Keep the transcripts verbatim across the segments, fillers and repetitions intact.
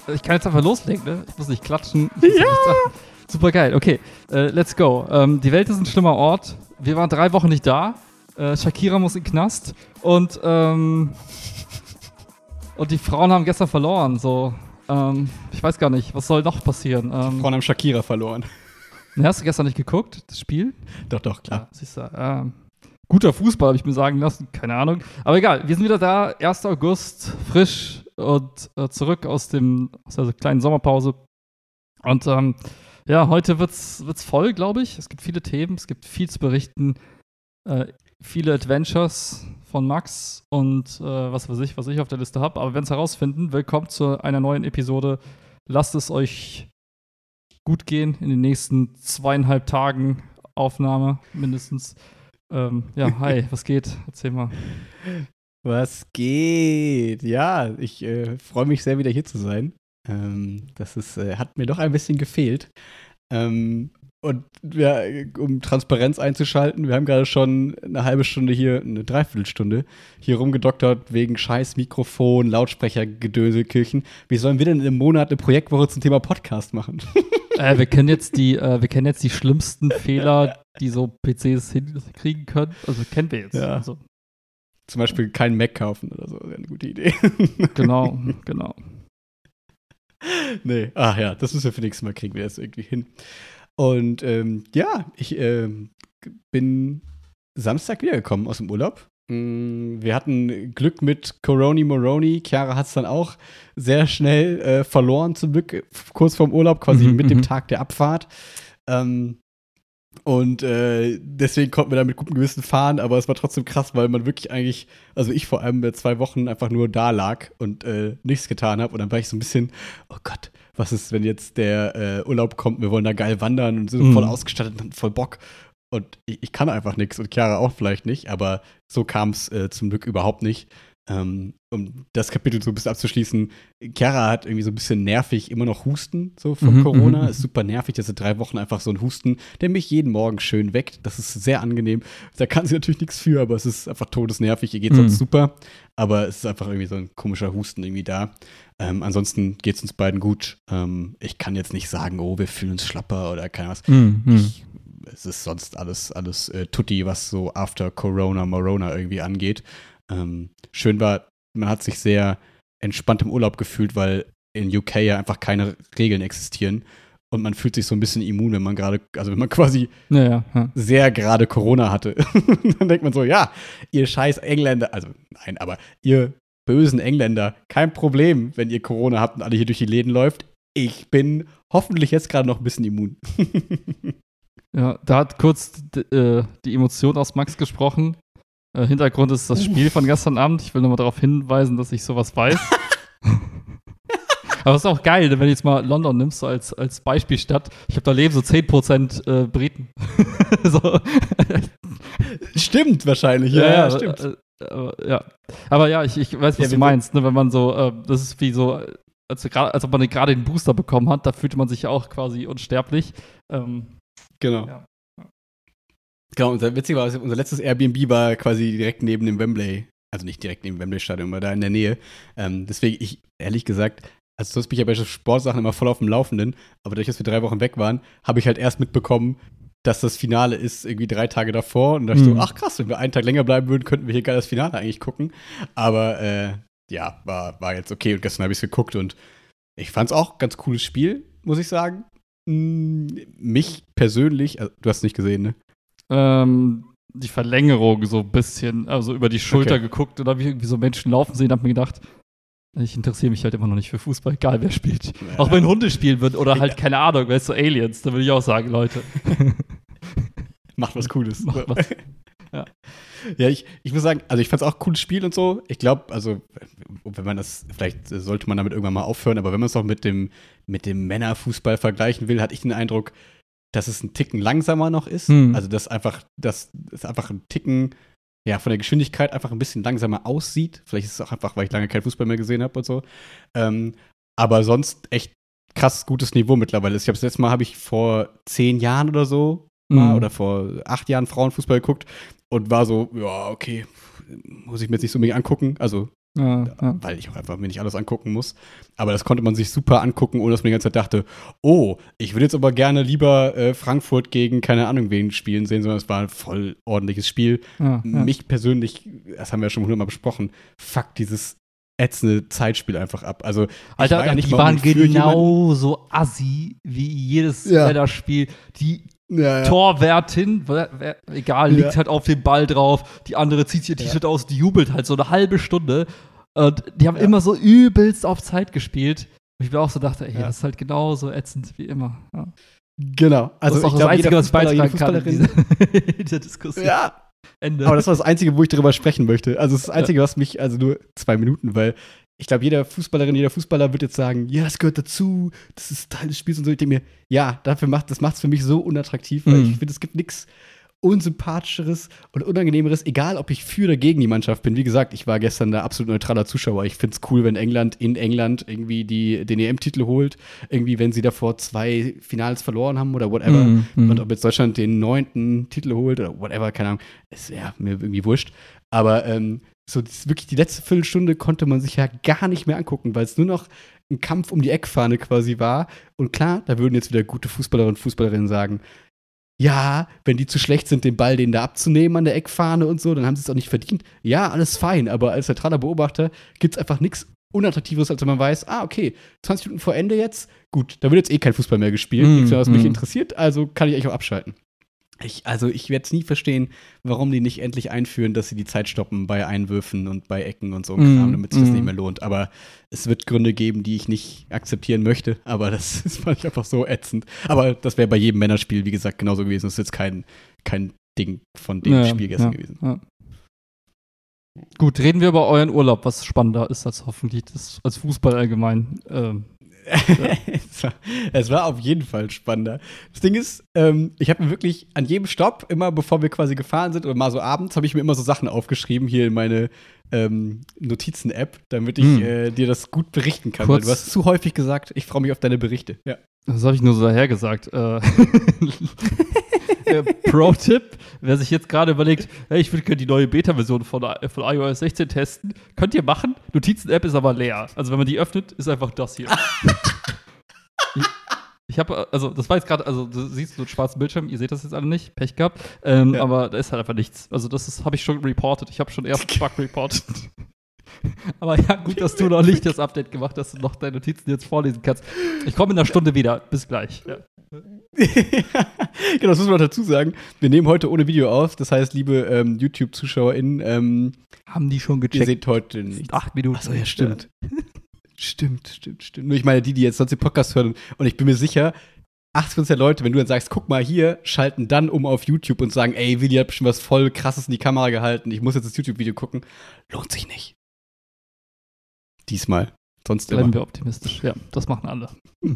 Ich kann jetzt einfach loslegen, ne? Ich muss nicht klatschen. Ich muss Ja! nicht super geil, okay. Äh, let's go. Ähm, die Welt ist ein schlimmer Ort. Wir waren drei Wochen nicht da. Äh, Shakira muss in den Knast. Und, ähm, und die Frauen haben gestern verloren. So, ähm, ich weiß gar nicht, was soll noch passieren? Ähm, Die Frauen haben Shakira verloren. Ne, hast du gestern nicht geguckt, das Spiel? Doch, doch, klar. Ja, siehst du, ähm, guter Fußball, habe ich mir sagen lassen. Keine Ahnung. Aber egal, wir sind wieder da. erster August, frisch und äh, zurück aus, dem, aus der kleinen Sommerpause. Und ähm, ja, heute wird's, wird's voll, glaube ich. Es gibt viele Themen, es gibt viel zu berichten. Äh, viele Adventures von Max und äh, was weiß ich, was ich auf der Liste habe. Aber wir werden es herausfinden. Willkommen zu einer neuen Episode. Lasst es euch gut gehen in den nächsten zweieinhalb Tagen Aufnahme mindestens. Ähm, ja, hi, was geht? Erzähl mal. Was geht? Ja, ich äh, freue mich sehr, wieder hier zu sein. Ähm, das ist, äh, hat mir doch ein bisschen gefehlt. Ähm, und ja, um Transparenz einzuschalten, wir haben gerade schon eine halbe Stunde hier, eine Dreiviertelstunde hier rumgedoktert wegen scheiß Mikrofon, Lautsprecher, Gedöse, Kirchen. Wie sollen wir denn im Monat eine Projektwoche zum Thema Podcast machen? Äh, wir kennen jetzt die, äh, wir kennen jetzt die schlimmsten Fehler, die so P Cs hinkriegen können. Also kennen wir jetzt. Ja. Also, Zum Beispiel keinen Mac kaufen oder so, wäre eine gute Idee. genau, genau. Nee, ach ja, das müssen wir für nächstes Mal kriegen wir das irgendwie hin. Und ähm, ja, ich ähm, bin Samstag wiedergekommen aus dem Urlaub. Mm, Wir hatten Glück mit Coroni Moroni. Chiara hat es dann auch sehr schnell äh, verloren, zum Glück, kurz vorm Urlaub, quasi Mhm, mit dem mhm. Tag der Abfahrt. Ähm, und äh, deswegen konnten wir da mit gutem Gewissen fahren, aber es war trotzdem krass, weil man wirklich eigentlich, also ich vor allem bei zwei Wochen einfach nur da lag und äh, nichts getan habe. Und dann war ich so ein bisschen, oh Gott, was ist, wenn jetzt der äh, Urlaub kommt, wir wollen da geil wandern und sind Mhm. voll ausgestattet und haben voll Bock. Und ich, ich kann einfach nichts und Chiara auch vielleicht nicht, aber so kam es äh, zum Glück überhaupt nicht. Ähm, um das Kapitel so ein bisschen abzuschließen, Chiara hat irgendwie so ein bisschen nervig immer noch Husten, so von Mhm, Corona. mhm. Ist super nervig, das sind drei Wochen einfach so ein Husten, der mich jeden Morgen schön weckt. Das ist sehr angenehm. Da kann sie natürlich nichts für, aber es ist einfach todesnervig. Ihr geht's Mhm. sonst super, aber es ist einfach irgendwie so ein komischer Husten irgendwie da. Ähm, ansonsten geht's uns beiden gut. Ähm, ich kann jetzt nicht sagen, oh, wir fühlen uns schlapper oder keine was. Mhm. Ich, es ist sonst alles, alles äh, tutti, was so after Corona, Morona irgendwie angeht. Ähm, schön war, man hat sich sehr entspannt im Urlaub gefühlt, weil in U K ja einfach keine Regeln existieren. Und man fühlt sich so ein bisschen immun, wenn man gerade, also wenn man quasi Ja, ja, ja. sehr gerade Corona hatte. Dann denkt man so, ja, ihr scheiß Engländer, also nein, aber ihr bösen Engländer, kein Problem, wenn ihr Corona habt und alle hier durch die Läden läuft. Ich bin hoffentlich jetzt gerade noch ein bisschen immun. Ja, da hat kurz d- äh, die Emotion aus Max gesprochen. Äh, Hintergrund ist das Spiel von gestern Abend. Ich will nochmal darauf hinweisen, dass ich sowas weiß. Aber es ist auch geil, wenn du jetzt mal London nimmst, so als, als Beispielstadt. Ich habe da leben so zehn Prozent äh, Briten. so. Stimmt wahrscheinlich, ja, ja, stimmt. Äh, äh, aber, ja. aber ja, ich, ich weiß, was Ja, du wir- meinst. Ne? Wenn man so, äh, das ist wie so, als, wir grad, als ob man gerade den Booster bekommen hat, da fühlte man sich ja auch quasi unsterblich. Ähm, Genau. Ja. Genau, unser witzigerweise, unser letztes Airbnb war quasi direkt neben dem Wembley. Also nicht direkt neben dem Wembley-Stadion, aber da in der Nähe. Ähm, deswegen, ich, ehrlich gesagt, also du hast mich ja bei Sportsachen immer voll auf dem Laufenden, aber dadurch, dass wir drei Wochen weg waren, habe ich halt erst mitbekommen, dass das Finale ist irgendwie drei Tage davor. Und da dachte ich Mhm. so, ach krass, wenn wir einen Tag länger bleiben würden, könnten wir hier geil das Finale eigentlich gucken. Aber äh, ja, war, war jetzt okay. Und gestern habe ich es geguckt und ich fand es auch ein ganz cooles Spiel, muss ich sagen. Mm, Mich persönlich, also, du hast es nicht gesehen, ne? ähm, die Verlängerung so ein bisschen, also über die Schulter Okay. geguckt und habe ich irgendwie so Menschen laufen sehen und habe mir gedacht, ich interessiere mich halt immer noch nicht für Fußball, egal wer spielt. Ja. Auch wenn Hunde spielen würden oder halt, keine Ahnung, weißt du, Aliens, da würde ich auch sagen, Leute. Macht was Cooles. Macht was. Ja. Ja, ich, ich muss sagen, also ich fand es auch ein cooles Spiel und so. Ich glaube, also, wenn man das, vielleicht sollte man damit irgendwann mal aufhören, aber wenn man es auch mit dem, mit dem Männerfußball vergleichen will, hatte ich den Eindruck, dass es ein Ticken langsamer noch ist. Hm. Also, dass einfach, dass es einfach ein Ticken, ja, von der Geschwindigkeit einfach ein bisschen langsamer aussieht. Vielleicht ist es auch einfach, weil ich lange keinen Fußball mehr gesehen habe und so. Ähm, aber sonst echt krass gutes Niveau mittlerweile. Ich habe das letzte Mal habe ich vor zehn Jahren oder so mal Mhm. oder vor acht Jahren Frauenfußball geguckt und war so, ja, okay, muss ich mir jetzt nicht so unbedingt angucken. Also Ja, ja. Weil ich auch einfach mir nicht alles angucken muss. Aber das konnte man sich super angucken, ohne dass man die ganze Zeit dachte, oh, ich würde jetzt aber gerne lieber äh, Frankfurt gegen keine Ahnung wen spielen sehen, sondern es war ein voll ordentliches Spiel. Ja, ja. Mich persönlich, das haben wir ja schon hundertmal besprochen, fuck dieses ätzende Zeitspiel einfach ab. Also, ich Alter, war ja nicht die mal waren für jemanden- genau so assi wie jedes Ja. Männerspiel. Die Ja, ja. Torwärtin, wer, wer, egal, liegt Ja. halt auf dem Ball drauf. Die andere zieht sich ihr T-Shirt aus, die jubelt halt so eine halbe Stunde. Und die haben Ja. immer so übelst auf Zeit gespielt. Und ich mir auch so dachte, ey, Ja. das ist halt genauso ätzend wie immer. Ja. Genau. Also, das ist auch ich das glaube, Einzige, jeder was ich Fußballer, jede beitragen kann in Fußballerin- dieser, in dieser Diskussion. Ja, Ende. aber das war das Einzige, wo ich darüber sprechen möchte. Also, das ist das Einzige, was mich, also nur zwei Minuten, weil ich glaube, jeder Fußballerin, jeder Fußballer wird jetzt sagen, ja, das gehört dazu, das ist Teil des Spiels und so. Ich denke mir, ja, dafür macht, das macht es für mich so unattraktiv, weil Mhm. ich finde, es gibt nichts Unsympathischeres und Unangenehmeres, egal ob ich für oder gegen die Mannschaft bin. Wie gesagt, ich war gestern da absolut neutraler Zuschauer. Ich finde es cool, wenn England in England irgendwie die, den E M-Titel holt, irgendwie, wenn sie davor zwei Finals verloren haben oder whatever. Mhm, mhm. Und ob jetzt Deutschland den neunten Titel holt oder whatever, keine Ahnung, ist ja mir irgendwie wurscht. Aber ähm, so das, wirklich die letzte Viertelstunde konnte man sich ja gar nicht mehr angucken, weil es nur noch ein Kampf um die Eckfahne quasi war. Und klar, da würden jetzt wieder gute Fußballerinnen und Fußballerinnen sagen, ja, wenn die zu schlecht sind, den Ball denen da abzunehmen an der Eckfahne und so, dann haben sie es auch nicht verdient. Ja, alles fein, aber als neutraler Beobachter gibt es einfach nichts Unattraktiveres, als wenn man weiß, ah, okay, zwanzig Minuten vor Ende jetzt, gut, da wird jetzt eh kein Fußball mehr gespielt, Mm, nichts mehr, was mich mm. interessiert, also kann ich eigentlich auch abschalten. Ich, also ich werde es nie verstehen, warum die nicht endlich einführen, dass sie die Zeit stoppen bei Einwürfen und bei Ecken und so ein Mm, Kram, damit sich das mm. nicht mehr lohnt. Aber es wird Gründe geben, die ich nicht akzeptieren möchte. Aber das, das fand ich einfach so ätzend. Aber das wäre bei jedem Männerspiel, wie gesagt, genauso gewesen. Das ist jetzt kein, kein Ding von dem Ja, Spiel gestern ja, gewesen. ja. Gut, reden wir über euren Urlaub, was spannender ist als hoffentlich das, als Fußball allgemein. Ähm, es, war, es war auf jeden Fall spannender. Das Ding ist, ähm, ich habe mir wirklich an jedem Stopp, immer bevor wir quasi gefahren sind oder mal so abends, habe ich mir immer so Sachen aufgeschrieben hier in meine ähm, Notizen-App, damit ich Hm. äh, dir das gut berichten kann. Kurz- Weil du hast zu häufig gesagt, ich freue mich auf deine Berichte. Ja. Das habe ich nur so dahergesagt. Äh, äh, Pro-Tipp, wer sich jetzt gerade überlegt, hey, ich würde gerne die neue Beta-Version von, von i O S sechzehn testen, könnt ihr machen. Notizen-App ist aber leer. Also wenn man die öffnet, ist einfach das hier. ich ich habe, also das war jetzt gerade, also du siehst so einen schwarzen Bildschirm, ihr seht das jetzt alle nicht, Pech gehabt, ähm, Ja. aber da ist halt einfach nichts. Also das habe ich schon reported. Ich habe schon erst Bug reported. Aber ja, gut, dass du noch nicht das Update gemacht hast und noch deine Notizen jetzt vorlesen kannst. Ich komme in einer Stunde wieder. Bis gleich. Ja. Genau, das muss man noch dazu sagen. Wir nehmen heute ohne Video auf. Das heißt, liebe ähm, YouTube-ZuschauerInnen, ähm, Haben die schon ihr gecheckt? seht heute nicht. Acht Minuten. Achso, ja, stimmt. Stimmt, stimmt, stimmt. Nur ich meine, die, die jetzt sonst den Podcast hören, und ich bin mir sicher, achtzig Prozent der Leute, wenn du dann sagst, guck mal hier, schalten dann um auf YouTube und sagen, ey, Willi hat bestimmt was voll Krasses in die Kamera gehalten, ich muss jetzt das YouTube-Video gucken. Lohnt sich nicht. Diesmal. Sonst Bleiben immer. wir optimistisch. Ja, das machen alle.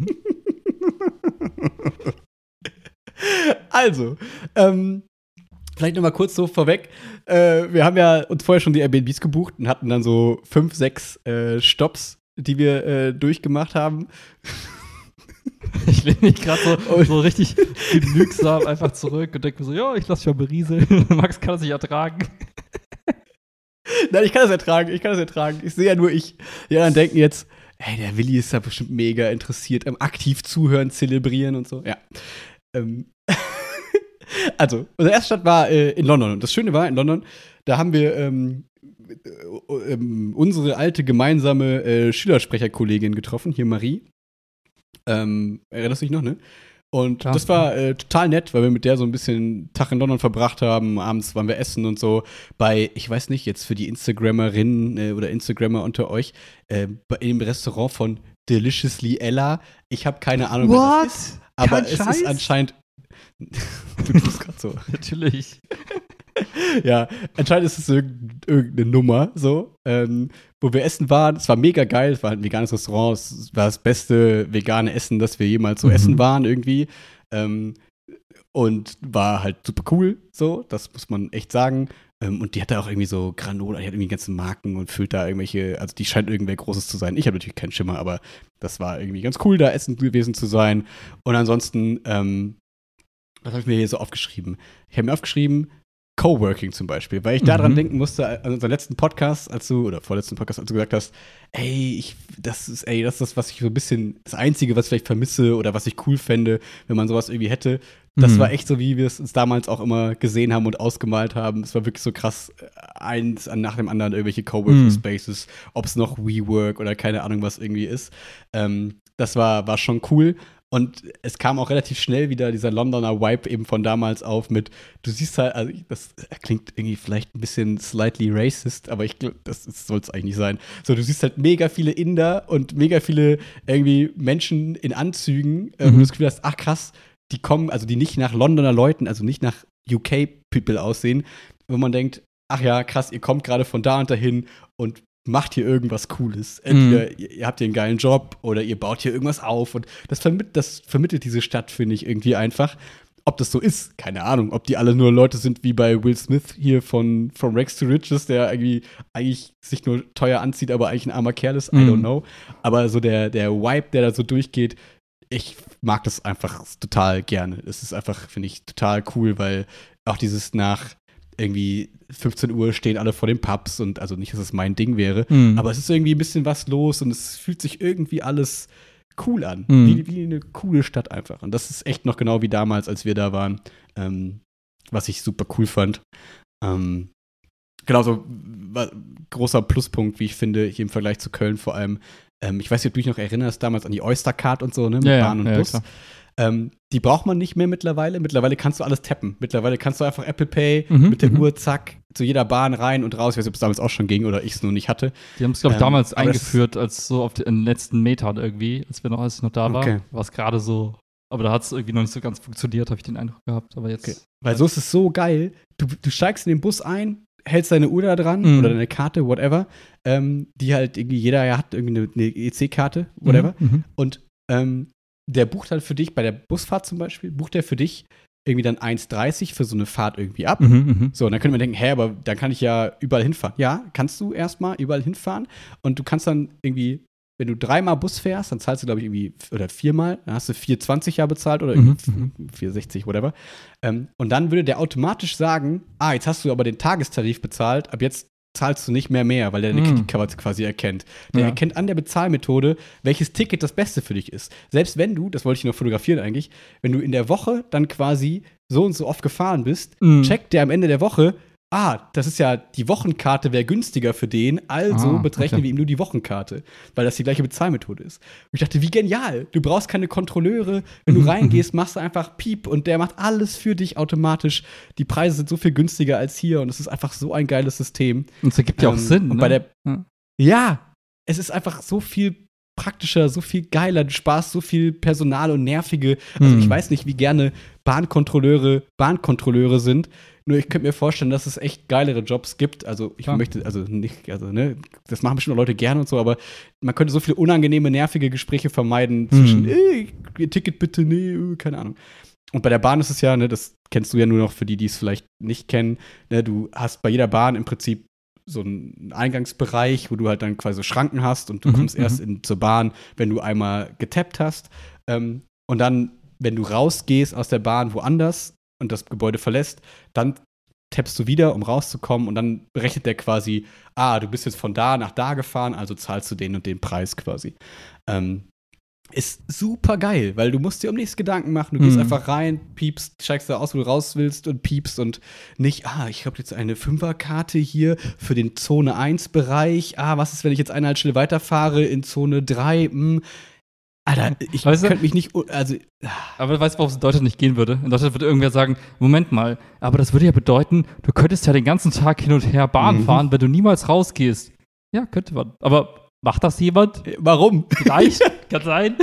Also, ähm, vielleicht noch mal kurz so vorweg. Äh, wir haben ja uns vorher schon die Airbnbs gebucht und hatten dann so fünf, sechs äh, Stops, die wir äh, durchgemacht haben. Ich lehne mich gerade so, Und- so richtig genügsam einfach zurück und denke mir so, ja, ich lasse mich mal berieseln. Max kann das nicht ertragen. Nein, ich kann das ertragen, ich kann das ertragen. Ich sehe ja nur ich. Die anderen denken jetzt, ey, der Willi ist da bestimmt mega interessiert am aktiv zuhören, zelebrieren und so. Ja. Ähm. Also, unsere erste Stadt war äh, in London. Und das Schöne war, in London, da haben wir ähm, äh, ähm, unsere alte gemeinsame äh, Schülersprecherkollegin getroffen, hier Marie. Ähm, erinnerst du dich noch, ne? Und Ja. das war äh, total nett, weil wir mit der so ein bisschen Tag in London verbracht haben. Abends waren wir essen und so. Bei, ich weiß nicht, jetzt für die Instagrammerinnen äh, oder Instagrammer unter euch, äh, bei, im Restaurant von Deliciously Ella. Ich habe keine Ahnung, wer das ist. Aber Kein es Scheiß? ist anscheinend. Du tust gerade so. Natürlich. Ja, anscheinend ist es irgend- irgendeine Nummer, so, ähm, wo wir essen waren. Es war mega geil, es war halt ein veganes Restaurant, es war das beste vegane Essen, das wir jemals so Mhm. essen waren irgendwie. Ähm, und war halt super cool, so, das muss man echt sagen. Ähm, und die hatte auch irgendwie so Granola, die hat irgendwie ganze Marken und füllt da irgendwelche, also die scheint irgendwer Großes zu sein. Ich habe natürlich keinen Schimmer, aber das war irgendwie ganz cool, da essen gewesen zu sein. Und ansonsten, ähm, was habe ich mir hier so aufgeschrieben? Ich habe mir aufgeschrieben, Coworking zum Beispiel, weil ich daran Mhm. denken musste, an unseren letzten Podcast, als du, oder vorletzten Podcast, als du gesagt hast, ey, ich, das ist, ey, das ist das, was ich so ein bisschen, das Einzige, was ich vielleicht vermisse oder was ich cool fände, wenn man sowas irgendwie hätte. Das Mhm. war echt so, wie wir es uns damals auch immer gesehen haben und ausgemalt haben. Es war wirklich so krass, eins nach dem anderen irgendwelche Coworking Spaces, ob es noch WeWork oder keine Ahnung was irgendwie ist. Ähm, das war, war schon cool. Und es kam auch relativ schnell wieder dieser Londoner Vibe eben von damals auf mit, du siehst halt, also das klingt irgendwie vielleicht ein bisschen slightly racist, aber ich glaube, das soll es eigentlich nicht sein. So, du siehst halt mega viele Inder und mega viele irgendwie Menschen in Anzügen, äh, wo Mhm. du das Gefühl hast, ach krass, die kommen, also die nicht nach Londoner Leuten, also nicht nach U K-People aussehen, wo man denkt, ach ja, krass, ihr kommt gerade von da und dahin und macht hier irgendwas Cooles. Entweder Mhm. ihr, ihr habt hier einen geilen Job oder ihr baut hier irgendwas auf. Und das, vermitt, das vermittelt diese Stadt, finde ich, irgendwie einfach. Ob das so ist, keine Ahnung. Ob die alle nur Leute sind wie bei Will Smith hier von From Rags to Riches, der irgendwie eigentlich sich nur teuer anzieht, aber eigentlich ein armer Kerl ist. I Mhm. don't know. Aber so der, der Vibe, der da so durchgeht, ich mag das einfach total gerne. Es ist einfach, finde ich, total cool, weil auch dieses nach irgendwie fünfzehn Uhr stehen alle vor den Pubs und also nicht, dass es mein Ding wäre, Mhm. aber es ist irgendwie ein bisschen was los und es fühlt sich irgendwie alles cool an. Mhm. Wie, wie eine coole Stadt einfach. Und das ist echt noch genau wie damals, als wir da waren, ähm, was ich super cool fand. Ähm, genauso wa- großer Pluspunkt, wie ich finde, hier im Vergleich zu Köln vor allem. Ähm, ich weiß nicht, ob du dich noch erinnerst, damals an die Oystercard und so, ne, mit Ja, ja, Bahn und ja, Bus. klar. Ähm, die braucht man nicht mehr mittlerweile. Mittlerweile kannst du alles tappen. Mittlerweile kannst du einfach Apple Pay Mhm, mit der mhm. Uhr, zack, zu jeder Bahn rein und raus. Ich weiß nicht, ob es damals auch schon ging oder ich es nur nicht hatte. Die haben es, glaube ich, Ähm, damals aber das- eingeführt, als so auf den letzten Metern irgendwie, als wir noch, als ich noch da war, Okay. war es gerade so, aber da hat es irgendwie noch nicht so ganz funktioniert, habe ich den Eindruck gehabt. Aber jetzt. Okay. Weil so ist es so geil. Du, du steigst in den Bus ein, hältst deine Uhr da dran Mhm. oder deine Karte, whatever, ähm, die halt irgendwie jeder ja hat, irgendwie eine, eine E C-Karte, whatever. Mhm, mhm. Und ähm, der bucht halt für dich, bei der Busfahrt zum Beispiel, bucht der für dich irgendwie dann eins dreißig für so eine Fahrt irgendwie ab. Mhm, mhm. So, und dann könnte man denken, hä, aber dann kann ich ja überall hinfahren. Ja, kannst du erstmal überall hinfahren und du kannst dann irgendwie, wenn du dreimal Bus fährst, dann zahlst du, glaube ich, irgendwie, oder viermal, dann hast du vier zwanzig ja bezahlt oder irgendwie Mhm, vier sechzig, whatever. Ähm, und dann würde der automatisch sagen, ah, jetzt hast du aber den Tagestarif bezahlt, ab jetzt zahlst du nicht mehr mehr, weil der deine Mhm. Kreditkarte quasi erkennt. Der Ja. erkennt an der Bezahlmethode, welches Ticket das Beste für dich ist. Selbst wenn du, das wollte ich noch fotografieren eigentlich, wenn du in der Woche dann quasi so und so oft gefahren bist, Mhm. checkt der am Ende der Woche, ah, das ist ja, die Wochenkarte wäre günstiger für den, also Ah, berechnen okay. wir ihm nur die Wochenkarte, weil das die gleiche Bezahlmethode ist. Und ich dachte, wie genial. Du brauchst keine Kontrolleure. Wenn du Mhm, reingehst, machst du einfach Piep und der macht alles für dich automatisch. Die Preise sind so viel günstiger als hier und es ist einfach so ein geiles System. Und es ergibt ja auch Ähm, Sinn. und ne? bei der- ja. Ja, es ist einfach so viel praktischer, so viel geiler. Du sparst so viel Personal und nervige. Also Hm. ich weiß nicht, wie gerne Bahnkontrolleure Bahnkontrolleure sind. Nur ich könnte mir vorstellen, dass es echt geilere Jobs gibt. Also ich Klar. möchte, also nicht, also ne, das machen bestimmt auch Leute gerne und so, aber man könnte so viele unangenehme, nervige Gespräche vermeiden zwischen, Hm. ey, ihr Ticket bitte, nee, äh, keine Ahnung. Und bei der Bahn ist es ja, ne, das kennst du ja nur noch für die, die es vielleicht nicht kennen, ne, du hast bei jeder Bahn im Prinzip so einen Eingangsbereich, wo du halt dann quasi so Schranken hast und du Mhm, kommst mhm. erst in, zur Bahn, wenn du einmal getappt hast. Ähm, und dann, wenn du rausgehst aus der Bahn woanders und das Gebäude verlässt, dann tappst du wieder, um rauszukommen und dann berechnet der quasi, ah, du bist jetzt von da nach da gefahren, also zahlst du den und den Preis quasi. Ähm, ist super geil, weil du musst dir um nichts Gedanken machen. Du gehst Mhm. einfach rein, piepst, steigst da aus, wo du raus willst und piepst und nicht, ah, ich habe jetzt eine Fünferkarte hier für den Zone eins Bereich. Ah, was ist, wenn ich jetzt eine Haltestelle weiterfahre in Zone drei? Hm. Alter, ich Weißt du- könnte mich nicht, also, Aber weißt du, warum es in Deutschland nicht gehen würde? In Deutschland würde irgendwer sagen, Moment mal, aber das würde ja bedeuten, du könntest ja den ganzen Tag hin und her Bahn Mhm. fahren, wenn du niemals rausgehst. Ja, könnte man. Aber macht das jemand? warum? Vielleicht? Kann sein.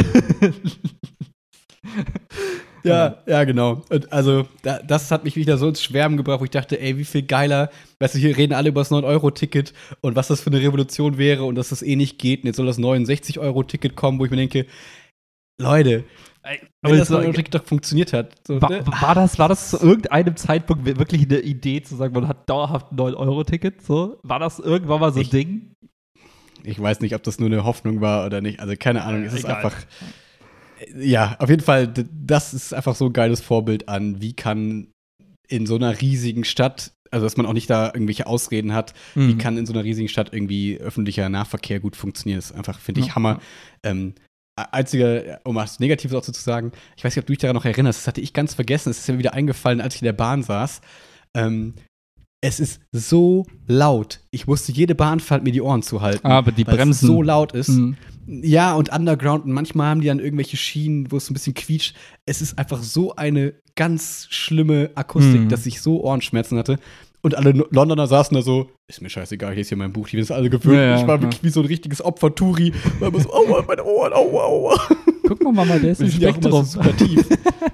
Ja, ja, genau. Und also, da, das hat mich wieder so ins Schwärmen gebracht, wo ich dachte, ey, wie viel geiler. Weißt du, hier reden alle über das neun Euro Ticket und was das für eine Revolution wäre und dass das eh nicht geht. Und jetzt soll das neunundsechzig Euro Ticket kommen, wo ich mir denke, Leute, Ey, wenn aber das so- neun Euro Ticket doch funktioniert hat. So, war, ne? war, das, war das zu irgendeinem Zeitpunkt wirklich eine Idee zu sagen, man hat dauerhaft ein neun Euro Ticket? So? War das irgendwann mal so ein Ich- Ding? Ich weiß nicht, ob das nur eine Hoffnung war oder nicht. Also, keine Ahnung, es ist Egal. einfach. Ja, auf jeden Fall, d- das ist einfach so ein geiles Vorbild an, wie kann in so einer riesigen Stadt also dass man auch nicht da irgendwelche Ausreden hat, Mhm. wie kann in so einer riesigen Stadt irgendwie öffentlicher Nahverkehr gut funktionieren. Das ist einfach, finde ich, Ja, Hammer. Ähm, einziger, um was Negatives auch so zu sagen, ich weiß nicht, ob du dich daran noch erinnerst, das hatte ich ganz vergessen, es ist mir wieder eingefallen, als ich in der Bahn saß. Ähm, es ist so laut. Ich musste jede Bahnfahrt mir die Ohren zuhalten. Ah, aber die weil Bremsen. es so laut ist. Mhm. Ja, und Underground. Und manchmal haben die dann irgendwelche Schienen, wo es ein bisschen quietscht. Es ist einfach so eine ganz schlimme Akustik, Mhm. dass ich so Ohrenschmerzen hatte. Und alle No- Londoner saßen da so, ist mir scheißegal, ich lese hier mein Buch, die sind alle gewöhnt. Ja, ja, ich war ja. wirklich wie so ein richtiges Opfer-Turi. War immer so, aua, meine Ohren, aua, aua. Guck mal, Mama, der ist Wir im sind ja auch immer so Spektrum. super tief.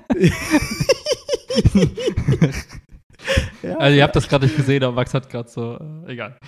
Ja. Also, ihr habt das gerade nicht gesehen, aber Max hat gerade so, äh, egal.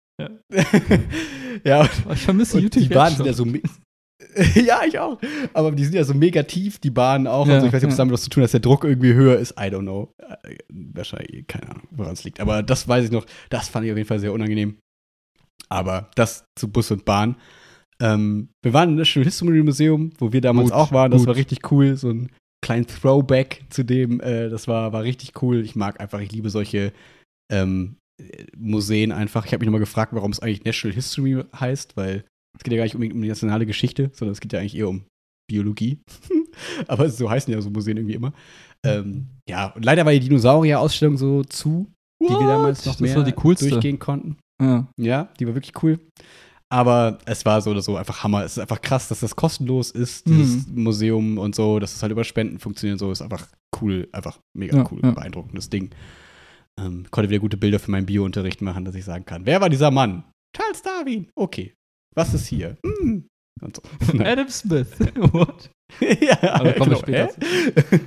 Ja, und Oh, ich vermisse Und YouTube die Bahnen jetzt sind ja schon. so me- ja, ich auch. Aber die sind ja so mega tief, die Bahnen auch. Ja, und so. Ich weiß nicht, ob es ja. damit was zu tun hat, dass der Druck irgendwie höher ist. I don't know. Äh, Wahrscheinlich, keine Ahnung, woran es liegt. Aber das weiß ich noch. Das fand ich auf jeden Fall sehr unangenehm. Aber das zu Bus und Bahn. Ähm, wir waren im National History Museum, wo wir damals Gut, auch waren. Das gut. war richtig cool. So ein kleinen Throwback zu dem. Äh, das war, war richtig cool. Ich mag einfach, ich liebe solche ähm, Museen einfach. Ich habe mich nochmal gefragt, warum es eigentlich National History heißt, weil es geht ja gar nicht unbedingt um die nationale Geschichte, sondern es geht ja eigentlich eher um Biologie. Aber so heißen ja so Museen irgendwie immer. Ähm, ja, und leider war die Dinosaurier-Ausstellung so zu, die wir damals noch Das mehr war die coolste. durchgehen konnten. Ja. Ja, die war wirklich cool. Aber es war so oder so einfach Hammer. Es ist einfach krass, dass das kostenlos ist, dieses Museum und so, dass es halt über Spenden funktioniert und so. Ist einfach cool, einfach mega Ja, cool, ja. beeindruckendes Ding. Ähm, konnte wieder gute Bilder für meinen Biounterricht machen, dass ich sagen kann, wer war dieser Mann? Charles Darwin. Okay. Was ist hier? Hm. Und so. Nein. Adam Smith. What? Ja, Aber kommen wir genau. später Hä?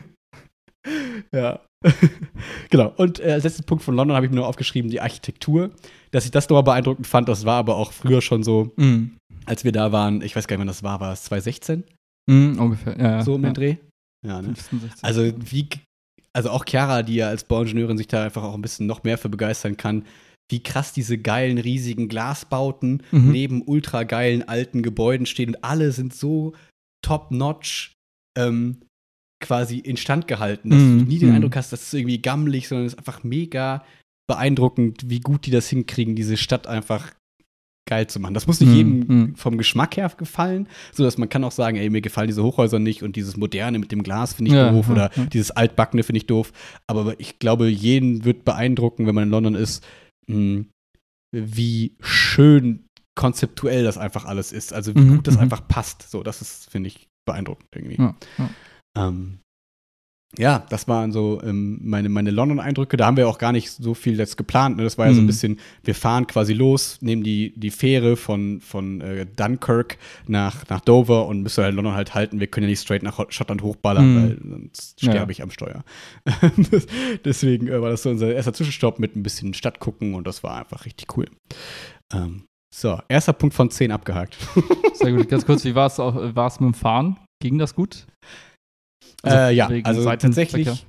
Ja. Genau. Und äh, als letzten Punkt von London habe ich mir nur aufgeschrieben, die Architektur. Dass ich das nochmal beeindruckend fand, das war aber auch früher schon so, Mhm. als wir da waren, ich weiß gar nicht, wann das war, war es zwanzig sechzehn? Mhm, ungefähr. Ja, ja. So um ja. den Dreh? Ja, ne? fünfzehn, sechzehn. Also wie, also auch Chiara, die ja als Bauingenieurin sich da einfach auch ein bisschen noch mehr für begeistern kann, wie krass diese geilen, riesigen Glasbauten Mhm. neben ultra geilen alten Gebäuden stehen und alle sind so top-notch ähm, quasi instand gehalten, dass Mhm. du nie den Mhm. Eindruck hast, das ist irgendwie gammelig, sondern es ist einfach mega beeindruckend, wie gut die das hinkriegen, diese Stadt einfach geil zu machen. Das muss nicht Mhm. jedem Mhm. vom Geschmack her gefallen, so dass man kann auch sagen, ey, mir gefallen diese Hochhäuser nicht und dieses Moderne mit dem Glas finde ich Ja, doof ja, oder ja. dieses Altbackene finde ich doof. Aber ich glaube, jeden wird beeindrucken, wenn man in London ist, mh, wie schön konzeptuell das einfach alles ist. Also wie Mhm, gut das mhm. einfach passt. So, das ist, finde ich, beeindruckend irgendwie. Ja, ja. Ähm, ja, das waren so ähm, meine, meine London-Eindrücke. Da haben wir auch gar nicht so viel jetzt geplant. Ne? Das war ja so ein Mhm. bisschen, wir fahren quasi los, nehmen die, die Fähre von, von äh, Dunkirk nach, nach Dover und müssen halt London halt halten. Wir können ja nicht straight nach Schottland hochballern, Mhm. weil sonst sterbe Ja. ich am Steuer. Deswegen äh, war das so unser erster Zwischenstopp mit ein bisschen Stadt gucken und das war einfach richtig cool. Ähm, so, erster Punkt von zehn abgehakt. Sehr gut. Ganz kurz, wie war es mit dem Fahren? Ging das gut? äh, ja, wegen also Seitenverkehr? tatsächlich.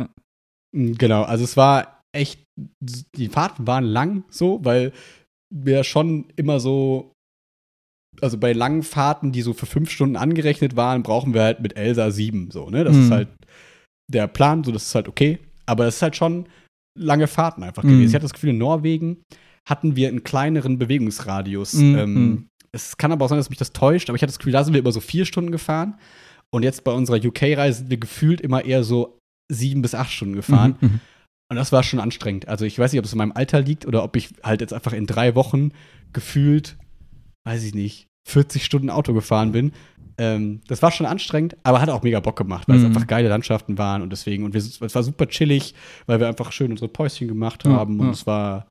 Mm, Genau, also es war echt, die Fahrten waren lang so, weil wir schon immer so, also bei langen Fahrten, die so für fünf Stunden angerechnet waren, brauchen wir halt mit Elsa sieben, so, ne? Das Mhm. ist halt der Plan, so, das ist halt okay. Aber es ist halt schon lange Fahrten einfach Mhm. gewesen. Ich hatte das Gefühl, in Norwegen hatten wir einen kleineren Bewegungsradius. Mhm. Ähm, es kann aber auch sein, dass mich das täuscht, aber ich hatte das Gefühl, da sind wir immer so vier Stunden gefahren. Und jetzt bei unserer U K-Reise sind wir gefühlt immer eher so sieben bis acht Stunden gefahren. Mhm. Mhm. Und das war schon anstrengend. Also ich weiß nicht, ob es in meinem Alter liegt oder ob ich halt jetzt einfach in drei Wochen gefühlt, weiß ich nicht, vierzig Stunden Auto gefahren bin. Ähm, das war schon anstrengend, aber hat auch mega Bock gemacht, weil Mhm. es einfach geile Landschaften waren und deswegen, und wir, es war super chillig, weil wir einfach schön unsere Päuschen gemacht Ja, haben und ja. es war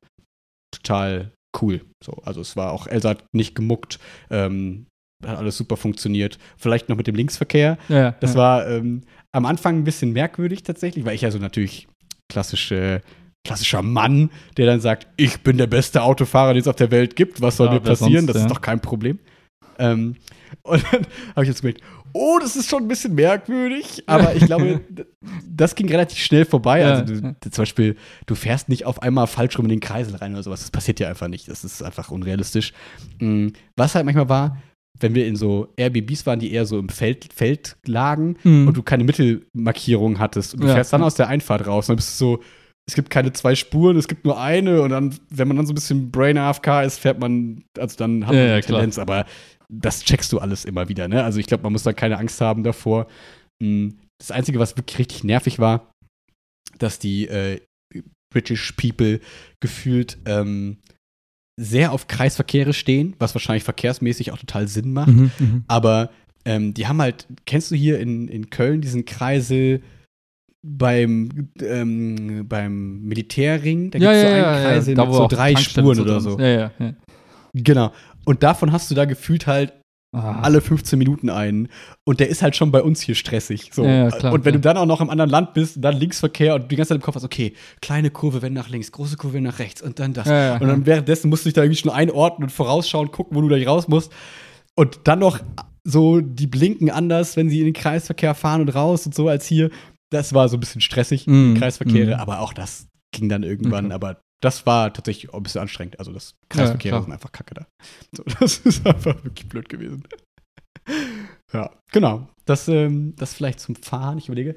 total cool. So, also es war auch, Elsa hat nicht gemuckt, ähm, hat alles super funktioniert. Vielleicht noch mit dem Linksverkehr. Ja, ja. Das ja. war ähm, am Anfang ein bisschen merkwürdig tatsächlich, weil ich ja so natürlich klassische, klassischer Mann, der dann sagt, ich bin der beste Autofahrer, den es auf der Welt gibt, was soll Ja, mir wer passieren? sonst, das ja. ist doch kein Problem. Ähm, und dann habe ich jetzt gemerkt, oh, das ist schon ein bisschen merkwürdig, aber ich glaube, d- das ging relativ schnell vorbei. Ja, Also du, ja. zum Beispiel, du fährst nicht auf einmal falsch rum in den Kreisel rein oder sowas. Das passiert ja einfach nicht. Das ist einfach unrealistisch. Mhm. Was halt manchmal war, wenn wir in so Airbnbs waren, die eher so im Feld, Feld lagen Mhm. und du keine Mittelmarkierung hattest und du Ja, fährst dann ja. aus der Einfahrt raus und dann bist du so es gibt keine zwei Spuren, es gibt nur eine und dann, wenn man dann so ein bisschen Brain A F K ist, fährt man, also dann hat man Ja, ja, eine klar. Tendenz, aber das checkst du alles immer wieder, ne? Also ich glaube, man muss da keine Angst haben davor. Mm, Das Einzige, was wirklich richtig nervig war, dass die äh, British People gefühlt ähm, sehr auf Kreisverkehre stehen, was wahrscheinlich verkehrsmäßig auch total Sinn macht. Mhm, mhm. Aber ähm, die haben halt, kennst du hier in, in Köln diesen Kreisel beim, ähm, beim Militärring? Da Ja, gibt es ja, so einen ja, Kreisel ja. Da, mit wo so auch drei Tankstellen Spuren oder drin so. sind. Ja, ja, ja. Genau. Und davon hast du da gefühlt halt Ah. alle fünfzehn Minuten einen. Und der ist halt schon bei uns hier stressig. So. Ja, ja, klar, und wenn klar. du dann auch noch im anderen Land bist, dann Linksverkehr und die ganze Zeit im Kopf hast, okay, kleine Kurve, wenn nach links, große Kurve, wenn nach rechts und dann das. Ja, ja, und dann ja. währenddessen musst du dich da irgendwie schon einordnen und vorausschauen, gucken, wo du da raus musst. Und dann noch so, die blinken anders, wenn sie in den Kreisverkehr fahren und raus und so als hier. Das war so ein bisschen stressig, Mm, die Kreisverkehre, mm. aber auch das ging dann irgendwann. Okay. Aber das war tatsächlich auch ein bisschen anstrengend. Also das Kreisverkehre klar. sind einfach kacke da. So, das ist einfach wirklich blöd gewesen. Ja, genau. Das, ähm, das vielleicht zum Fahren. Ich überlege,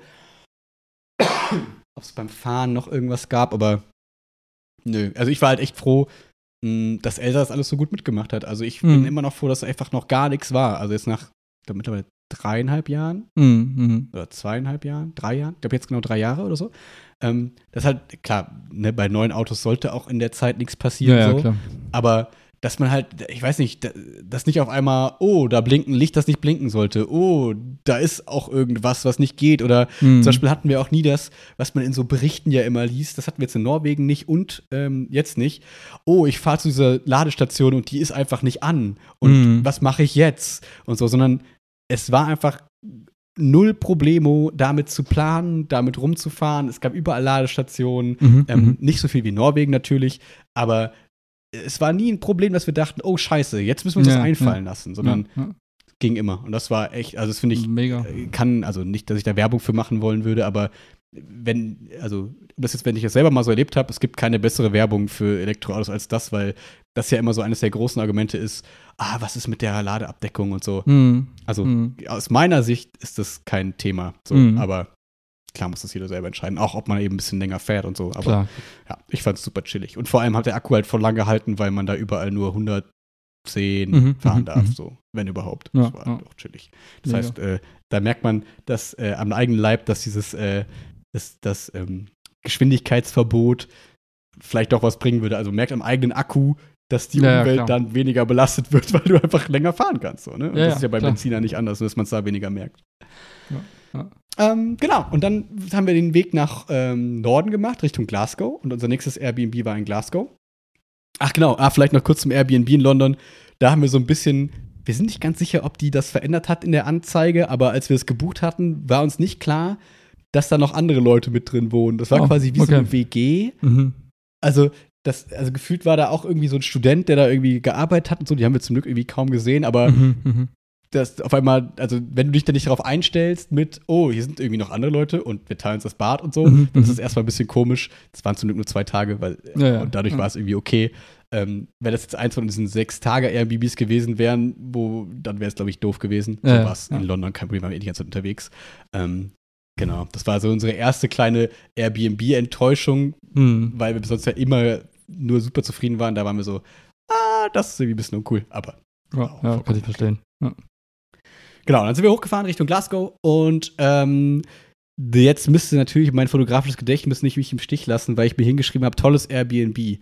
ob es beim Fahren noch irgendwas gab, aber nö. Also ich war halt echt froh, mh, dass Elsa das alles so gut mitgemacht hat. Also ich bin Mhm. immer noch froh, dass einfach noch gar nichts war. Also jetzt nach, ich glaube, mittlerweile dreieinhalb Jahren Mhm, mhm. oder zweieinhalb Jahren, drei Jahren, ich glaube jetzt genau drei Jahre oder so. Ähm, das halt, klar, ne, bei neuen Autos sollte auch in der Zeit nichts passieren. Ja, ja, so. klar. Aber dass man halt, ich weiß nicht, da- dass nicht auf einmal, oh, da blinkt ein Licht, das nicht blinken sollte. Oh, da ist auch irgendwas, was nicht geht. Oder Mhm. zum Beispiel hatten wir auch nie das, was man in so Berichten ja immer liest. Das hatten wir jetzt in Norwegen nicht und ähm, jetzt nicht. Oh, ich fahre zu dieser Ladestation und die ist einfach nicht an. Und Mhm. was mache ich jetzt? Und so, sondern es war einfach null Problemo, damit zu planen, damit rumzufahren. Es gab überall Ladestationen. Mhm, Ähm, mhm. Nicht so viel wie Norwegen natürlich, aber es war nie ein Problem, dass wir dachten, oh Scheiße, jetzt müssen wir uns Ja, das einfallen ja. lassen, sondern ja, ja. ging immer. Und das war echt, also das finde ich, Mega. äh, kann, also nicht, dass ich da Werbung für machen wollen würde, aber wenn, also das jetzt, wenn ich das selber mal so erlebt habe, es gibt keine bessere Werbung für Elektroautos als das, weil das ja immer so eines der großen Argumente ist, ah, was ist mit der Ladeabdeckung und so. Mhm. Also Mhm. aus meiner Sicht ist das kein Thema, so, Mhm. aber klar muss das jeder selber entscheiden, auch ob man eben ein bisschen länger fährt und so, aber Klar. ja, ich fand es super chillig. Und vor allem hat der Akku halt voll lang gehalten, weil man da überall nur hundertzehn Mhm, fahren mhm, darf, mhm. so, wenn überhaupt. Ja, Das war ja. halt auch chillig. Das Mega. heißt, äh, da merkt man, dass äh, am eigenen Leib, dass dieses äh, das, das ähm, Geschwindigkeitsverbot vielleicht doch was bringen würde. Also merkt am eigenen Akku, dass die Ja, ja, Umwelt klar. dann weniger belastet wird, weil du einfach länger fahren kannst. So, ne? Und Ja, das ja, ist ja bei klar. Benziner nicht anders, nur dass man es da weniger merkt. Ja, ja. Ähm, genau, und dann haben wir den Weg nach ähm, Norden gemacht, Richtung Glasgow. Und unser nächstes Airbnb war in Glasgow. Ach genau, ah, vielleicht noch kurz zum Airbnb in London. Da haben wir so ein bisschen, wir sind nicht ganz sicher, ob die das verändert hat in der Anzeige, aber als wir es gebucht hatten, war uns nicht klar, dass da noch andere Leute mit drin wohnen. Das war Oh, quasi wie okay. so eine W G. Mhm. Also, das, also gefühlt war da auch irgendwie so ein Student, der da irgendwie gearbeitet hat und so. Die haben wir zum Glück irgendwie kaum gesehen, aber Mhm. Mhm. das auf einmal, also wenn du dich da nicht darauf einstellst mit, oh, hier sind irgendwie noch andere Leute und wir teilen uns das Bad und so, Mhm, dann ist mhm. das erstmal ein bisschen komisch. Es waren zum Glück nur zwei Tage, weil Ja, ja. und dadurch Ja. war es irgendwie okay. Ähm, wenn das jetzt eins von diesen sechs Tage Airbnbs gewesen wären, wo, dann wäre es, glaube ich, doof gewesen. Ja, so ja, war es ja. in London kein Problem, wir waren eh die ganze Zeit unterwegs. Ähm, genau, das war so unsere erste kleine Airbnb-Enttäuschung, Mhm. weil wir sonst ja immer nur super zufrieden waren. Da waren wir so, ah, das ist irgendwie ein bisschen uncool, aber Ja, ja, kann ich verstehen. Ja. genau, dann sind wir hochgefahren Richtung Glasgow und ähm, jetzt müsste natürlich mein fotografisches Gedächtnis nicht mich im Stich lassen, weil ich mir hingeschrieben habe, tolles Airbnb.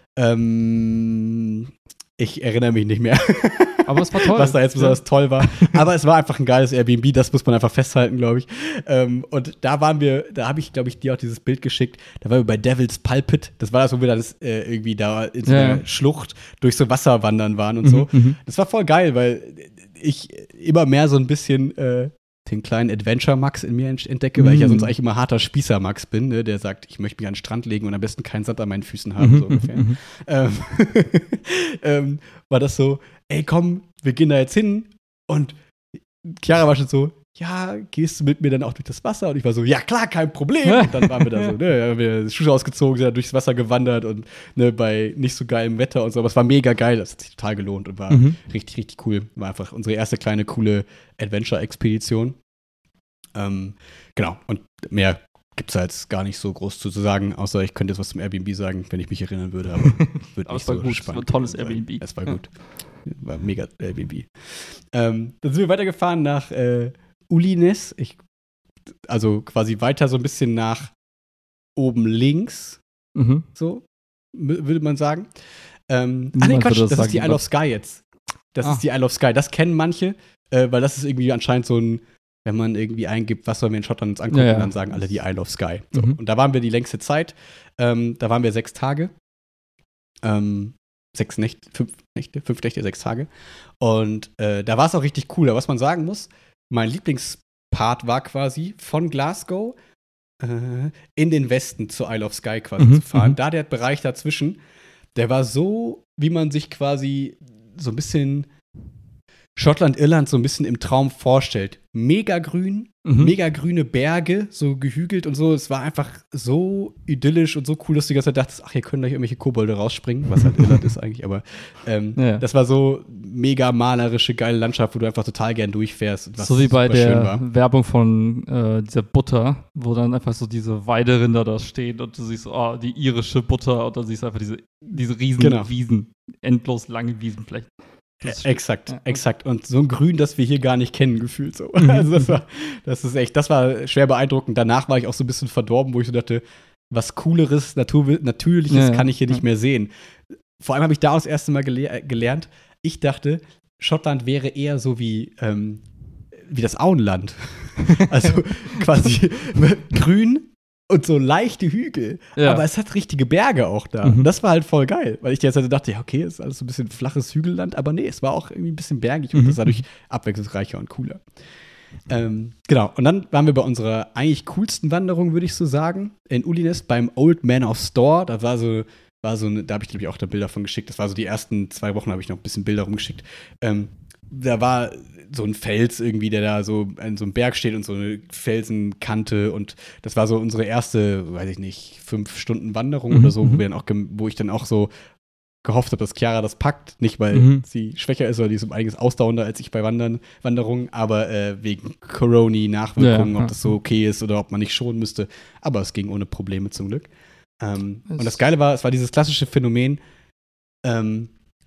Ähm, ich erinnere mich nicht mehr, Aber es war toll. was da jetzt besonders toll war. Aber es war einfach ein geiles Airbnb, das muss man einfach festhalten, glaube ich. Ähm, und da waren wir, da habe ich, glaube ich, dir auch dieses Bild geschickt. Da waren wir bei Devil's Pulpit. Das war das, wo wir dann das, äh, irgendwie da in so Ja, einer ja. Schlucht durch so Wasser wandern waren und Mhm, so. mhm. Das war voll geil, weil ich immer mehr so ein bisschen äh, den kleinen Adventure-Max in mir ent- entdecke, weil ich ja Mhm. sonst eigentlich immer harter Spießer-Max bin, ne, der sagt, ich möchte mich an den Strand legen und am besten keinen Sand an meinen Füßen haben, so Mhm, ungefähr. mhm, Ähm, ähm, war das so, ey, komm, wir gehen da jetzt hin. Und Chiara war schon so, ja, gehst du mit mir dann auch durch das Wasser? Und ich war so, ja klar, kein Problem. Und dann waren wir da so, ne, haben wir Schuhe ausgezogen, sind da durchs Wasser gewandert und ne, bei nicht so geilem Wetter und so. Aber es war mega geil, das hat sich total gelohnt und war Mhm. richtig, richtig cool. War einfach unsere erste kleine, coole Adventure-Expedition. Ähm, genau, und mehr gibt es jetzt gar nicht so groß zu sagen, außer ich könnte jetzt was zum Airbnb sagen, wenn ich mich erinnern würde, aber wird aber nicht es war so gut, spannend. Es war ein tolles Airbnb. Es war gut. War mega Airbnb. Ähm, dann sind wir weitergefahren nach äh, Ulines. Ich, also quasi weiter so ein bisschen nach oben links, Mhm. so m- würde man sagen. Ähm, ach nee, Niemand Quatsch, würde das das, sagen, ist die Isle of Skye jetzt. Das Ah. ist die Isle of Skye. Das kennen manche, äh, weil das ist irgendwie anscheinend so ein, wenn man irgendwie eingibt, was sollen wir in Schottland uns angucken, Ja, ja. dann sagen alle die Isle of Skye. So. Mhm. Und da waren wir die längste Zeit. Ähm, da waren wir sechs Tage. Ähm, sechs Nächte, fünf Nächte, fünf Nächte, sechs Tage. Und äh, da war es auch richtig cool. Aber was man sagen muss, mein Lieblingspart war quasi von Glasgow äh, in den Westen zur Isle of Skye quasi Mhm, zu fahren. mhm. Da der Bereich dazwischen, der war so, wie man sich quasi so ein bisschen Schottland, Irland so ein bisschen im Traum vorstellt. Mega grün, Mhm. mega grüne Berge, so gehügelt und so. Es war einfach so idyllisch und so cool, dass du die ganze Zeit dachtest, ach, hier können gleich irgendwelche Kobolde rausspringen, was halt Irland ist eigentlich, aber ähm, Ja. das war so mega malerische, geile Landschaft, wo du einfach total gern durchfährst. und Was So wie bei super schön der war. Werbung von äh, dieser Butter, wo dann einfach so diese Weiderinder da stehen und du siehst, oh, die irische Butter und dann siehst du einfach diese, diese riesen Genau. Wiesen, endlos lange Wiesenflächen. Das ist Äh, exakt, Ja. exakt. Und so ein Grün, das wir hier gar nicht kennen, gefühlt so. Mhm. Also das war, das ist echt, das war schwer beeindruckend. Danach war ich auch so ein bisschen verdorben, wo ich so dachte, was Cooleres, Natur, Natürliches Ja, ja. kann ich hier Ja. nicht mehr sehen. Vor allem habe ich da das erste Mal gele äh, gelernt, ich dachte, Schottland wäre eher so wie, ähm, wie das Auenland. Also quasi grün und so leichte Hügel. Ja. Aber es hat richtige Berge auch da. Mhm. Und das war halt voll geil, weil ich die ganze Zeit dachte, ja, okay, ist alles so ein bisschen flaches Hügelland, aber nee, es war auch irgendwie ein bisschen bergig und Mhm. das war dadurch abwechslungsreicher und cooler. Ähm, genau, und dann waren wir bei unserer eigentlich coolsten Wanderung, würde ich so sagen, in Ulines beim Old Man of Store. Da war so, war so eine, da habe ich, glaube ich, auch da Bilder von geschickt. Das war so die ersten zwei Wochen, habe ich noch ein bisschen Bilder rumgeschickt. Ähm, da war so ein Fels irgendwie, der da so an so einem Berg steht und so eine Felsenkante und das war so unsere erste, weiß ich nicht, fünf Stunden Wanderung Mhm, oder so, wo mhm. wir dann auch, gem- wo ich dann auch so gehofft habe, dass Chiara das packt. Nicht, weil Mhm. sie schwächer ist oder die ist um einiges ausdauernder als ich bei Wandern, Wanderungen, aber äh, wegen Corona-Nachwirkungen, Ja, ja. ob das so okay ist oder ob man nicht schonen müsste. Aber es ging ohne Probleme zum Glück. Ähm, Es- und das Geile war, es war dieses klassische Phänomen, ähm,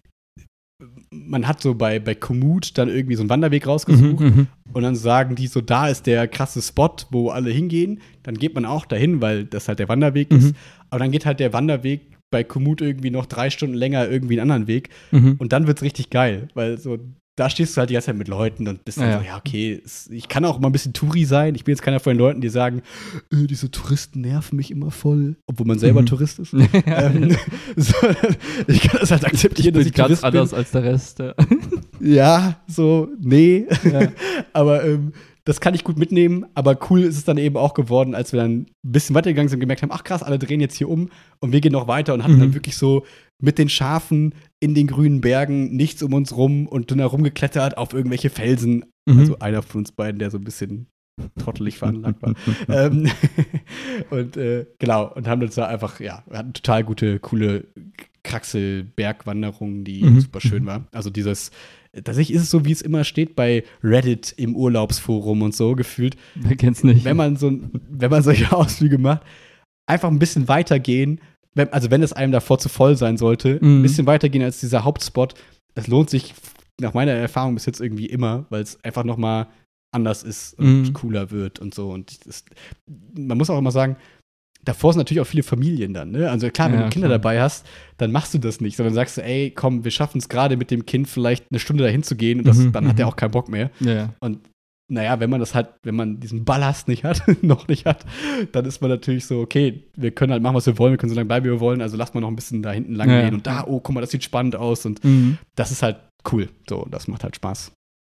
man hat so bei, bei Komoot dann irgendwie so einen Wanderweg rausgesucht Mhm, mhm. und dann sagen die so, da ist der krasse Spot, wo alle hingehen. Dann geht man auch dahin, weil das halt der Wanderweg Mhm. ist. Aber dann geht halt der Wanderweg bei Komoot irgendwie noch drei Stunden länger irgendwie einen anderen Weg. Mhm. Und dann wird's richtig geil, weil so, da stehst du halt die ganze Zeit mit Leuten und bist dann Ja, so, ja. ja, okay, es, ich kann auch mal ein bisschen Touri sein. Ich bin jetzt keiner von den Leuten, die sagen, äh, diese Touristen nerven mich immer voll, obwohl man selber Mhm. Tourist ist. Ja, ähm, so, ich kann das halt akzeptieren, dass bin ich ganz Tourist anders bin. als der Rest. Ja. Ja, so, nee. Ja. aber ähm, das kann ich gut mitnehmen. Aber cool ist es dann eben auch geworden, als wir dann ein bisschen weitergegangen sind und gemerkt haben, ach krass, alle drehen jetzt hier um und wir gehen noch weiter und hatten Mhm. dann wirklich so mit den Schafen in den grünen Bergen nichts um uns rum und dann herumgeklettert auf irgendwelche Felsen. Mhm. Also einer von uns beiden, der so ein bisschen trottelig veranlagt war. ähm, und äh, genau, und haben uns da einfach, ja, wir hatten total gute, coole Kraxel-Bergwanderung, die Mhm. super schön war. Also dieses, tatsächlich ist es so, wie es immer steht bei Reddit im Urlaubsforum und so gefühlt, Wer kennt's nicht? wenn man so, wenn man solche Ausflüge macht, einfach ein bisschen weitergehen, wenn, also wenn es einem davor zu voll sein sollte, Mhm. ein bisschen weitergehen als dieser Hauptspot. Es lohnt sich nach meiner Erfahrung bis jetzt irgendwie immer, weil es einfach noch mal anders ist und Mhm. cooler wird und so. Und das, man muss auch immer sagen, davor sind natürlich auch viele Familien dann, ne? Also klar, wenn Ja, du Kinder klar. dabei hast, dann machst du das nicht, sondern sagst du, ey, komm, wir schaffen es gerade mit dem Kind vielleicht eine Stunde dahin zu gehen und das, Mhm, dann hat er mhm. auch keinen Bock mehr. Ja, ja. Und naja, wenn man das halt, wenn man diesen Ballast nicht hat, noch nicht hat, dann ist man natürlich so, okay, wir können halt machen, was wir wollen, wir können so lange bleiben, wie wir wollen, also lass mal noch ein bisschen da hinten lang Ja, gehen ja. und da, oh, guck mal, das sieht spannend aus und Mhm. das ist halt cool. So, und das macht halt Spaß.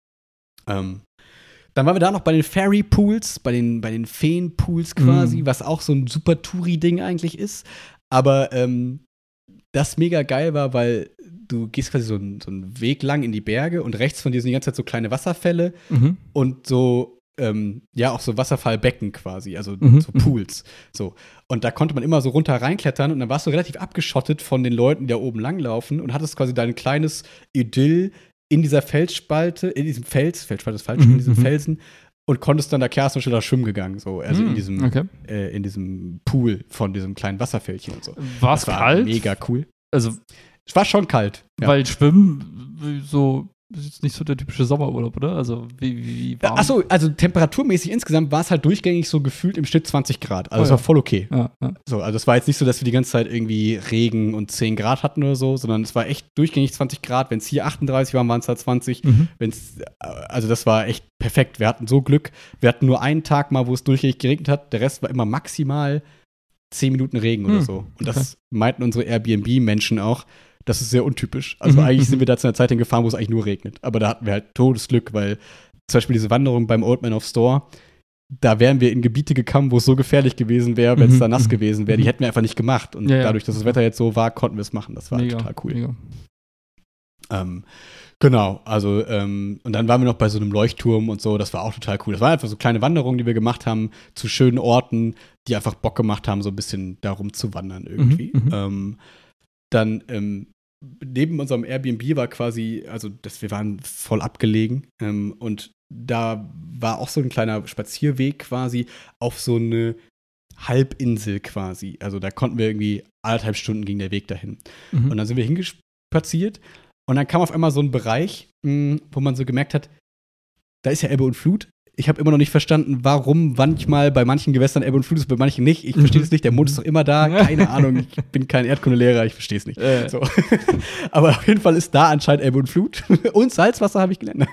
Ähm, dann waren wir da noch bei den Fairy Pools, bei den, bei den Feen-Pools quasi, Mhm. was auch so ein super Touri-Ding eigentlich ist. Aber ähm, das mega geil war, weil du gehst quasi so, einen- so einen Weg lang in die Berge und rechts von dir sind die ganze Zeit so kleine Wasserfälle Mhm. und so, ähm, ja, auch so Wasserfallbecken quasi, also Mhm. so Pools. So. Und da konnte man immer so runter reinklettern und dann warst du relativ abgeschottet von den Leuten, die da oben langlaufen und hattest quasi dein kleines Idyll in dieser Felsspalte, in diesem Fels, Felsspalte ist falsch, Mhm, in diesem mhm. Felsen, und konntest dann, da Chiara ist zum Beispiel da schwimmen gegangen, so, also Mm, in diesem, okay. äh, in diesem Pool von diesem kleinen Wasserfältchen und so. War es Das war kalt? mega cool. Also, Es war schon kalt. Ja. weil Schwimmen so ist jetzt nicht so der typische Sommerurlaub, oder? Also, wie, wie, wie warm? Achso, also temperaturmäßig insgesamt war es halt durchgängig so gefühlt im Schnitt zwanzig Grad. Also Oh es ja. war voll okay. Ja, ja. So, also es war jetzt nicht so, dass wir die ganze Zeit irgendwie Regen und zehn Grad hatten oder so, sondern es war echt durchgängig zwanzig Grad. Wenn es hier achtunddreißig waren, waren es halt zwanzig. Mhm. Wenn's, also das war echt perfekt. Wir hatten so Glück. Wir hatten nur einen Tag mal, wo es durchgängig geregnet hat. Der Rest war immer maximal zehn Minuten Regen oder Hm, so. Und okay. das meinten unsere Airbnb-Menschen auch. Das ist sehr untypisch. Also Mhm, eigentlich mhm. sind wir da zu einer Zeit hingefahren, wo es eigentlich nur regnet. Aber da hatten wir halt Todesglück, weil zum Beispiel diese Wanderung beim Old Man of Store, da wären wir in Gebiete gekommen, wo es so gefährlich gewesen wäre, wenn es Mhm, da nass mhm. gewesen wäre. Die Mhm. hätten wir einfach nicht gemacht. Und Ja, ja. dadurch, dass das Wetter jetzt so war, konnten wir es machen. Das war Mega, total cool. Mega. Ähm, genau, also ähm, und dann waren wir noch bei so einem Leuchtturm und so, das war auch total cool. Das waren einfach so kleine Wanderungen, die wir gemacht haben zu schönen Orten, die einfach Bock gemacht haben, so ein bisschen darum zu wandern irgendwie. Mhm, mhm. Ähm, dann ähm, neben unserem Airbnb war quasi, also das, wir waren voll abgelegen ähm, und da war auch so ein kleiner Spazierweg quasi auf so eine Halbinsel quasi. Also da konnten wir irgendwie anderthalb Stunden ging der Weg dahin. Mhm. Und dann sind wir hingespaziert und dann kam auf einmal so ein Bereich, mh, wo man so gemerkt hat, da ist ja Ebbe und Flut. Ich habe immer noch nicht verstanden, warum manchmal bei manchen Gewässern Ebbe und Flut ist, bei manchen nicht. Ich verstehe es nicht, der Mond ist doch immer da. Keine Ahnung, ich bin kein Erdkundelehrer, ich verstehe es nicht. Äh. So. Aber auf jeden Fall ist da anscheinend Ebbe und Flut. Und Salzwasser habe ich gelernt.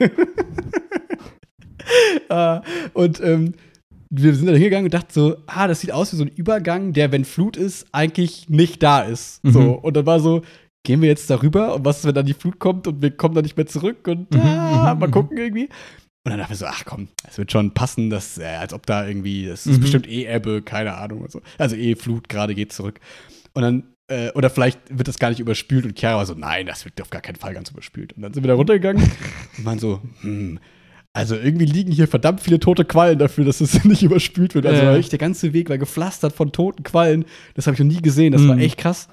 äh, und ähm, wir sind da hingegangen und dachten so, ah, das sieht aus wie so ein Übergang, der, wenn Flut ist, eigentlich nicht da ist. Mhm. So. Und dann war so, gehen wir jetzt darüber und was ist, wenn dann die Flut kommt und wir kommen dann nicht mehr zurück und Mhm, ah, mhm, mal mhm. gucken irgendwie. Und dann dachten wir so, ach komm, es wird schon passen, dass, äh, als ob da irgendwie, das ist Mhm. bestimmt eh Ebbe, keine Ahnung und so. Also eh Flut, gerade geht zurück. Und dann, äh, oder vielleicht wird das gar nicht überspült und Chiara war so, nein, das wird auf gar keinen Fall ganz überspült. Und dann sind wir da runtergegangen und waren so, hm, also irgendwie liegen hier verdammt viele tote Quallen dafür, dass es nicht überspült wird. Also Ja. war echt der ganze Weg war gepflastert von toten Quallen. Das habe ich noch nie gesehen, das war Mhm. echt krass.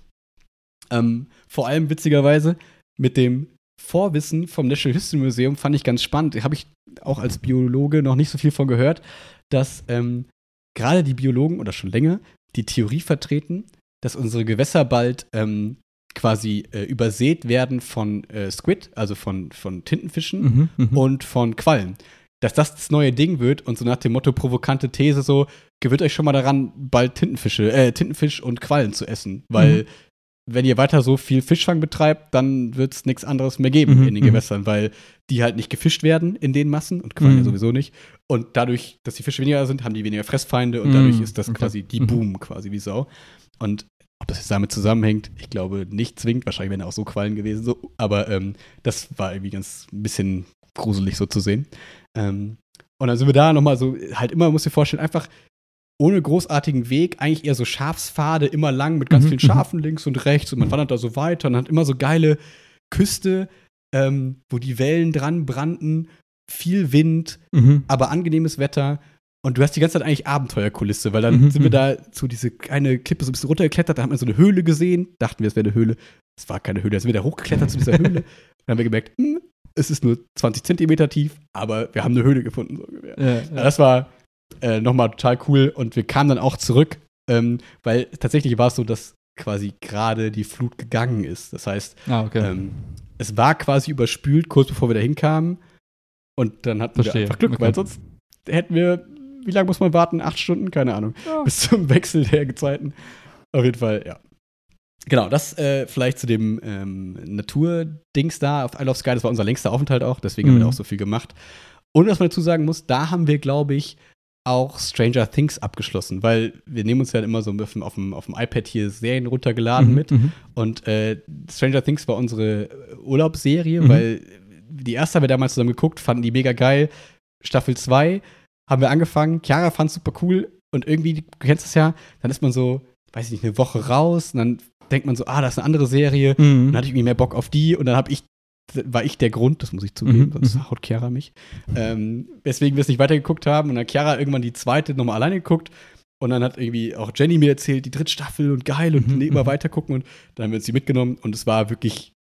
Ähm, vor allem witzigerweise mit dem Vorwissen vom Natural History Museum fand ich ganz spannend. Habe ich auch als Biologe noch nicht so viel von gehört, dass ähm, gerade die Biologen oder schon länger die Theorie vertreten, dass unsere Gewässer bald ähm, quasi äh, übersät werden von äh, Squid, also von, von Tintenfischen Mhm, mhm. und von Quallen. Dass das das neue Ding wird und so nach dem Motto provokante These so, gewöhnt euch schon mal daran, bald Tintenfische, äh, Tintenfisch und Quallen zu essen, weil Mhm. wenn ihr weiter so viel Fischfang betreibt, dann wird es nichts anderes mehr geben Mhm, in den mhm. Gewässern, weil die halt nicht gefischt werden in den Massen und Quallen ja Mhm. sowieso nicht. Und dadurch, dass die Fische weniger sind, haben die weniger Fressfeinde und Mhm, dadurch ist das okay. quasi, die Mhm. boomen quasi wie Sau. Und ob das jetzt damit zusammenhängt, ich glaube nicht zwingend, wahrscheinlich wären auch so Quallen gewesen, so. Aber ähm, das war irgendwie ganz ein bisschen gruselig so zu sehen. Ähm, und dann sind wir da nochmal so, halt immer, muss dir vorstellen, einfach ohne großartigen Weg, eigentlich eher so Schafspfade, immer lang mit ganz Mhm, vielen Schafen links und rechts und man wandert da so weiter und hat immer so geile Küste, ähm, wo die Wellen dran brannten, viel Wind, Mhm. aber angenehmes Wetter und du hast die ganze Zeit eigentlich Abenteuerkulisse, weil dann Mhm, sind wir mhm. da zu diese eine Klippe so ein bisschen runtergeklettert, da haben wir so eine Höhle gesehen, dachten wir, es wäre eine Höhle, es war keine Höhle, dann sind wir da hochgeklettert zu dieser Höhle und dann haben wir gemerkt, hm, es ist nur zwanzig Zentimeter tief, aber wir haben eine Höhle gefunden. So ungefähr. Ja, Ja, ja. das war äh, nochmal total cool und wir kamen dann auch zurück, ähm, weil tatsächlich war es so, dass quasi gerade die Flut gegangen ist. Das heißt, Ah, okay. ähm, es war quasi überspült, kurz bevor wir da hinkamen und dann hatten Verstehe. wir einfach Glück, Okay. weil sonst hätten wir, wie lange muss man warten? Acht Stunden? Keine Ahnung. Ja. Bis zum Wechsel der Gezeiten. Auf jeden Fall, ja. Genau, das äh, vielleicht zu dem ähm, Naturdings da auf Isle of Skye. Das war unser längster Aufenthalt auch, deswegen haben wir Mhm. da auch so viel gemacht. Und was man dazu sagen muss, da haben wir, glaube ich, auch Stranger Things abgeschlossen, weil wir nehmen uns ja immer so ein bisschen auf dem, auf dem iPad hier Serien runtergeladen Mhm, mit. mhm. Und äh, Stranger Things war unsere Urlaubsserie, Mhm. weil die erste haben wir damals zusammen geguckt, fanden die mega geil. Staffel zwei haben wir angefangen. Chiara fand super cool. Und irgendwie, du kennst es ja, dann ist man so, weiß ich nicht, eine Woche raus und dann denkt man so, ah, das ist eine andere Serie. Mhm. Dann hatte ich irgendwie mehr Bock auf die und dann habe ich, war ich der Grund, das muss ich zugeben, Mhm, sonst mhm. haut Chiara mich. Ähm, weswegen wir es nicht weitergeguckt haben. Und dann hat Chiara irgendwann die zweite nochmal alleine geguckt. Und dann hat irgendwie auch Jenny mir erzählt, die dritte Staffel und geil und Mhm, nee, immer mhm. weiter gucken. Und dann haben wir uns die mitgenommen und es war wirklich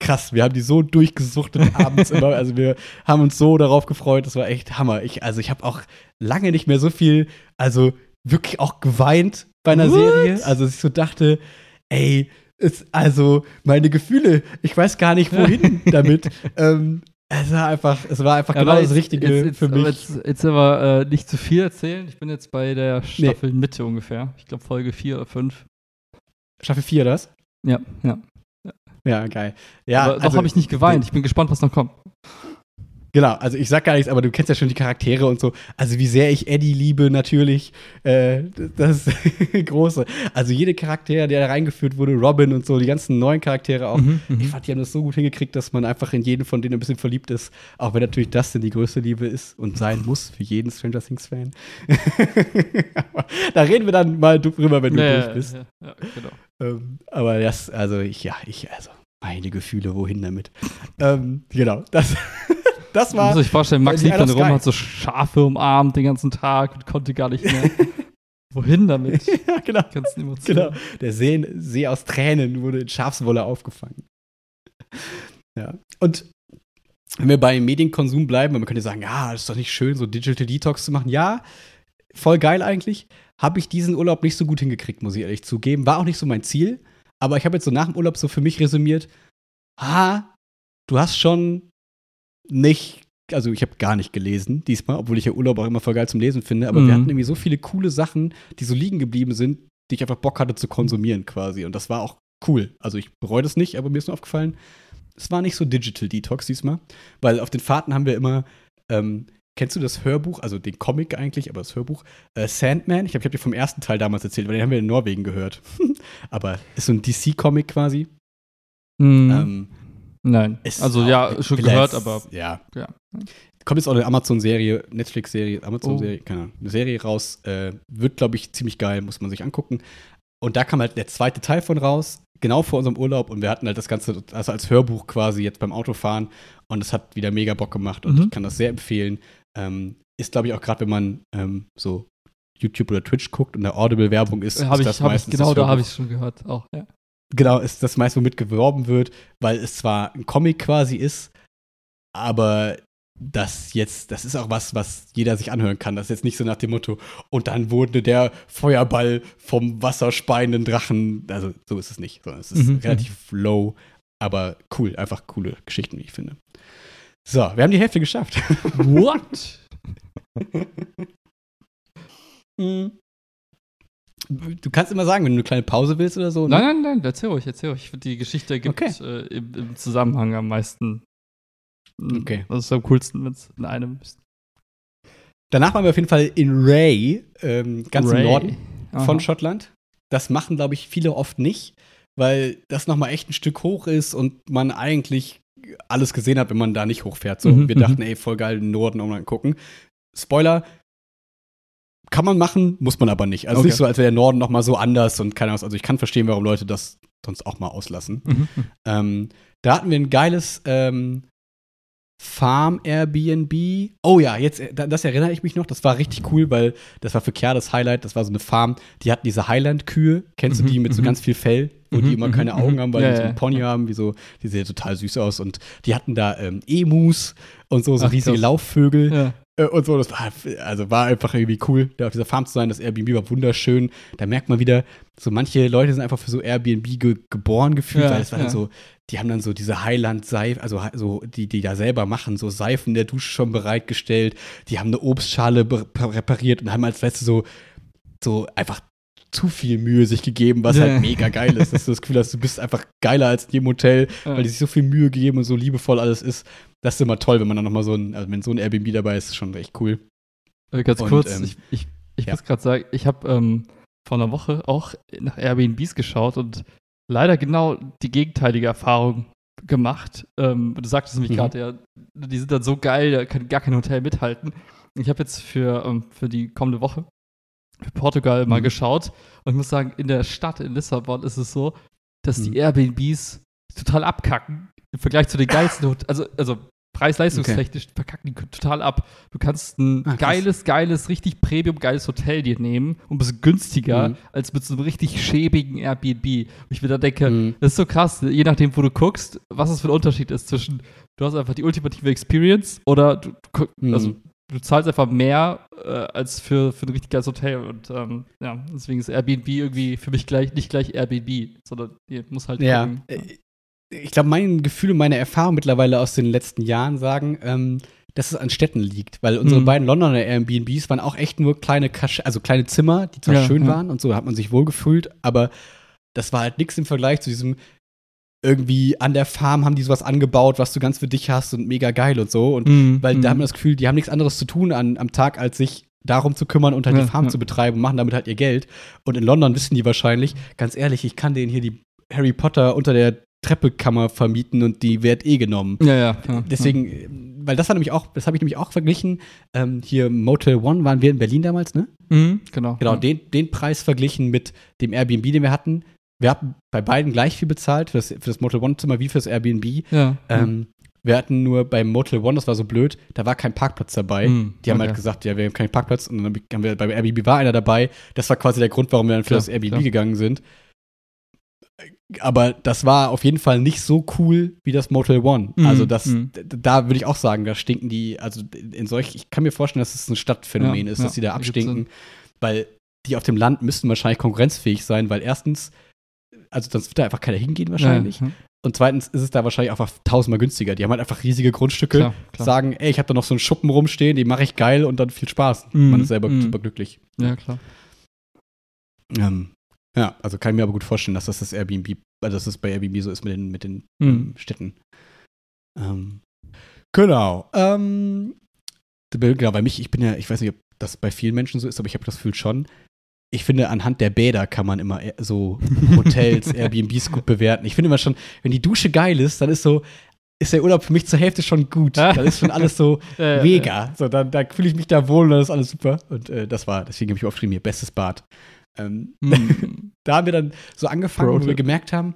krass. Wir haben die so durchgesuchtet abends immer. Also wir haben uns so darauf gefreut. Das war echt Hammer. Ich, also ich habe auch lange nicht mehr so viel, also wirklich auch geweint bei einer What? Serie. Also dass ich so dachte, ey, ist also meine Gefühle, ich weiß gar nicht, wohin damit. ähm, es war einfach, es war einfach Ja, genau aber das jetzt- Richtige jetzt, jetzt, für aber mich. Jetzt, jetzt aber äh, nicht zu viel erzählen. Ich bin jetzt bei der Staffel Mitte ungefähr. Ich glaube Folge vier oder fünf. Staffel vier das? Ja, ja. Ja, geil. Ja, aber noch also, habe ich nicht geweint. Ich bin gespannt, was noch kommt. Genau, also ich sag gar nichts, aber du kennst ja schon die Charaktere und so. Also wie sehr ich Eddie liebe, natürlich. Äh, das ist große. Also jede Charakter, der da reingeführt wurde, Robin und so, die ganzen neuen Charaktere auch. Mhm, mhm. Ich fand, die haben das so gut hingekriegt, dass man einfach in jeden von denen ein bisschen verliebt ist. Auch wenn natürlich Dustin die größte Liebe ist und sein muss für jeden Stranger Things-Fan. Da reden wir dann mal drüber, wenn du Ja, durch ja, bist. ja, ja, genau. Ähm, aber das, also ich, ja, ich, also meine Gefühle, wohin damit? ähm, genau, das, das Man war. muss sich vorstellen, Max die lief Isle dann of rum, Sky. hat so Schafe umarmt den ganzen Tag und konnte gar nicht mehr. Wohin damit? Ja, genau. Die ganzen Emotionen. Genau. Der See, See aus Tränen wurde in Schafswolle aufgefangen. Ja. Und wenn wir bei Medienkonsum bleiben, man könnte sagen, ja, das ist doch nicht schön, so Digital Detox zu machen. Ja, voll geil eigentlich. Habe ich diesen Urlaub nicht so gut hingekriegt, muss ich ehrlich zugeben. War auch nicht so mein Ziel. Aber ich habe jetzt so nach dem Urlaub so für mich resümiert, ah, du hast schon nicht, also ich habe gar nicht gelesen diesmal, obwohl ich ja Urlaub auch immer voll geil zum Lesen finde, aber Mhm. wir hatten irgendwie so viele coole Sachen, die so liegen geblieben sind, die ich einfach Bock hatte zu konsumieren quasi. Und das war auch cool. Also ich bereue das nicht, aber mir ist nur aufgefallen, es war nicht so Digital Detox diesmal, weil auf den Fahrten haben wir immer, ähm, kennst du das Hörbuch, also den Comic eigentlich, aber das Hörbuch, äh, Sandman? Ich glaube, ich habe dir vom ersten Teil damals erzählt, weil den haben wir in Norwegen gehört. Aber ist so ein D C-Comic quasi. Mhm. Ähm, Nein. ist Also auch- ja, schon will gehört, jetzt- aber Ja. ja. Kommt jetzt auch eine Amazon-Serie, Netflix-Serie, Amazon-Serie, Oh. keine Ahnung, eine Serie raus. Äh, wird, glaube ich, ziemlich geil, muss man sich angucken. Und da kam halt der zweite Teil von raus, genau vor unserem Urlaub. Und wir hatten halt das Ganze also als Hörbuch quasi jetzt beim Autofahren. Und es hat wieder mega Bock gemacht. Und Mhm. ich kann das sehr empfehlen. Ähm, ist, glaube ich, auch gerade, wenn man ähm, so YouTube oder Twitch guckt und da Audible-Werbung ist, Hab ist ich, das hab ich, meistens genau das da habe Hörbuch. ich es schon gehört. Auch, ja. Genau, ist das meist, womit geworben wird, weil es zwar ein Comic quasi ist, aber das jetzt, das ist auch was, was jeder sich anhören kann. Das ist jetzt nicht so nach dem Motto, und dann wurde der Feuerball vom wasserspeienden Drachen, also so ist es nicht, sondern es ist Mhm. relativ low, aber cool, einfach coole Geschichten, wie ich finde. So, wir haben die Hälfte geschafft. What? Mhm. Du kannst immer sagen, wenn du eine kleine Pause willst oder so. Ne? Nein, nein, nein, erzähl ruhig, erzähl ruhig. Ich finde, die Geschichte ergibt Okay. äh, im, im Zusammenhang am meisten. Okay. Das ist am coolsten, wenn es in einem ist. Danach waren wir auf jeden Fall in Ray, ähm, ganz Ray. im Norden von Aha. Schottland. Das machen, glaube ich, viele oft nicht, weil das noch mal echt ein Stück hoch ist und man eigentlich alles gesehen hat, wenn man da nicht hochfährt. So, Mhm, wir mhm. dachten, ey, voll geil, den Norden mal gucken. Spoiler, kann man machen, muss man aber nicht. Also Okay. nicht so, als wäre der Norden noch mal so anders und keine Ahnung. Also ich kann verstehen, warum Leute das sonst auch mal auslassen. Mhm. Ähm, da hatten wir ein geiles ähm, Farm-Airbnb. Oh ja, jetzt, äh, da- das erinnere ich mich noch. Das war richtig cool, weil das war für Kerr das Highlight. Das war so eine Farm, die hatten diese Highland-Kühe. Kennst du Mhm, die mit so mhm. ganz viel Fell, wo Mhm, die immer mhm, keine mhm. Augen haben, weil Ja, die so ja, einen Pony ja. haben, wie so, die sehen total süß aus. Und die hatten da ähm, Emus und so, so Ach, riesige krass. Laufvögel. Ja. Äh, Und so, das war, also war einfach irgendwie cool, da auf dieser Farm zu sein. Das Airbnb war wunderschön. Da merkt man wieder, so manche Leute sind einfach für so Airbnb ge geboren gefühlt, Ja, weil es war dann ja. so, die haben dann so diese Highland-Seife, also hi- so, die, die da selber machen, so Seifen der Dusche schon bereitgestellt. Die haben eine Obstschale be- repariert und haben als weißt du so, so einfach zu viel Mühe sich gegeben, was Ja. halt mega geil ist. Dass du das Gefühl hast, du bist einfach geiler als in jedem Hotel, Ja. weil die sich so viel Mühe gegeben und so liebevoll alles ist. Das ist immer toll, wenn man dann noch mal so ein, also wenn so ein Airbnb dabei ist, ist schon echt cool. Äh, Ganz Und, kurz, ähm, ich, ich, ich ja. muss gerade sagen, ich habe ähm, vor einer Woche auch nach Airbnbs geschaut und leider genau die gegenteilige Erfahrung gemacht. Ähm, du sagtest nämlich Mhm. gerade, ja, die sind dann so geil, da kann gar kein Hotel mithalten. Ich habe jetzt für, ähm, für die kommende Woche für Portugal mal Mhm. geschaut und ich muss sagen, in der Stadt in Lissabon ist es so, dass Mhm. die Airbnbs total abkacken im Vergleich zu den geilsten Hotels. Also, also preis-leistungstechnisch okay. verkacken die total ab. Du kannst ein ah, geiles, geiles, richtig Premium-geiles Hotel dir nehmen und ein bisschen günstiger mhm. als mit so einem richtig schäbigen Airbnb. Und ich mir da denke, mhm. das ist so krass, je nachdem, wo du guckst, was es für ein Unterschied ist zwischen, du hast einfach die ultimative Experience oder du, du, mhm. also, du zahlst einfach mehr äh, als für, für ein richtig geiles Hotel. Und ähm, ja, deswegen ist Airbnb irgendwie für mich gleich nicht gleich Airbnb, sondern ihr muss halt ja. gucken. Ja. Ich glaube, mein Gefühl und meine Erfahrung mittlerweile aus den letzten Jahren sagen, ähm, dass es an Städten liegt. Weil unsere mhm. beiden Londoner Airbnbs waren auch echt nur kleine Kasch- also kleine Zimmer, die zwar ja, schön ja. waren und so, da hat man sich wohl gefühlt, aber das war halt nichts im Vergleich zu diesem irgendwie an der Farm haben die sowas angebaut, was du ganz für dich hast und mega geil und so. Und mhm. weil da haben wir das Gefühl, die haben nichts anderes zu tun an, am Tag, als sich darum zu kümmern und halt ja, die Farm ja. zu betreiben und machen damit halt ihr Geld. Und in London wissen die wahrscheinlich, ganz ehrlich, ich kann denen hier die Harry Potter unter der Treppekammer vermieten und die wird eh genommen. Ja, ja. ja Deswegen, ja. weil das war nämlich auch, das habe ich nämlich auch verglichen. Ähm, hier Motel One waren wir in Berlin damals, ne? Mhm, genau. Genau, ja. den, den Preis verglichen mit dem Airbnb, den wir hatten. Wir hatten bei beiden gleich viel bezahlt, für das, für das Motel One-Zimmer wie für das Airbnb. Ja. Ähm, wir hatten nur beim Motel One, das war so blöd, da war kein Parkplatz dabei. Mhm, die haben okay. halt gesagt, ja, wir haben keinen Parkplatz. Und dann haben wir, beim Airbnb war einer dabei. Das war quasi der Grund, warum wir dann für ja, das Airbnb ja. gegangen sind. Aber das war auf jeden Fall nicht so cool wie das Motel One. Mhm. Also das, mhm. da würde ich auch sagen, da stinken die, also in solch, ich kann mir vorstellen, dass es ein Stadtphänomen ja, ist, dass ja, die da abstinken, weil die auf dem Land müssten wahrscheinlich konkurrenzfähig sein, weil erstens, also sonst wird da einfach keiner hingehen wahrscheinlich. Ja, ja. Und zweitens ist es da wahrscheinlich einfach tausendmal günstiger. Die haben halt einfach riesige Grundstücke, klar, klar. sagen, ey, ich habe da noch so einen Schuppen rumstehen, die mache ich geil und dann viel Spaß. Mhm. Man ist selber mhm. super glücklich. Ja, klar. Ähm, Ja, also kann ich mir aber gut vorstellen, dass das das Airbnb, also dass das bei Airbnb so ist mit den, mit den mhm. ähm, Städten. Ähm, genau. Ähm, genau, bei mich, ich bin ja, ich weiß nicht, ob das bei vielen Menschen so ist, aber ich habe das Gefühl schon. Ich finde, anhand der Bäder kann man immer so Hotels, Airbnbs gut bewerten. Ich finde immer schon, wenn die Dusche geil ist, dann ist so, ist der Urlaub für mich zur Hälfte schon gut. Dann ist schon alles so ja, mega. Ja. So, dann, dann fühle ich mich da wohl und dann ist alles super. Und äh, das war, deswegen habe ich aufgeschrieben, hier, bestes Bad. Ähm, mm. Da haben wir dann so angefangen, Bro, wo wir gemerkt haben,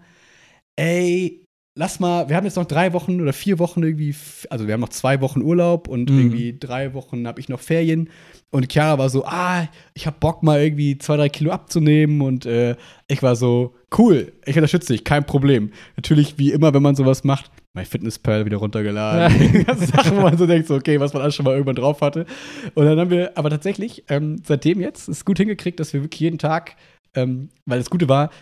ey, lass mal, wir haben jetzt noch drei Wochen oder vier Wochen irgendwie, also wir haben noch zwei Wochen Urlaub und mm. irgendwie drei Wochen habe ich noch Ferien. Und Chiara war so, ah, ich hab Bock mal irgendwie zwei, drei Kilo abzunehmen. Und äh, ich war so, cool, ich unterstütze dich, kein Problem. Natürlich, wie immer, wenn man sowas macht, MyFitnessPal wieder runtergeladen. Ja. Die ganzen Sachen, wo man so denkt, so, okay, was man alles schon mal irgendwann drauf hatte. Und dann haben wir, aber tatsächlich, ähm, seitdem jetzt, ist gut hingekriegt, dass wir wirklich jeden Tag, ähm, weil das Gute war,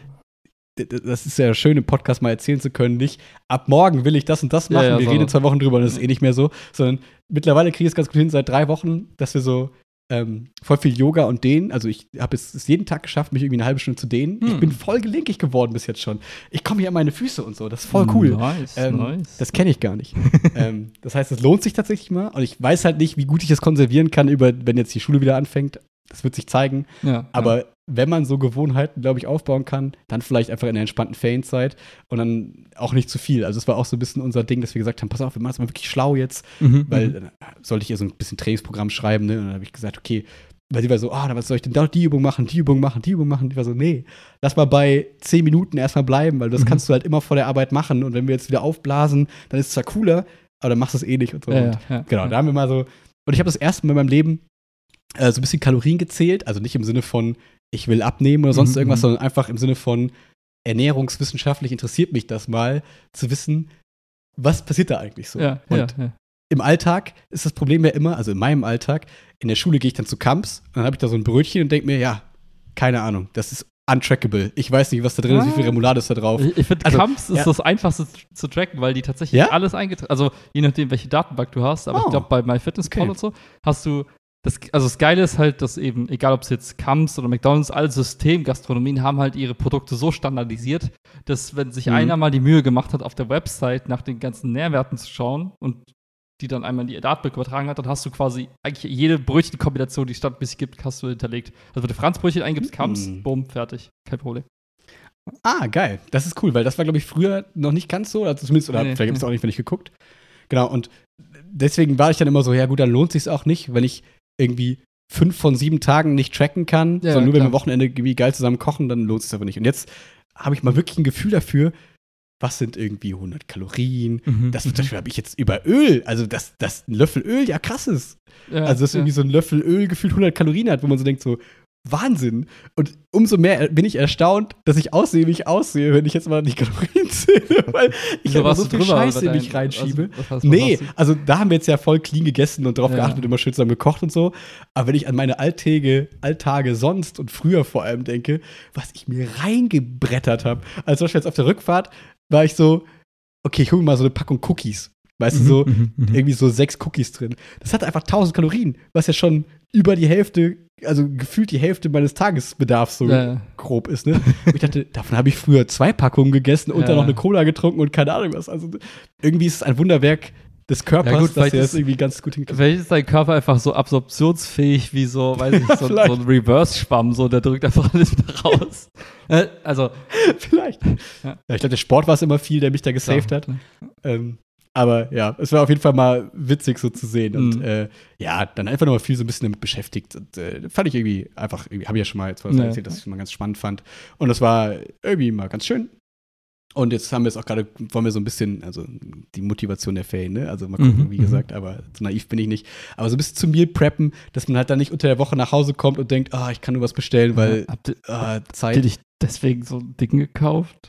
das ist ja schön, im Podcast mal erzählen zu können, nicht ab morgen will ich das und das machen, ja, ja, wir so reden in zwei Wochen drüber und das ist eh nicht mehr so, sondern mittlerweile kriege ich es ganz gut hin, seit drei Wochen, dass wir so ähm, voll viel Yoga und Dehnen, also ich habe es jeden Tag geschafft, mich irgendwie eine halbe Stunde zu dehnen. Hm. Ich bin voll gelenkig geworden bis jetzt schon. Ich komme hier an meine Füße und so, das ist voll cool. Nice, ähm, nice. Das kenne ich gar nicht. ähm, das heißt, es lohnt sich tatsächlich mal und ich weiß halt nicht, wie gut ich das konservieren kann, über, wenn jetzt die Schule wieder anfängt. Das wird sich zeigen. Ja, aber ja. wenn man so Gewohnheiten, glaube ich, aufbauen kann, dann vielleicht einfach in der entspannten Ferienzeit und dann auch nicht zu viel. Also es war auch so ein bisschen unser Ding, dass wir gesagt haben, pass auf, wir machen es mal wirklich schlau jetzt, mhm, weil mhm. dann sollte ich ihr so ein bisschen Trainingsprogramm schreiben, ne? Und dann habe ich gesagt, okay, weil sie war so, ah, oh, was soll ich denn da die Übung machen, die Übung machen, die Übung machen. Die war so, nee, lass mal bei zehn Minuten erstmal bleiben, weil das mhm. kannst du halt immer vor der Arbeit machen und wenn wir jetzt wieder aufblasen, dann ist es zwar cooler, aber dann machst du es eh nicht und so. Ja, und ja, genau, ja. da haben wir mal so, und ich habe das erste Mal in meinem Leben äh, so ein bisschen Kalorien gezählt, also nicht im Sinne von, ich will abnehmen oder sonst mhm, irgendwas, sondern einfach im Sinne von, ernährungswissenschaftlich interessiert mich das mal, zu wissen, was passiert da eigentlich so. Ja, und ja, ja. im Alltag ist das Problem ja immer, also in meinem Alltag, in der Schule gehe ich dann zu Camps und dann habe ich da so ein Brötchen und denke mir, ja, keine Ahnung, das ist untrackable. Ich weiß nicht, was da drin ist, wie viel Remoulade ist da drauf. Ich, ich finde, also, Camps ist ja. das einfachste zu tracken, weil die tatsächlich ja? alles eingetragen, also je nachdem, welche Datenbank du hast, aber oh. ich glaube, bei MyFitnessPal okay. und so, hast du Das, also das Geile ist halt, dass eben, egal ob es jetzt Camps oder McDonald's, alle Systemgastronomien haben halt ihre Produkte so standardisiert, dass wenn sich mhm. einer mal die Mühe gemacht hat, auf der Website nach den ganzen Nährwerten zu schauen und die dann einmal in die Datenbank übertragen hat, dann hast du quasi eigentlich jede Brötchenkombination, die es standardmäßig gibt, hast du hinterlegt. Also wenn du Franzbrötchen eingibst, Camps, mhm. bumm, fertig. Kein Problem. Ah, geil. Das ist cool, weil das war, glaube ich, früher noch nicht ganz so, also zumindest, oder nee, vielleicht gibt es nee. auch nicht, wenn ich geguckt. Genau, und deswegen war ich dann immer so, ja gut, dann lohnt es sich auch nicht, wenn ich irgendwie fünf von sieben Tagen nicht tracken kann, ja, sondern nur, klar. wenn wir am Wochenende irgendwie geil zusammen kochen, dann lohnt es sich aber nicht. Und jetzt habe ich mal wirklich ein Gefühl dafür, was sind irgendwie hundert Kalorien? Mhm. Das zum Beispiel habe ich jetzt über Öl, also dass dass ein Löffel Öl ja krass ist. Ja, also, dass ja. irgendwie so ein Löffel Öl gefühlt hundert Kalorien hat, wo man so denkt, so, Wahnsinn. Und umso mehr bin ich erstaunt, dass ich aussehe, wie ich aussehe, wenn ich jetzt mal die Kalorien zähle, weil ich Wieso einfach warst so du viel drüber Scheiße über in mich dein- reinschiebe. was- was hast- was nee, hast du? also da haben wir jetzt ja voll clean gegessen und drauf Ja. geachtet und immer schön zusammen gekocht und so. Aber wenn ich an meine Alltäge, Alltage sonst und früher vor allem denke, was ich mir reingebrettert habe. Also zum Beispiel jetzt auf der Rückfahrt war ich so, okay, ich hole mir mal so eine Packung Cookies. Weißt du, so Mhm, mhm, mhm. irgendwie so sechs Cookies drin. Das hat einfach tausend Kalorien, was ja schon über die Hälfte, also gefühlt die Hälfte meines Tagesbedarfs so Ja. grob ist, ne? Und ich dachte, davon habe ich früher zwei Packungen gegessen und Ja. dann noch eine Cola getrunken und keine Ahnung was. Also irgendwie ist es ein Wunderwerk des Körpers, Ja, gut, dass vielleicht er das ist- irgendwie ganz gut hinkriegt. Vielleicht ist dein Körper einfach so absorptionsfähig wie so, weiß ich, so, so Vielleicht. ein Reverse-Schwamm, so, der drückt einfach alles wieder raus. Äh, also, Vielleicht. Ja. Ja, ich glaube, der Sport war es immer viel, der mich da gesaved klar, hat. klar. Ähm, aber ja, es war auf jeden Fall mal witzig so zu sehen. Und Mhm. äh, ja, dann einfach noch mal viel so ein bisschen damit beschäftigt. Und äh, fand ich irgendwie einfach, irgendwie, habe ich ja schon mal jetzt was Ja. erzählt, dass ich es mal ganz spannend fand. Und das war irgendwie mal ganz schön. Und jetzt haben wir es auch gerade, wollen wir so ein bisschen, also die Motivation der Ferien, ne? Also mal gucken, Mhm, wie mhm. gesagt, aber so naiv bin ich nicht. Aber so ein bisschen zu Meal preppen, dass man halt dann nicht unter der Woche nach Hause kommt und denkt, ah, ich kann nur was bestellen, weil habt ihr, ah, habt ihr Zeit. dich deswegen so ein Ding gekauft?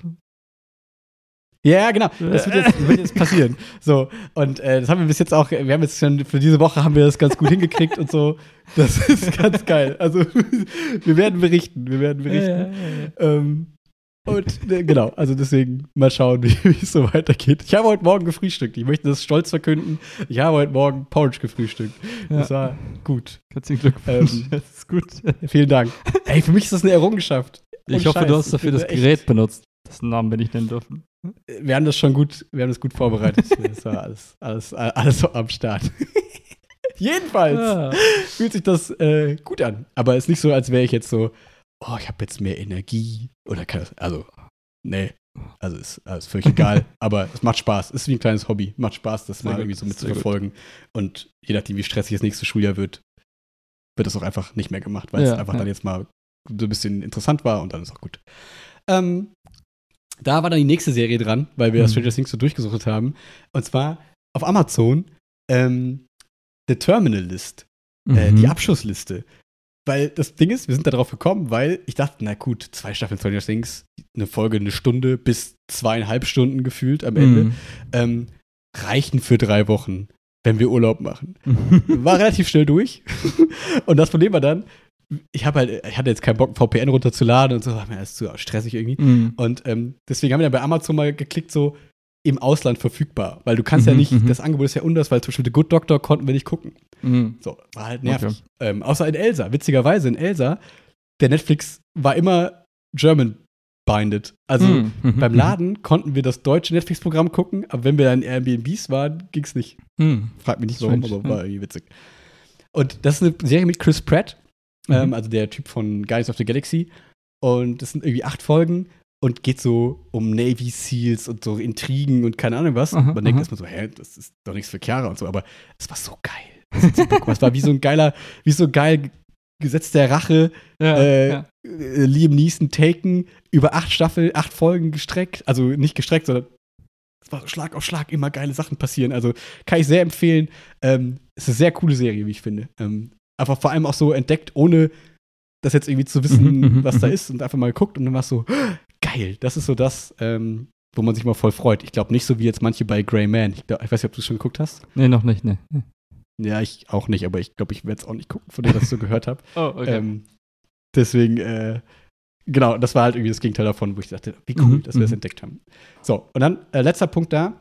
Ja, genau. Das wird jetzt, wird jetzt passieren. So, und äh, das haben wir bis jetzt auch, wir haben jetzt schon für diese Woche haben wir das ganz gut hingekriegt und so. Das ist ganz geil. Also, wir werden berichten, wir werden berichten. Ja, ja, ja. Ähm, und äh, genau, also deswegen mal schauen, wie wie es so weitergeht. Ich habe heute Morgen gefrühstückt. Ich möchte das stolz verkünden. Ich habe heute Morgen Porridge gefrühstückt. Das war gut. Herzlichen Glückwunsch. Ähm, das ist gut. Vielen Dank. Ey, für mich ist das eine Errungenschaft. Ich Ohne hoffe, Scheiß. du hast Ich dafür bin das echt- Gerät benutzt, dessen Namen wir nicht nennen dürfen. Wir haben das schon gut, wir haben das gut vorbereitet. Das war alles, alles, alles so am Start. Jedenfalls Ja. fühlt sich das äh, gut an. Aber es ist nicht so, als wäre ich jetzt so, oh, ich habe jetzt mehr Energie. Oder kann das, also, nee. Also ist alles völlig egal. Aber es macht Spaß. Es ist wie ein kleines Hobby. Macht Spaß, das Sehr mal gut, irgendwie so sehr mitzuverfolgen. Und je nachdem, wie stressig das nächste Schuljahr wird, wird das auch einfach nicht mehr gemacht, weil Ja, es einfach ja. dann jetzt mal so ein bisschen interessant war und dann ist auch gut. Ähm, da war dann die nächste Serie dran, weil wir Mhm. das Stranger Things so durchgesucht haben. Und zwar auf Amazon ähm, The Terminal List, äh, Mhm. die Abschussliste. Weil das Ding ist, wir sind da drauf gekommen, weil ich dachte, na gut, zwei Staffeln Stranger Things, eine Folge eine Stunde bis zweieinhalb Stunden gefühlt am Ende, Mhm. ähm, reichen für drei Wochen, wenn wir Urlaub machen. Mhm. War relativ schnell durch. Und das Problem war dann, ich habe halt, ich hatte jetzt keinen Bock, ein V P N runterzuladen und so, war mir das zu stressig irgendwie. Mhm. Und ähm, deswegen haben wir dann bei Amazon mal geklickt, so im Ausland verfügbar. Weil du kannst ja Mhm, nicht, mhm. das Angebot ist ja anders, weil zum Beispiel The Good Doctor konnten wir nicht gucken. Mhm. So, war halt nervig. Okay. Ähm, außer in Elsa, witzigerweise in Elsa, der Netflix war immer German-binded. Also Mhm. Mhm. beim Laden konnten wir das deutsche Netflix-Programm gucken, aber wenn wir dann in Airbnbs waren, ging's nicht. Mhm. Frag mich nicht warum, Strange, aber ja. war irgendwie witzig. Und das ist eine Serie mit Chris Pratt, Mhm. ähm, also der Typ von Guardians of the Galaxy. Und das sind irgendwie acht Folgen und geht so um Navy Seals und so Intrigen und keine Ahnung was. Aha, Man denkt aha. erstmal so, hä, das ist doch nichts für Chiara und so, aber es war so geil. Das hat super gemacht. Es war wie so ein geiler, wie so geil Gesetz der Rache, Ja, äh, ja. äh, Liam Neeson Taken, über acht Staffeln, acht Folgen gestreckt. Also nicht gestreckt, sondern es war so Schlag auf Schlag, immer geile Sachen passieren. Also kann ich sehr empfehlen. Ähm, es ist eine sehr coole Serie, wie ich finde. Ähm, einfach vor allem auch so entdeckt, ohne das jetzt irgendwie zu wissen, Mhm, mhm, was da mhm. ist und einfach mal geguckt und dann war es so, geil, das ist so das, ähm, wo man sich mal voll freut. Ich glaube nicht so wie jetzt manche bei Grey Man. Ich, glaub, ich weiß nicht, ob du es schon geguckt hast. Nee, noch nicht, nee. nee. Ja, ich auch nicht, aber ich glaube, ich werde es auch nicht gucken, von dem, was ich so gehört habe. Oh, okay. Ähm, deswegen, äh, genau, das war halt irgendwie das Gegenteil davon, wo ich dachte, wie cool, Mhm, dass wir das mhm. entdeckt haben. So, und dann äh, letzter Punkt da.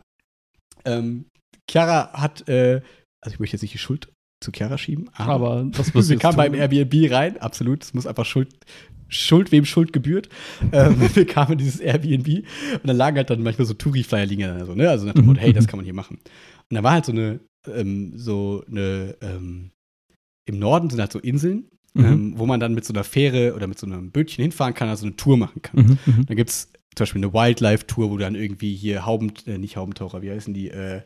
Ähm, Chiara hat, äh, also ich möchte jetzt nicht die Schuld zu Chiara schieben, aber, Aber das wirst du sie jetzt kam beim tun. Airbnb rein, absolut, es muss einfach Schuld, Schuld wem Schuld gebührt. ähm, wir kamen in dieses Airbnb und dann lagen halt dann manchmal so Touri-Flyer liegen dann so, ne? Also nach dem Mhm, Motto, hey, das mhm. kann man hier machen. Und da war halt so eine, ähm, so eine, ähm, im Norden sind halt so Inseln, Mhm. ähm, wo man dann mit so einer Fähre oder mit so einem Bötchen hinfahren kann, also eine Tour machen kann. Mhm, mhm. Dann gibt es zum Beispiel eine Wildlife-Tour, wo du dann irgendwie hier Hauben, äh, nicht Haubentaucher, wie heißen die? Äh,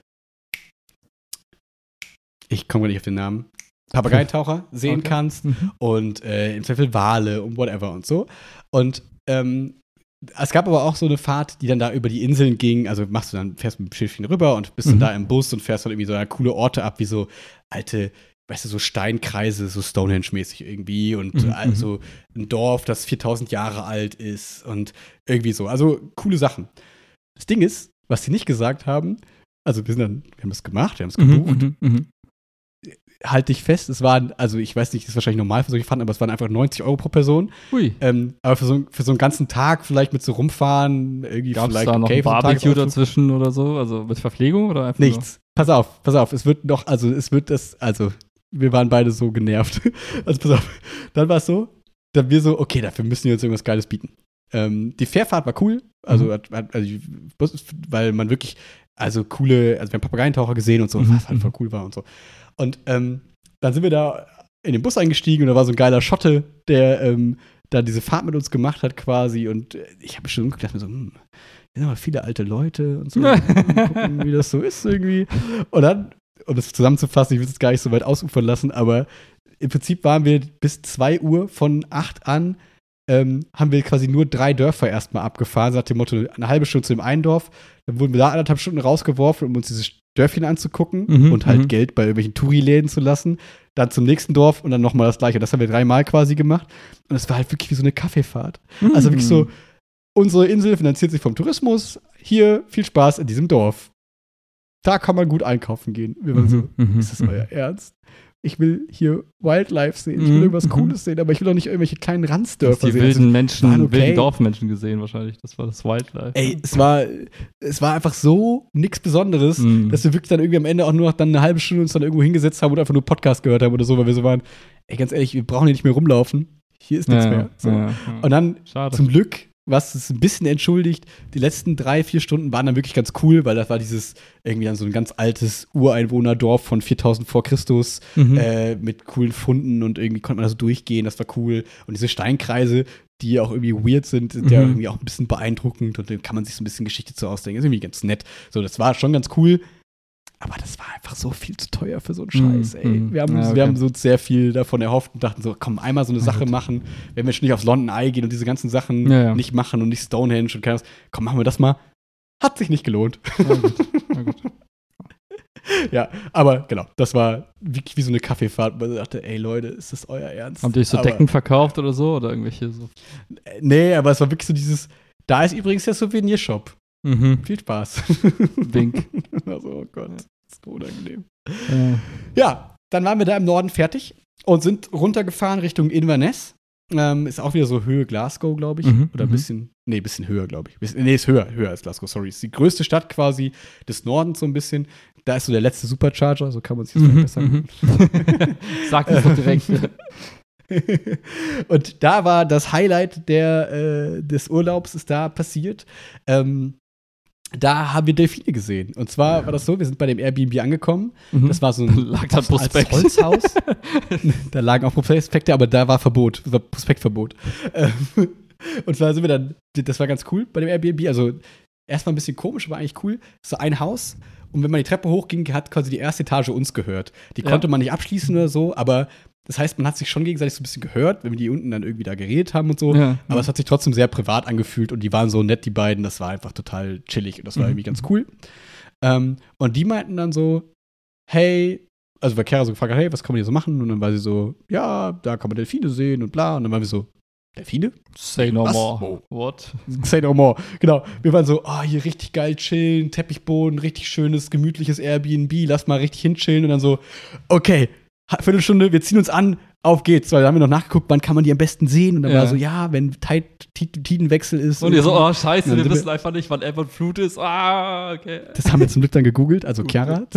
ich komme gar nicht auf den Namen. Papageientaucher sehen Okay. kannst Mhm. und äh, im Zweifel Wale und whatever und so. Und ähm, es gab aber auch so eine Fahrt, die dann da über die Inseln ging. Also machst du dann, fährst mit dem Schiffchen rüber und bist Mhm. dann da im Bus und fährst dann irgendwie so ja, coole Orte ab, wie so alte, weißt du, so Steinkreise, so Stonehenge-mäßig irgendwie. Und Mhm, also ein Dorf, das viertausend Jahre alt ist und irgendwie so. Also coole Sachen. Das Ding ist, was sie nicht gesagt haben, also wir sind dann, wir haben das gemacht, wir haben es gebucht. Mhm, mhm, mhm. Halt dich fest, es waren, also ich weiß nicht, das ist wahrscheinlich normal für solche Fahrten, aber es waren einfach neunzig Euro pro Person. Hui. Ähm, aber für so, für so einen ganzen Tag vielleicht mit so rumfahren, irgendwie Gab es vielleicht da noch okay ein für einen Barbecue Tagesausflug. dazwischen oder so? Also mit Verpflegung oder einfach Nichts. Pass auf, pass auf, es wird noch, also es wird das, also wir waren beide so genervt. Also pass auf, dann war es so, dann wir so, okay, dafür müssen wir jetzt irgendwas Geiles bieten. Ähm, die Fährfahrt war cool, also, Mhm. hat, hat, also weil man wirklich, also coole, also wir haben Papageientaucher gesehen und so, Mhm. was halt voll cool war und so. Und ähm, dann sind wir da in den Bus eingestiegen und da war so ein geiler Schotte, der ähm, da diese Fahrt mit uns gemacht hat quasi. Und äh, ich habe schon gedacht, mir so, hm, hier sind aber viele alte Leute und so. Mal gucken, wie das so ist irgendwie. Und dann, um das zusammenzufassen, ich will es gar nicht so weit ausufern lassen, aber im Prinzip waren wir bis zwei Uhr von acht an, ähm, haben wir quasi nur drei Dörfer erstmal abgefahren, nach dem Motto, eine halbe Stunde zu dem einen Dorf. Dann wurden wir da anderthalb Stunden rausgeworfen, um uns dieses Dörfchen anzugucken Mhm, und halt mhm. Geld bei irgendwelchen Touri-Läden zu lassen. Dann zum nächsten Dorf und dann nochmal das gleiche. Das haben wir dreimal quasi gemacht. Und es war halt wirklich wie so eine Kaffeefahrt. Also wirklich so, unsere Insel finanziert sich vom Tourismus. Hier, viel Spaß in diesem Dorf. Da kann man gut einkaufen gehen. Wir waren so, Mhm, ist das mhm. euer Ernst? Ich will hier Wildlife sehen, ich will Mhm, irgendwas mhm. Cooles sehen, aber ich will auch nicht irgendwelche kleinen Du hast Ranzdörfer die sehen. wilden Also, Menschen, waren okay. wilden Dorfmenschen gesehen wahrscheinlich. Das war das Wildlife. ey, es war, es war einfach so nichts Besonderes, Mhm. dass wir wirklich dann irgendwie am Ende auch nur noch dann eine halbe Stunde uns dann irgendwo hingesetzt haben und einfach nur Podcast gehört haben oder so, weil wir so waren, ey, ganz ehrlich, wir brauchen hier nicht mehr rumlaufen. Hier ist nichts ja, mehr. So. ja, ja. Und dann Schade. zum Glück, was es ein bisschen entschuldigt, die letzten drei, vier Stunden waren dann wirklich ganz cool, weil das war dieses irgendwie dann so ein ganz altes Ureinwohnerdorf von viertausend vor Christus Mhm. äh, mit coolen Funden und irgendwie konnte man da so durchgehen, das war cool. Und diese Steinkreise, die auch irgendwie weird sind, sind ja Mhm. irgendwie auch ein bisschen beeindruckend und da kann man sich so ein bisschen Geschichte zu ausdenken. Ist irgendwie ganz nett. So, das war schon ganz cool. Aber das war einfach so viel zu teuer für so einen Scheiß, Mhm. ey. Wir haben, Ja, okay. wir haben so sehr viel davon erhofft und dachten so, komm, einmal so eine Na Sache gut. machen, wenn wir schon nicht aufs London Eye gehen und diese ganzen Sachen Ja, ja. nicht machen und nicht Stonehenge und keine Ahnung, komm, machen wir das mal. Hat sich nicht gelohnt. Na gut. Na gut. Ja, aber genau, das war wirklich wie so eine Kaffeefahrt, weil ich dachte, ey Leute, ist das euer Ernst? Haben die euch so aber, Decken verkauft oder so? Oder irgendwelche so? äh, Nee, aber es war wirklich so dieses, da ist übrigens der Souvenirshop. Mhm. Viel Spaß. Wink. Also, oh Gott, das ist so unangenehm. Ja. Ja, dann waren wir da im Norden fertig und sind runtergefahren Richtung Inverness. Ähm, ist auch wieder so Höhe Glasgow, glaube ich. Mhm, Oder ein mhm. bisschen, nee, ein bisschen höher, glaube ich. Bisschen, nee, ist höher, höher als Glasgow, sorry. Ist die größte Stadt quasi des Nordens so ein bisschen. Da ist so der letzte Supercharger, so kann man sich das Mhm, besser mhm. Sag es doch direkt. Und da war das Highlight der, äh, des Urlaubs, ist da passiert. Ähm, da haben wir Delfine gesehen. Und zwar war das so, wir sind bei dem Airbnb angekommen. Mhm. Das war so ein Lag da als Prospekt. Holzhaus. Da lagen auch Prospekte, aber da war Verbot, das war Prospektverbot. Ähm, Und zwar sind wir dann, das war ganz cool bei dem Airbnb. Also erstmal ein bisschen komisch, aber eigentlich cool. So ein Haus. Und wenn man die Treppe hochging, hat quasi die erste Etage uns gehört. Die Ja. konnte man nicht abschließen oder so, aber das heißt, man hat sich schon gegenseitig so ein bisschen gehört, wenn wir die unten dann irgendwie da geredet haben und so. Ja, Aber ja. es hat sich trotzdem sehr privat angefühlt und die waren so nett, die beiden. Das war einfach total chillig und das war Mhm. irgendwie ganz cool. Ähm, und die meinten dann so, hey, also weil Kara so gefragt hat, hey, was kann man hier so machen? Und dann war sie so, ja, da kann man Delfine sehen und bla. Und dann waren wir so, Delfine? Say no Was? more. What? Say no more. Genau. Wir waren so, oh, hier richtig geil chillen, Teppichboden, richtig schönes, gemütliches Airbnb, lass mal richtig hinchillen. Und dann so, okay, ha- Viertelstunde, wir ziehen uns an, auf geht's. Weil dann haben wir noch nachgeguckt, wann kann man die am besten sehen. Und dann Ja. war so, ja, wenn Tide- Ti- Tidenwechsel ist. Und ihr so, oh, scheiße, Dann wir sind wissen wir- einfach nicht, wann Ebbe und Flut ist. Ah, okay. Das haben wir zum Glück dann gegoogelt, also Gut. Chiara.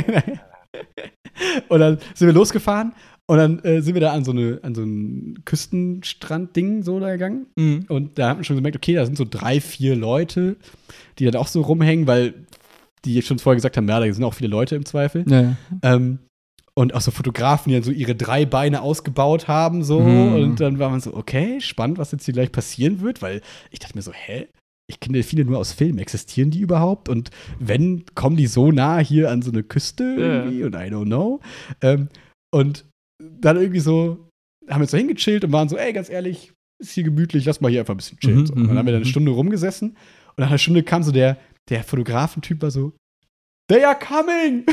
Und dann sind wir losgefahren und dann äh, sind wir da an so, eine, an so ein Küstenstrand-Ding so da gegangen. Mhm. Und da haben wir schon gemerkt, okay, da sind so drei, vier Leute, die dann auch so rumhängen, weil die schon vorher gesagt haben, ja, da sind auch viele Leute im Zweifel. Ja, ja. Ähm, und auch so Fotografen, die dann so ihre drei Beine ausgebaut haben, so. Mhm. Und dann war man so, okay, spannend, was jetzt hier gleich passieren wird, weil ich dachte mir so, hä? Ich kenne Delfine nur aus Filmen. Existieren die überhaupt? Und wenn, kommen die so nah hier an so eine Küste irgendwie? Und I don't know. Ähm, und dann irgendwie so, haben wir uns da hingechillt und waren so, ey, ganz ehrlich, ist hier gemütlich, lass mal hier einfach ein bisschen chillen. Mhm, So. Und dann haben wir da eine mhm. Stunde rumgesessen und nach einer Stunde kam so der, der Fotografentyp war so, they are coming!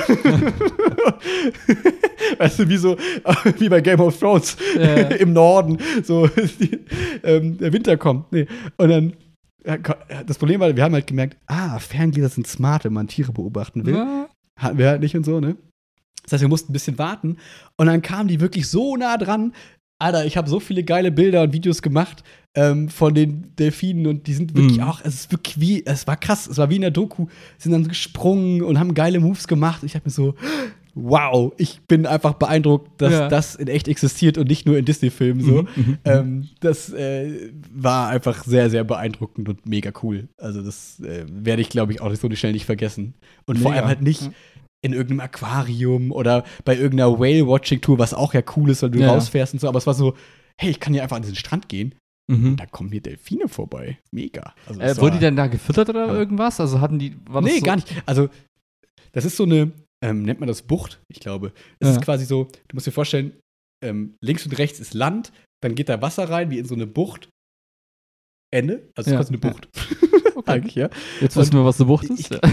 Weißt du, wie so, wie bei Game of Thrones Ja. im Norden, so, die, ähm, der Winter kommt. Nee. Und dann, ja, das Problem war, wir haben halt gemerkt, ah, Ferngläser sind smart, wenn man Tiere beobachten will. Ja. Hatten wir halt nicht und so, ne? Das heißt, wir mussten ein bisschen warten. Und dann kamen die wirklich so nah dran. Alter, ich habe so viele geile Bilder und Videos gemacht ähm, von den Delfinen und die sind wirklich Mhm. auch, es ist wirklich wie, es war krass, es war wie in der Doku, sind dann gesprungen und haben geile Moves gemacht. Ich hab mir so, wow, ich bin einfach beeindruckt, dass Ja. das in echt existiert und nicht nur in Disney-Filmen so. Mhm, mhm, Ähm, das äh, war einfach sehr, sehr beeindruckend und mega cool. Also das äh, werde ich, glaube ich, auch so schnell nicht vergessen. Und vor Mega. allem halt nicht Ja. in irgendeinem Aquarium oder bei irgendeiner Whale-Watching-Tour, was auch ja cool ist, weil du Ja. rausfährst und so. Aber es war so, hey, ich kann hier einfach an diesen Strand gehen. Mhm. Da kommen hier Delfine vorbei. Mega. Also, Äh, das wurden war- die denn da gefüttert oder Ja. irgendwas? Also hatten die. War das Nee, so? gar nicht. Also, das ist so eine, ähm, nennt man das Bucht? Ich glaube. Es Ja. ist quasi so, du musst dir vorstellen, ähm, links und rechts ist Land, dann geht da Wasser rein, wie in so eine Bucht. Ende. Also, es Ja. ist quasi eine Bucht. Okay. Eigentlich, ja. Jetzt wissen wir, was eine Bucht Ich- ist. Ja.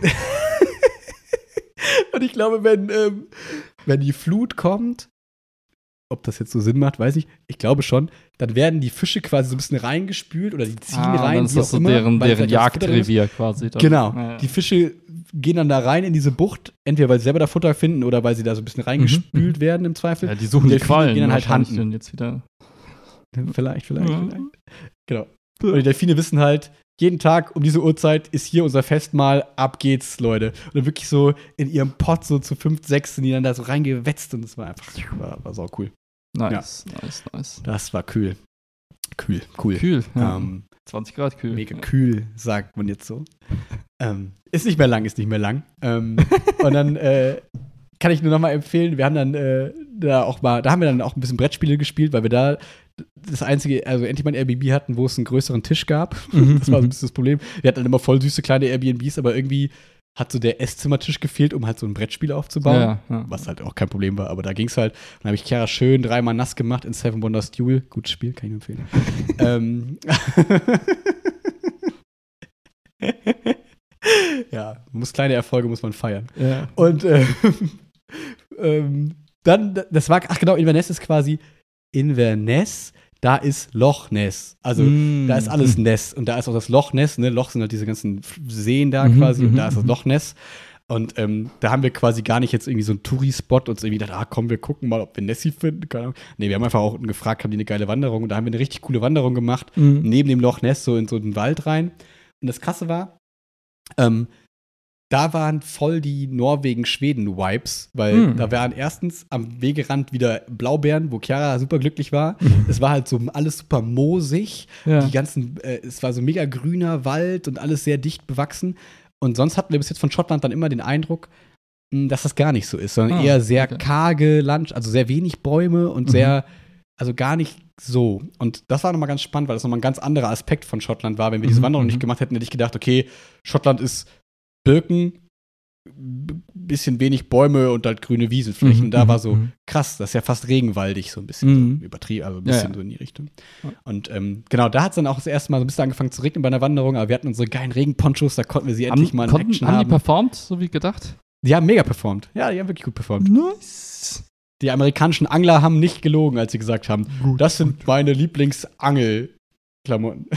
Und ich glaube, wenn, ähm, wenn die Flut kommt, ob das jetzt so Sinn macht, weiß ich, ich glaube schon, dann werden die Fische quasi so ein bisschen reingespült oder die ziehen Ah, rein. dann ist wie das auch so immer, deren, weil deren vielleicht das Futter drin ist. Jagdrevier quasi. dann. Genau. Ja. Die Fische gehen dann da rein in diese Bucht, entweder weil sie selber da Futter finden oder weil sie da so ein bisschen reingespült Mhm. werden im Zweifel. Ja, die suchen die Delfine Quallen. gehen dann halt wahrscheinlich handen. dann jetzt wieder. Vielleicht, vielleicht, Ja. vielleicht. Genau. Und die Delfine wissen halt, jeden Tag um diese Uhrzeit ist hier unser Festmahl, ab geht's, Leute. Und dann wirklich so in ihrem Pott so zu fünf, sechs sind die dann da so reingewetzt und das war einfach, war, war sau cool. Nice, nice, nice. Das war kühl. Kühl, cool. Kühl. Ja. Ähm, zwanzig Grad kühl. mega kühl, sagt man jetzt so. ähm, ist nicht mehr lang, ist nicht mehr lang. Ähm, und dann äh, kann ich nur noch mal empfehlen, wir haben dann äh, da auch mal, da haben wir dann auch ein bisschen Brettspiele gespielt, weil wir da das einzige, also endlich mal ein Airbnb hatten, wo es einen größeren Tisch gab. Mhm, Das war so ein mhm. bisschen das Problem. Wir hatten dann immer voll süße kleine Airbnbs, aber irgendwie hat so der Esszimmertisch gefehlt, um halt so ein Brettspiel aufzubauen. Ja, ja. Was halt auch kein Problem war, aber da ging es halt. Dann habe ich Chiara schön dreimal nass gemacht in Seven Wonders Duel. Gutes Spiel, kann ich nur empfehlen. ähm. Ja, man muss kleine Erfolge muss man feiern. Ja. Und ähm, ähm, dann, das war, ach genau, Inverness ist quasi Inverness, da ist Loch Ness. Also Mm. da ist alles Ness und da ist auch das Loch Ness, ne? Loch sind halt diese ganzen Seen da Mhm, quasi und mhm, da ist das mhm. Loch Ness. Und ähm, da haben wir quasi gar nicht jetzt irgendwie so einen Touri-Spot und uns irgendwie gedacht, ah komm, wir gucken mal, ob wir Nessie finden. Keine Ahnung. Nee, wir haben einfach auch gefragt, haben die eine geile Wanderung? Und da haben wir eine richtig coole Wanderung gemacht, Mhm. neben dem Loch Ness, so in so einen Wald rein. Und das Krasse war, ähm, da waren voll die Norwegen-Schweden-Vibes, weil Mhm. da waren erstens am Wegerand wieder Blaubeeren, wo Chiara super glücklich war. Es war halt so alles super moosig. Ja. Die ganzen, äh, es war so mega grüner Wald und alles sehr dicht bewachsen. Und sonst hatten wir bis jetzt von Schottland dann immer den Eindruck, mh, dass das gar nicht so ist, sondern Ah, eher sehr okay. karge Land, also sehr wenig Bäume und Mhm. sehr, also gar nicht so. Und das war nochmal ganz spannend, weil das nochmal ein ganz anderer Aspekt von Schottland war. Wenn wir diese Mhm, Wanderung mhm. nicht gemacht hätten, hätte ich gedacht, okay, Schottland ist Birken, b- bisschen wenig Bäume und halt grüne Wiesenflächen. Mhm, Und da mhm, war so, mhm. krass, das ist ja fast regenwaldig, so ein bisschen Mhm. so übertrieben, also ein Ja, bisschen ja. so in die Richtung. Ja. Und ähm, genau, da hat es dann auch das erste Mal so ein bisschen angefangen zu regnen bei einer Wanderung, aber wir hatten unsere geilen Regenponchos, da konnten wir sie endlich Haben, mal in konnten, Action haben die haben. performt, so wie gedacht? Die haben mega performt. Ja, die haben wirklich gut performt. Nice. Die amerikanischen Angler haben nicht gelogen, als sie gesagt haben, das sind meine Lieblingsangelklamotten.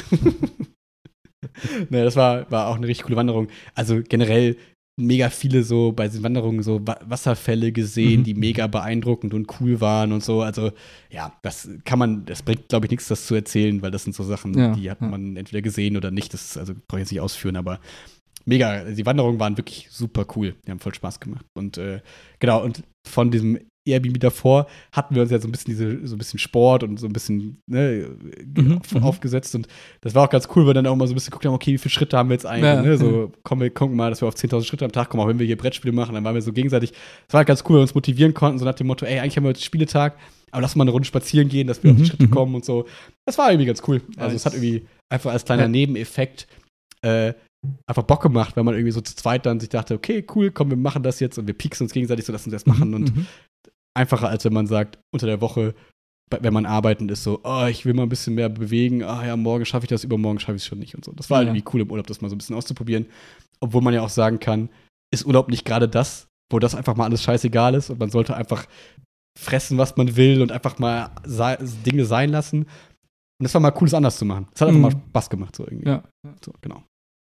Ne, das war, war auch eine richtig coole Wanderung. Also generell mega viele so bei diesen Wanderungen so Wa- Wasserfälle gesehen, Mhm. die mega beeindruckend und cool waren und so. Also ja, das kann man, das bringt, glaube ich, nichts, das zu erzählen, weil das sind so Sachen, Ja, die hat ja. man entweder gesehen oder nicht. Das ist, also brauche ich jetzt nicht ausführen, aber mega. Die Wanderungen waren wirklich super cool. Die haben voll Spaß gemacht. Und äh, genau, und von diesem Airbnb davor hatten wir uns ja so ein bisschen diese, so ein bisschen Sport und so ein bisschen ne, Mhm, auf, mhm. aufgesetzt. Und das war auch ganz cool, weil wir dann auch mal so ein bisschen geguckt haben, okay, wie viele Schritte haben wir jetzt eigentlich? Ja, Ne? So, kommen wir gucken mal, dass wir auf zehntausend Schritte am Tag kommen, auch wenn wir hier Brettspiele machen, dann waren wir so gegenseitig. Das war halt ganz cool, weil wir uns motivieren konnten, so nach dem Motto, ey, eigentlich haben wir heute Spieletag, aber lass mal eine Runde spazieren gehen, dass wir auf die Mhm, Schritte mhm. kommen und so. Das war irgendwie ganz cool. Also Nice. es hat irgendwie einfach als kleiner Ja. Nebeneffekt äh, einfach Bock gemacht, wenn man irgendwie so zu zweit dann sich dachte, okay, cool, komm, wir machen das jetzt und wir pieksen uns gegenseitig so, lass uns das machen und Mhm. einfacher, als wenn man sagt, unter der Woche wenn man arbeitend ist, so, oh, ich will mal ein bisschen mehr bewegen, ah ja, morgen schaffe ich das, übermorgen schaffe ich es schon nicht und so. Das war halt Ja. irgendwie cool im Urlaub, das mal so ein bisschen auszuprobieren. Obwohl man ja auch sagen kann, ist Urlaub nicht gerade das, wo das einfach mal alles scheißegal ist und man sollte einfach fressen, was man will und einfach mal sei, Dinge sein lassen. Und das war mal cool, es anders zu machen. Es hat einfach Mhm. mal Spaß gemacht, so irgendwie. Ja. So, genau.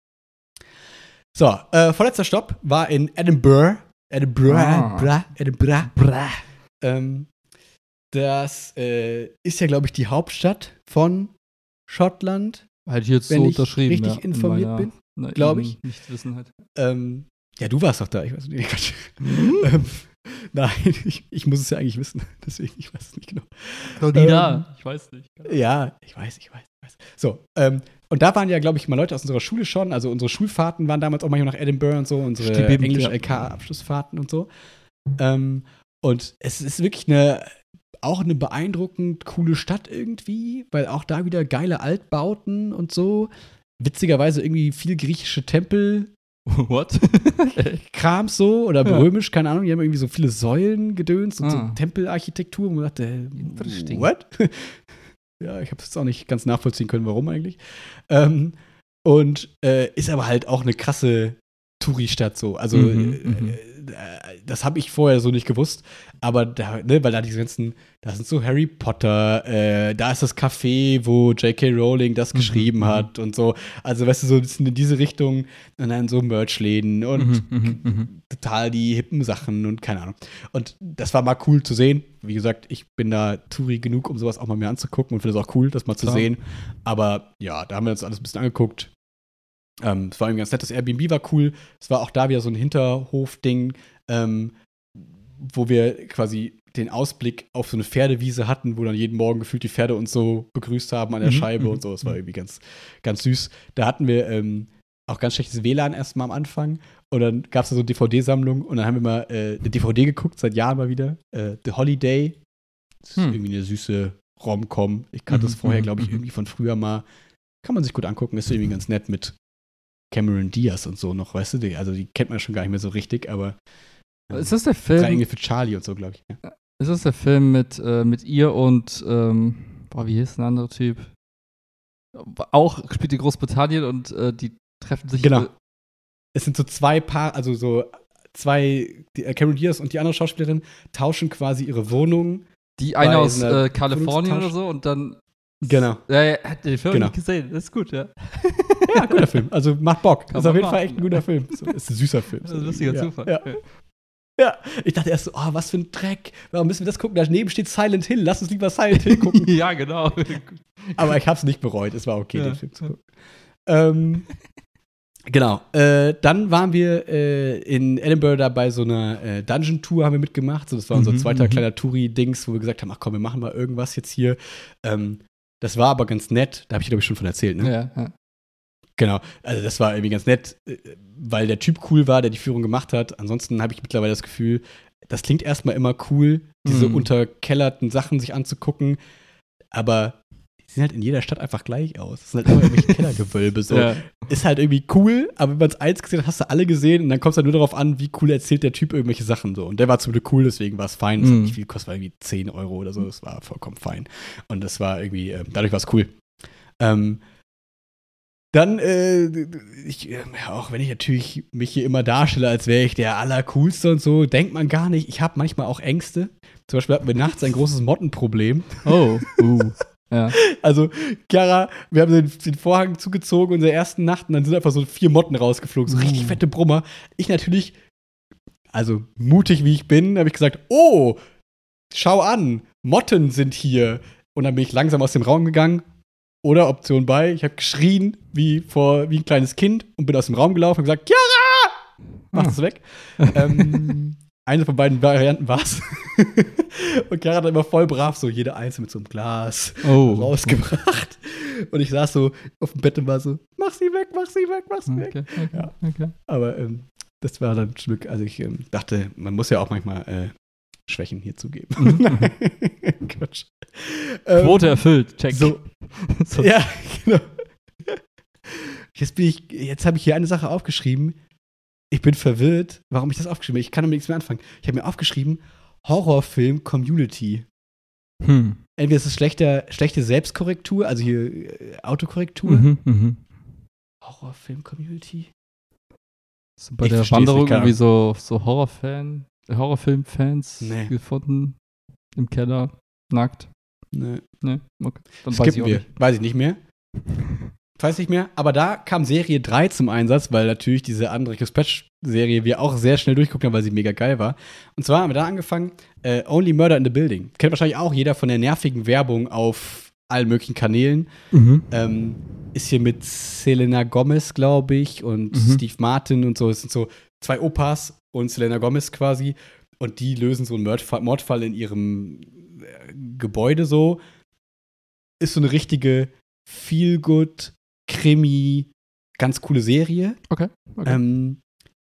So, äh, vorletzter Stopp war in Edinburgh. Edinburgh, Ah. Bra, Edinburgh. Bra. Ähm, das äh, ist ja, glaube ich, die Hauptstadt von Schottland, Hätte ich jetzt wenn so ich unterschrieben. richtig ja, informiert meiner, bin, na, glaub in ich. Nichtwissenheit. Ähm, ja, du warst doch da, ich weiß nicht. Quatsch. Hm? ähm, nein, ich, ich muss es ja eigentlich wissen, deswegen, ich weiß es nicht genau. Noch nie Ähm, da. Ich weiß nicht. Ja, ich weiß, ich weiß, ich weiß. So, ähm, und da waren ja, glaube ich, mal Leute aus unserer Schule schon. Also unsere Schulfahrten waren damals auch manchmal nach Edinburgh und so, unsere Stimmt, Englisch-L K-Abschlussfahrten und so. Ähm, und es ist wirklich eine, auch eine beeindruckend coole Stadt irgendwie, weil auch da wieder geile Altbauten und so. Witzigerweise irgendwie viel griechische Tempel. What? Krams so oder Ja. römisch, keine Ahnung, die haben irgendwie so viele Säulen gedöns und Ah. so Tempelarchitektur und man dachte, Interesting. what? Ja, ich habe es jetzt auch nicht ganz nachvollziehen können, warum eigentlich. Ähm, und äh, ist aber halt auch eine krasse Touri-Stadt so. Also Mhm, äh, mhm. äh, das habe ich vorher so nicht gewusst, aber da, ne, weil da diese ganzen, da sind so Harry Potter, äh, da ist das Café, wo J K. Rowling das Mhm, geschrieben mhm. hat und so. Also weißt du, so ein bisschen in diese Richtung und dann so Merchläden und Mhm, mhm, mhm. total die hippen Sachen und keine Ahnung. Und das war mal cool zu sehen. Wie gesagt, ich bin da Touri genug, um sowas auch mal mir anzugucken und finde es auch cool, das mal zu Klar. sehen. Aber ja, da haben wir uns alles ein bisschen angeguckt. Ähm, es war irgendwie ganz nett, das Airbnb war cool. Es war auch da wieder so ein Hinterhof-Ding, ähm, wo wir quasi den Ausblick auf so eine Pferdewiese hatten, wo dann jeden Morgen gefühlt die Pferde uns so begrüßt haben an der Mhm, Scheibe mhm, und so. Es war irgendwie ganz, ganz süß. Da hatten wir ähm, auch ganz schlechtes W L A N erstmal am Anfang. Und dann gab es da so eine D V D-Sammlung und dann haben wir mal äh, eine D V D geguckt, seit Jahren mal wieder. Äh, The Holiday. Das ist Hm. irgendwie eine süße Rom-Com. Ich kannte Mhm, das vorher, mhm, glaube ich, mhm. irgendwie von früher mal. Kann man sich gut angucken. Ist irgendwie ganz nett mit Cameron Diaz und so noch, weißt du? Die, also die kennt man schon gar nicht mehr so richtig, aber ähm, Ist das der Drei Film? Engel für Charlie und so, glaube ich. Ja. Ist das der Film mit, äh, mit ihr und, ähm, boah, wie hieß ein anderer Typ? Auch spielt in Großbritannien und äh, die treffen sich. Genau. Äh, Es sind so zwei Paar, also so zwei, die, äh, Cameron Diaz und die andere Schauspielerin tauschen quasi ihre Wohnungen. die eine Bei aus so einer äh, Kalifornien oder Wohnungstausch. so und dann. Genau. Ja, ja, hat den Film Genau. nicht gesehen. Das ist gut, ja. Ja, guter Film. Also macht Bock. Kann ist auf man jeden Fall machen. echt ein guter Film. So, ist ein süßer Film. Das ist ein lustiger ja, Zufall. Ja. Ja, ich dachte erst so, oh, was für ein Dreck. Warum müssen wir das gucken? Daneben steht Silent Hill. Lass uns lieber Silent Hill gucken. Ja, genau. Aber ich hab's nicht bereut. Es war okay, Ja. den Film zu gucken. Ähm, genau. Äh, dann waren wir äh, in Edinburgh da bei so einer äh, Dungeon-Tour, haben wir mitgemacht. So, das war unser Mhm, zweiter mhm. kleiner Touri-Dings, wo wir gesagt haben, ach komm, wir machen mal irgendwas jetzt hier. Ähm, das war aber ganz nett. Da habe ich, glaube ich, schon von erzählt, ne? Ja, ja. Genau, also das war irgendwie ganz nett, äh, weil der Typ cool war, der die Führung gemacht hat. Ansonsten habe ich mittlerweile das Gefühl, das klingt erstmal immer cool, diese Mhm. unterkellerten Sachen sich anzugucken, aber die sehen halt in jeder Stadt einfach gleich aus. Das sind halt immer irgendwelche Kellergewölbe so. Ja. Ist halt irgendwie cool, aber wenn man es eins gesehen hat, hast du alle gesehen und dann kommt es halt nur darauf an, wie cool erzählt der Typ irgendwelche Sachen so. Und der war zum Glück cool, deswegen war es fein. Es Mhm. hat nicht viel gekostet, war irgendwie zehn Euro oder so. Das war vollkommen fein. Und das war irgendwie, äh, dadurch war es cool. Ähm, Dann, äh, ich, äh, auch wenn ich natürlich mich hier immer darstelle, als wäre ich der Allercoolste und so, denkt man gar nicht. Ich habe manchmal auch Ängste. Zum Beispiel hatten wir nachts ein großes Mottenproblem. Oh, uh. Ja. Also, Chiara, wir haben den, den Vorhang zugezogen in der ersten Nacht und dann sind einfach so vier Motten rausgeflogen. So richtig Uh. fette Brummer. Ich natürlich, also mutig wie ich bin, habe ich gesagt, oh, schau an, Motten sind hier. Und dann bin ich langsam aus dem Raum gegangen. Oder Option bei, ich habe geschrien wie vor wie ein kleines Kind und bin aus dem Raum gelaufen und gesagt, Chiara! Mach das weg. ähm, eine von beiden Varianten war's. Und Chiara hat dann immer voll brav so jede einzelne mit so einem Glas Oh. rausgebracht. Und ich saß so auf dem Bett und war so, mach sie weg, mach sie weg, mach sie weg. Okay, okay, Ja. okay. Aber ähm, das war dann zum Glück, also ich ähm, dachte, man muss ja auch manchmal äh, Schwächen hier zugeben. Mhm. Quatsch. Ähm, Quote erfüllt, check. So, So. ja, genau. Jetzt bin ich, jetzt habe ich hier eine Sache aufgeschrieben. Ich bin verwirrt, warum ich das aufgeschrieben habe. Ich kann damit nichts mehr anfangen. Ich habe mir aufgeschrieben, Horrorfilm Community. Hm. Entweder ist es schlechter, schlechte Selbstkorrektur, also hier äh, Autokorrektur. Mhm, mhm. Horrorfilm-Community. So bei Ich der versteh's Wanderung nicht, keine irgendwie so, so Horrorfan, Horrorfilm-Fans Nee. gefunden. Im Keller, nackt. Ne. Ne? Okay. Dann weiß ich Skippen auch wir. nicht. Weiß ich nicht mehr. Weiß nicht mehr. Aber da kam Serie drei zum Einsatz, weil natürlich diese andere Dispatch-Serie wir auch sehr schnell durchguckt haben, weil sie mega geil war. Und zwar haben wir da angefangen, äh, Only Murder in the Building. Kennt wahrscheinlich auch jeder von der nervigen Werbung auf allen möglichen Kanälen. Mhm. Ähm, ist hier mit Selena Gomez, glaube ich, und Mhm. Steve Martin und so. Es sind so zwei Opas und Selena Gomez quasi. Und die lösen so einen Mordfall, Mordfall in ihrem äh, Gebäude so. Ist so eine richtige Feel-Good, Krimi, ganz coole Serie. Okay. okay. Ähm,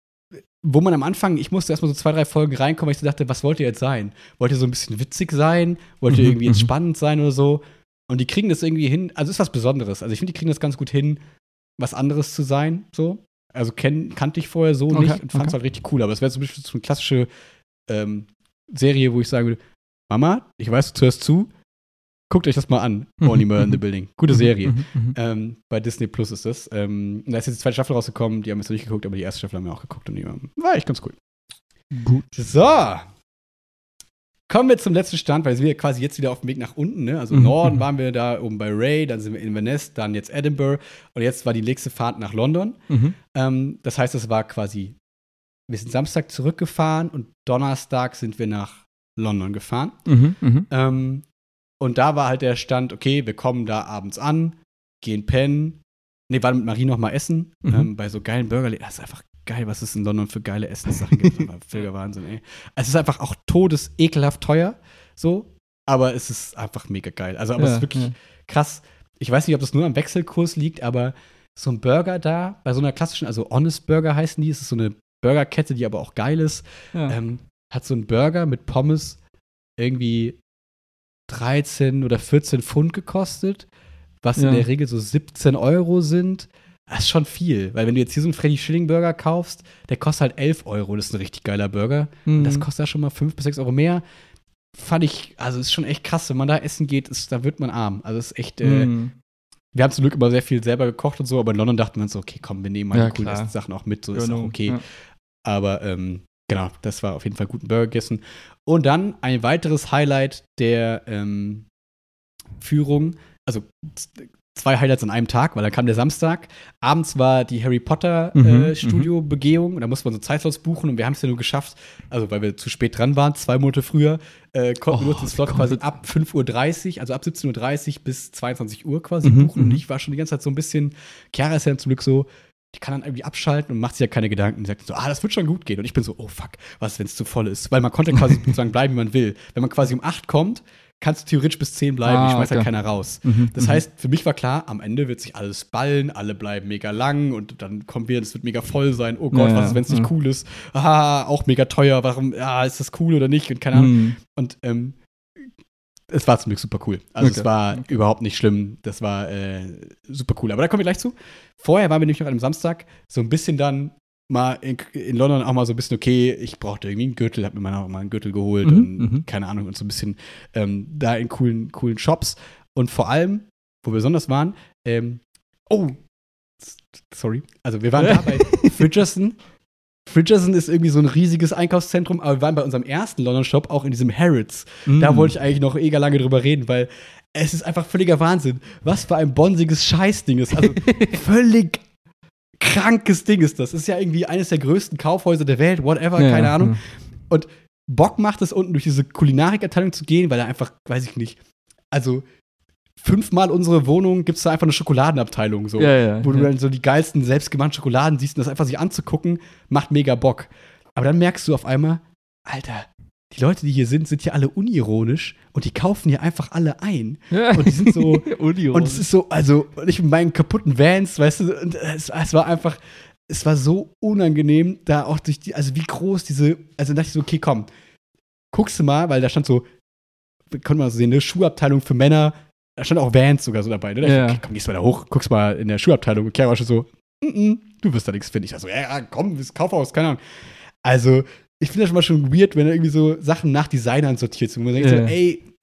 wo man am Anfang, ich musste erstmal so zwei, drei Folgen reinkommen, weil ich so dachte, was wollt ihr jetzt sein? Wollt ihr so ein bisschen witzig sein? Wollt ihr Mhm, irgendwie jetzt mhm. spannend sein oder so? Und die kriegen das irgendwie hin, also ist was Besonderes. Also ich finde, die kriegen das ganz gut hin, was anderes zu sein, so. Also kenn, kannte ich vorher so Okay, nicht und fand es okay. halt richtig cool. Aber es wäre zum Beispiel so eine klassische ähm, Serie, wo ich sagen würde, Mama, ich weiß, du hörst zu, guckt euch das mal an, Mhm, Only Murder in the mhm. Building. Gute Mhm, Serie. mhm, mhm. Ähm, bei Disney Plus ist das. Ähm, und da ist jetzt die zweite Staffel rausgekommen, die haben wir jetzt noch nicht geguckt, aber die erste Staffel haben wir auch geguckt und die war, war echt ganz cool. Gut. So. Kommen wir zum letzten Stand, weil wir sind ja quasi jetzt wieder auf dem Weg nach unten, ne? Also im Mhm, Norden mhm. waren wir da oben bei Ray, dann sind wir in Inverness, dann jetzt Edinburgh und jetzt war die nächste Fahrt nach London. Mhm. Ähm, das heißt, es war quasi, wir sind Samstag zurückgefahren und Donnerstag sind wir nach London gefahren. Mhm. Mhm. Ähm, und da war halt der Stand, okay, wir kommen da abends an, gehen pennen. Nee, waren mit Marie noch mal essen, Mhm. ähm, bei so geilen Burgerläden. Das ist einfach geil, was es in London für geile Essenssachen gibt. Das ist einfach völliger Wahnsinn, ey. Es ist einfach auch todesekelhaft teuer, so, aber es ist einfach mega geil. Also, aber Ja, es ist wirklich ja. krass. Ich weiß nicht, ob das nur am Wechselkurs liegt, aber so ein Burger da, bei so einer klassischen, also Honest Burger heißen die, es ist so eine Burgerkette, die aber auch geil ist, Ja. ähm, hat so ein Burger mit Pommes irgendwie dreizehn oder vierzehn Pfund gekostet, was Ja. in der Regel so siebzehn Euro sind. Das ist schon viel, weil wenn du jetzt hier so einen Freddy Schilling Burger kaufst, der kostet halt elf Euro. Das ist ein richtig geiler Burger. Mhm. Und das kostet ja schon mal fünf bis sechs Euro mehr. Fand ich, also ist schon echt krass, wenn man da essen geht, ist, da wird man arm. Also ist echt, äh, Mhm. wir haben zum Glück immer sehr viel selber gekocht und so, aber in London dachten wir uns so, okay, komm, wir nehmen mal Ja, die coolen klar. Essenssachen auch mit, so ist Genau. auch okay. Ja. Aber ähm, genau, das war auf jeden Fall guten Burger gegessen. Und dann ein weiteres Highlight der ähm, Führung, also z- zwei Highlights an einem Tag, weil dann kam der Samstag. Abends war die Harry Potter Mhm, äh, Studio-Begehung und da musste man so Zeitslots buchen und wir haben es ja nur geschafft, also weil wir zu spät dran waren, zwei Monate früher, äh, konnten wir Oh, nur den Slot wie quasi kommt- ab fünf Uhr dreißig, also ab siebzehn Uhr dreißig bis zweiundzwanzig Uhr quasi Mhm, buchen und mhm. ich war schon die ganze Zeit so ein bisschen, Chiara ist ja zum Glück so, die kann dann irgendwie abschalten und macht sich ja keine Gedanken. Die sagt so, ah, das wird schon gut gehen. Und ich bin so, oh fuck, was, wenn es zu voll ist? Weil man konnte quasi sozusagen bleiben, wie man will. Wenn man quasi um acht kommt, kannst du theoretisch bis zehn bleiben. Ah, ich schmeiß halt okay. keiner raus. Mhm, Das mhm. heißt, für mich war klar, am Ende wird sich alles ballen, alle bleiben mega lang und dann kommen wir, es wird mega voll sein. Oh Gott, Ja, was ist, wenn es ja. nicht cool ist? Ah, auch mega teuer. Warum, ah, ist das cool oder nicht? Und keine Ahnung. Mhm. Und ähm, es war zum Glück super cool. Also Okay. es war Okay. überhaupt nicht schlimm. Das war äh, super cool. Aber da kommen wir gleich zu. Vorher waren wir nämlich noch an einem Samstag so ein bisschen dann mal in, in London auch mal so ein bisschen, okay, ich brauchte irgendwie einen Gürtel, hab mir mal, mal einen Gürtel geholt Mhm, und mhm. keine Ahnung und so ein bisschen ähm, da in coolen, coolen Shops. Und vor allem, wo wir besonders waren, ähm, oh, s- sorry, also wir waren da bei Fridgerson. Fridgerson ist irgendwie so ein riesiges Einkaufszentrum, aber wir waren bei unserem ersten London-Shop auch in diesem Harrods. Da Mhm. wollte ich eigentlich noch mega lange drüber reden, weil es ist einfach völliger Wahnsinn, was für ein bonsiges Scheißding ist. Also völlig krankes Ding ist das. Ist ja irgendwie eines der größten Kaufhäuser der Welt, whatever, Ja, keine Ahnung. ja. Und Bock macht es, unten durch diese Kulinarikabteilung zu gehen, weil er einfach, weiß ich nicht, also fünfmal unsere Wohnung gibt es da einfach eine Schokoladenabteilung, so, Ja, ja, wo du ja. dann so die geilsten selbstgemachten Schokoladen siehst und das einfach sich anzugucken, macht mega Bock. Aber dann merkst du auf einmal, Alter, die Leute, die hier sind, sind hier alle unironisch und die kaufen hier einfach alle ein. Ja. Und die sind so, Union. und es ist so, also, und ich mit meinen kaputten Vans, weißt du, und es, es war einfach, es war so unangenehm, da auch durch die, also wie groß diese, also dachte ich so, okay, komm, guckst du mal, weil da stand so, konnte man so sehen, eine Schuhabteilung für Männer, da stand auch Vans sogar so dabei, ne? Da dachte Ja. ich, okay, komm, gehst mal da hoch, guckst mal in der Schuhabteilung. Und Chiara war schon so, mm -mm, du wirst da nichts finden. Ich dachte so, ja, ja, komm, das Kaufhaus, keine Ahnung. Also, ich finde das schon mal schon weird, wenn da irgendwie so Sachen nach Designern sortiert sind, wo man denkt Ja. so, ey,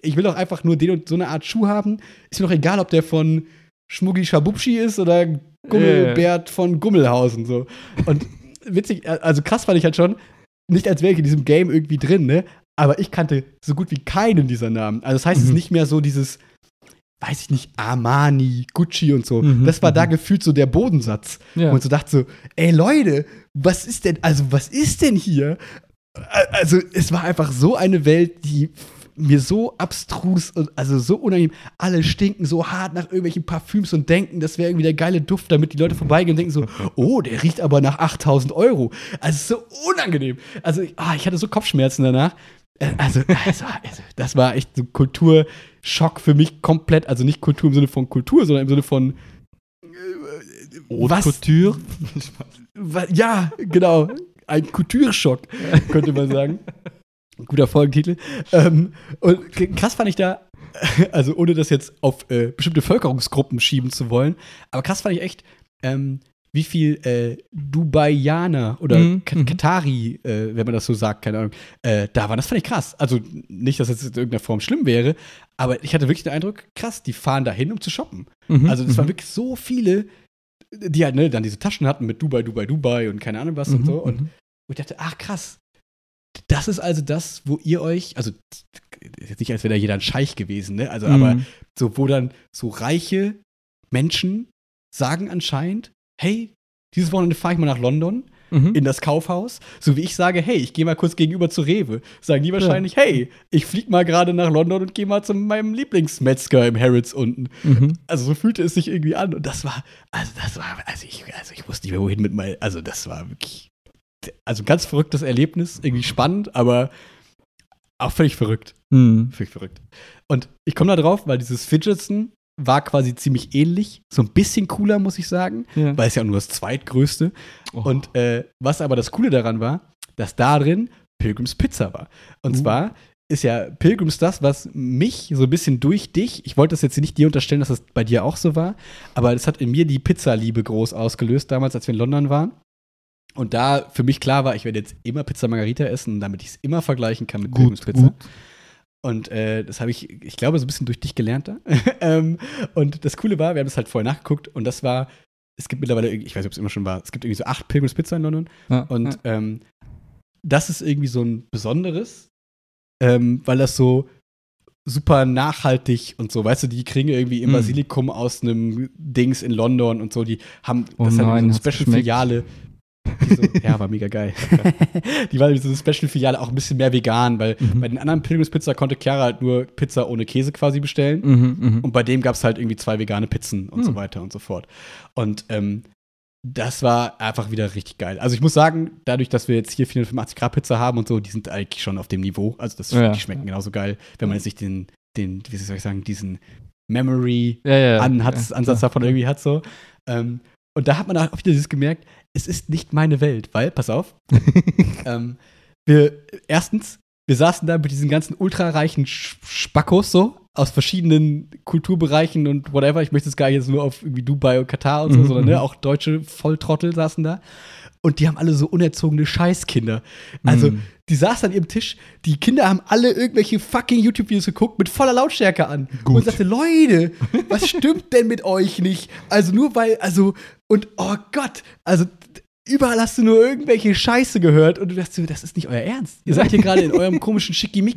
ich will doch einfach nur den und so eine Art Schuh haben. Ist mir doch egal, ob der von Schmuggi Schabubschi ist oder Gummelbert äh. von Gummelhausen. So. Und witzig, also krass fand ich halt schon, nicht als wäre ich in diesem Game irgendwie drin, ne? Aber ich kannte so gut wie keinen dieser Namen. Also das heißt, mhm. es ist nicht mehr so dieses, weiß ich nicht, Armani, Gucci und so. Mhm, das war mhm. da gefühlt so der Bodensatz. Ja. Und so dachte so, ey Leute, was ist denn, also was ist denn hier? Also es war einfach so eine Welt, die mir so abstrus und also so unangenehm. Alle stinken so hart nach irgendwelchen Parfüms und denken, das wäre irgendwie der geile Duft, damit die Leute vorbeigehen und denken so, oh, der riecht aber nach achttausend Euro. Also so unangenehm. Also ah, ich hatte so Kopfschmerzen danach. Also, also, also das war echt so Kulturschock für mich komplett. Also nicht Kultur im Sinne von Kultur, sondern im Sinne von äh, was? Kultur? Ja, genau. Ein Kulturschock, könnte man sagen. Guter Folgentitel. Ähm, und krass fand ich da, also ohne das jetzt auf äh, bestimmte Bevölkerungsgruppen schieben zu wollen, aber krass fand ich echt, ähm, wie viel äh, Dubaianer oder mhm. Katari, äh, wenn man das so sagt, keine Ahnung, äh, da waren. Das fand ich krass. Also nicht, dass das in irgendeiner Form schlimm wäre, aber ich hatte wirklich den Eindruck, krass, die fahren dahin, um zu shoppen. Mhm. Also das waren wirklich so viele, die halt ne, dann diese Taschen hatten mit Dubai, Dubai, Dubai und keine Ahnung was mhm. und so. Und ich dachte, ach krass, das ist also das, wo ihr euch, also jetzt nicht, als wäre da jeder ein Scheich gewesen, ne? Also, mhm. aber so, wo dann so reiche Menschen sagen anscheinend, hey, dieses Wochenende fahre ich mal nach London mhm. in das Kaufhaus, so wie ich sage, hey, ich gehe mal kurz gegenüber zu Rewe. Sagen die wahrscheinlich, ja. hey, ich fliege mal gerade nach London und gehe mal zu meinem Lieblingsmetzger im Harrods unten. Mhm. Also so fühlte es sich irgendwie an und das war, also das war, also ich, also ich wusste nicht mehr, wohin mit meinem, also das war wirklich also ein ganz verrücktes Erlebnis, irgendwie spannend, aber auch völlig verrückt. Mhm. Völlig verrückt. Und ich komme da drauf, weil dieses Fidgetzen war quasi ziemlich ähnlich, so ein bisschen cooler, muss ich sagen, ja. weil es ja nur das zweitgrößte. Oh. Und äh, was aber das Coole daran war, dass da drin Pilgrims Pizza war. Und uh. zwar ist ja Pilgrims das, was mich so ein bisschen durch dich, ich wollte das jetzt nicht dir unterstellen, dass das bei dir auch so war, aber es hat in mir die Pizzaliebe groß ausgelöst, damals, als wir in London waren. Und da für mich klar war, ich werde jetzt immer Pizza Margherita essen, damit ich es immer vergleichen kann mit Pilgrims Pizza. Gut. Und äh, das habe ich, ich glaube, so ein bisschen durch dich gelernt da. ähm, und das Coole war, wir haben es halt vorher nachgeguckt und das war, es gibt mittlerweile, ich weiß nicht, ob es immer schon war, es gibt irgendwie so acht Pilgrims Pizza in London. Ja, und ja. Ähm, das ist irgendwie so ein Besonderes, ähm, weil das so super nachhaltig und so, weißt du, die kriegen irgendwie im mm. Basilikum aus einem Dings in London und so, die haben, oh das nein, hat so eine Special-Filiale. So, ja, war mega geil. Die war so eine Special-Filiale auch ein bisschen mehr vegan, weil mhm. bei den anderen Pilgrims Pizza konnte Chiara halt nur Pizza ohne Käse quasi bestellen. Mhm, mh. Und bei dem gab es halt irgendwie zwei vegane Pizzen und mhm. so weiter und so fort. Und ähm, das war einfach wieder richtig geil. Also ich muss sagen, dadurch, dass wir jetzt hier vierhundertfünfundachtzig Grad Pizza haben und so, die sind eigentlich schon auf dem Niveau. Also das, ja, die schmecken ja. genauso geil, wenn man jetzt nicht den, den, wie soll ich sagen, diesen Memory-Ansatz ja, ja, ja. davon irgendwie hat so. Ähm, und da hat man auch wieder dieses gemerkt, es ist nicht meine Welt, weil, pass auf, ähm, wir, erstens, wir saßen da mit diesen ganzen ultrareichen Spackos so, aus verschiedenen Kulturbereichen und whatever. Ich möchte es gar nicht jetzt nur auf irgendwie Dubai und Katar und so, mhm, sondern ne, auch deutsche Volltrottel saßen da. Und die haben alle so unerzogene Scheißkinder. Also, mm. die saßen an ihrem Tisch, die Kinder haben alle irgendwelche fucking YouTube-Videos geguckt mit voller Lautstärke an. Gut. Und sagte, Leute, was stimmt denn mit euch nicht? Also nur weil, also, und oh Gott, also überall hast du nur irgendwelche Scheiße gehört und du dachtest so, das ist nicht euer Ernst. Ihr seid hier gerade in eurem komischen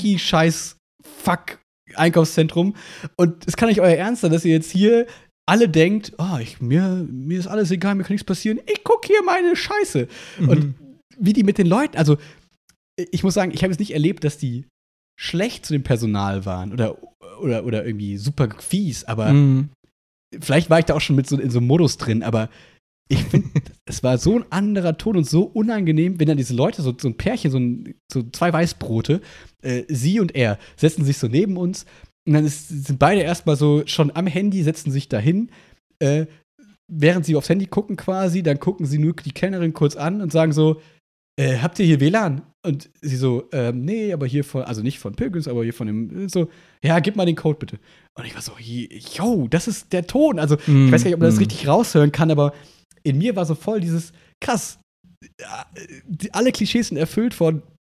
Schickimicki-Scheiß-Fuck-Einkaufszentrum und es kann nicht euer Ernst sein, dass ihr jetzt hier alle denkt, oh, ich, mir, mir ist alles egal, mir kann nichts passieren, ich guck hier meine Scheiße. Mhm. Und wie die mit den Leuten, also ich muss sagen, ich habe es nicht erlebt, dass die schlecht zu dem Personal waren oder, oder, oder irgendwie super fies, aber mhm. vielleicht war ich da auch schon mit so, in so einem Modus drin, aber ich finde, es war so ein anderer Ton und so unangenehm, wenn dann diese Leute, so, so ein Pärchen, so, ein, so zwei Weißbrote, äh, sie und er, setzen sich so neben uns. Und dann ist, sind beide erstmal so schon am Handy, setzen sich dahin, äh, während sie aufs Handy gucken quasi, dann gucken sie nur die Kellnerin kurz an und sagen so, äh, habt ihr hier W L A N? Und sie so, ähm, nee, aber hier von, also nicht von Pilgrims, aber hier von dem, so, ja, gib mal den Code bitte. Und ich war so, yo, das ist der Ton. Also, mm, ich weiß gar nicht, ob man mm. das richtig raushören kann, aber in mir war so voll dieses, krass, alle Klischees sind erfüllt von